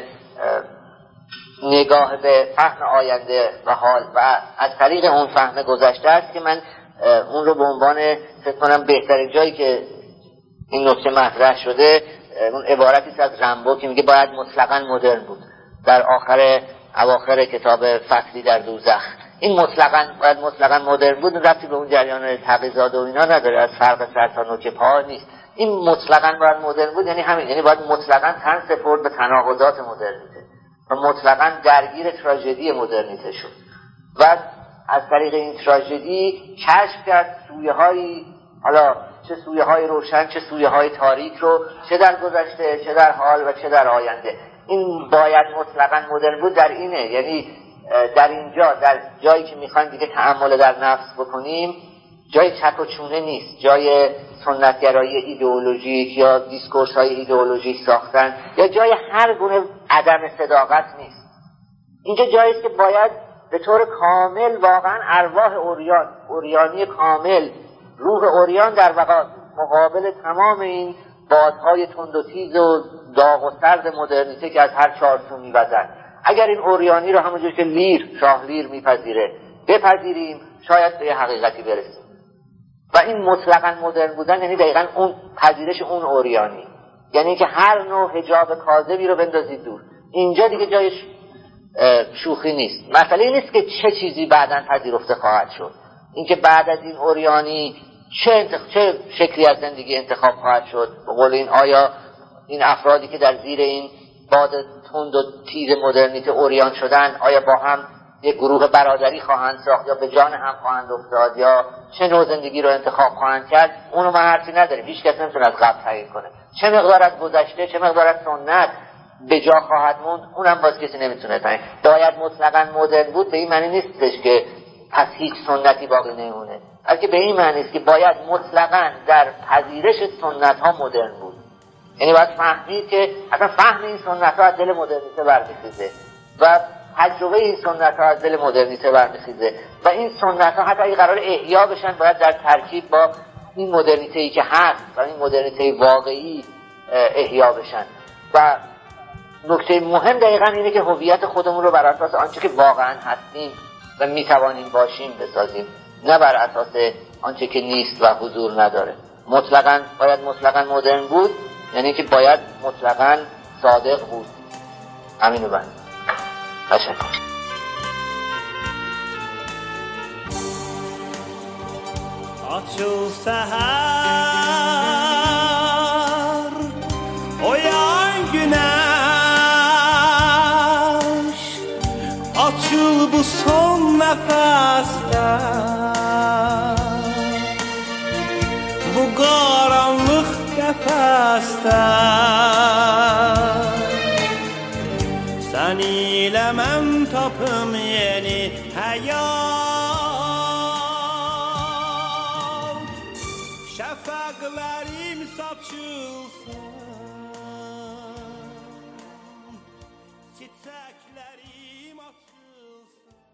نگاه به فهم آینده و حال و از طریق اون فهم گذشته است که من اون رو به عنوان فکر کنم بهترین جایی که این نکته مطرح شده اون عبارتی است از رامبو که میگه باید مطلقاً مدرن بود در اواخر کتاب فصلی در دوزخ. این باید مطلقاً مدرن بود، ربطی به اون جریان تقی‌زاده و اینا نداره، از فرق سر تا نوک پا نیست. این مطلقاً باید مدرن بود یعنی همین، یعنی باید مطلقاً تن سپرد به تناقضات مدرنیته و مطلقاً درگیر تراژدی مدرنیته شد و از طریق این تراژدی کشف کرد سویه‌های، حالا چه سویه‌های روشن چه سویه‌های تاریک رو، چه در گذشته چه در حال و چه در آینده. این باید مطلقاً مدرن بود در اینه، یعنی در اینجا، در جایی که میخوایم دیگه تأمل در نفس بکنیم، جای چک و چونه نیست، جای سنتگرایی ایدئولوژیک یا دیسکورس های ایدئولوژیک ساختن یا جای هر گونه عدم صداقت نیست. اینجا جایی است که باید به طور کامل واقعا ارواح اوریانی کامل، روح اوریان در مقابل تمام این بادهای تند و تیز و داغ و سرد مدرنیته که از هر چهار سو می‌وزد. اگر این اوریانی رو همونجور که شاه لیر میپذیره بپذیریم، شاید به یه حقیقتی برسیم. و این مطلقاً مدرن بودن یعنی دقیقاً اون پذیرش اون اوریانی، یعنی که هر نوع حجاب کاذبی رو بندازید دور. اینجا دیگه جای شوخی نیست. مسئله این نیست که چه چیزی بعداً پذیرفته خواهد شد، اینکه بعد از این اوریانی چه شکلی از زندگی انتخاب خواهد شد. به قول این، آیا این افرادی که در زیر این باد تند و تیز مدرنیته اوریان شدن، آیا با هم یک گروه برادری خواهند ساخت یا به جان هم خواهند افتاد، یا چه نوع زندگی رو انتخاب خواهند کرد؟ اونو من حرفی نداریم، هیچ کس نمیتونه از قبل تعیین کنه. چه مقدار از گذشته، چه مقدار از سنت به جا خواهد موند، اونم باز کسی نمیتونه تعیین. باید مطلقاً مدرن بود به این معنی نیستش که پس هیچ سنتی باقی نمونه، بلکه به این معنی است که باید مطلقاً در پذیرش سنت ها مدرن بود. یعنی باید فهمید که اصلا فهم این سنت ها از دل مدرنیته برمیخیزه و تجربه این سنت ها از دل مدرنیته برمیخیزه و این سنت ها حتی اگه قرار احیا بشن باید در ترکیب با این مدرنیته ای که هست و این مدرنیته واقعی احیا بشن. و نکته مهم دقیقاً اینه که هویت خودمون رو بر اساس آنچه که واقعاً هستیم و میتوانیم باشیم بسازیم، نه بر اساس آنچه که نیست و حضور نداره. باید مطلقاً مدرن بود، یعنی که باید مطلقاً صادق بود. همینو بند. تشکر. Açıl seher, oyan güneş, açıl bu son nefeste, bu karanlık kefeste. Sen ile mən tapım yeni hayat, şəfəqlərim saçılsın, çiçəklərim açılsın.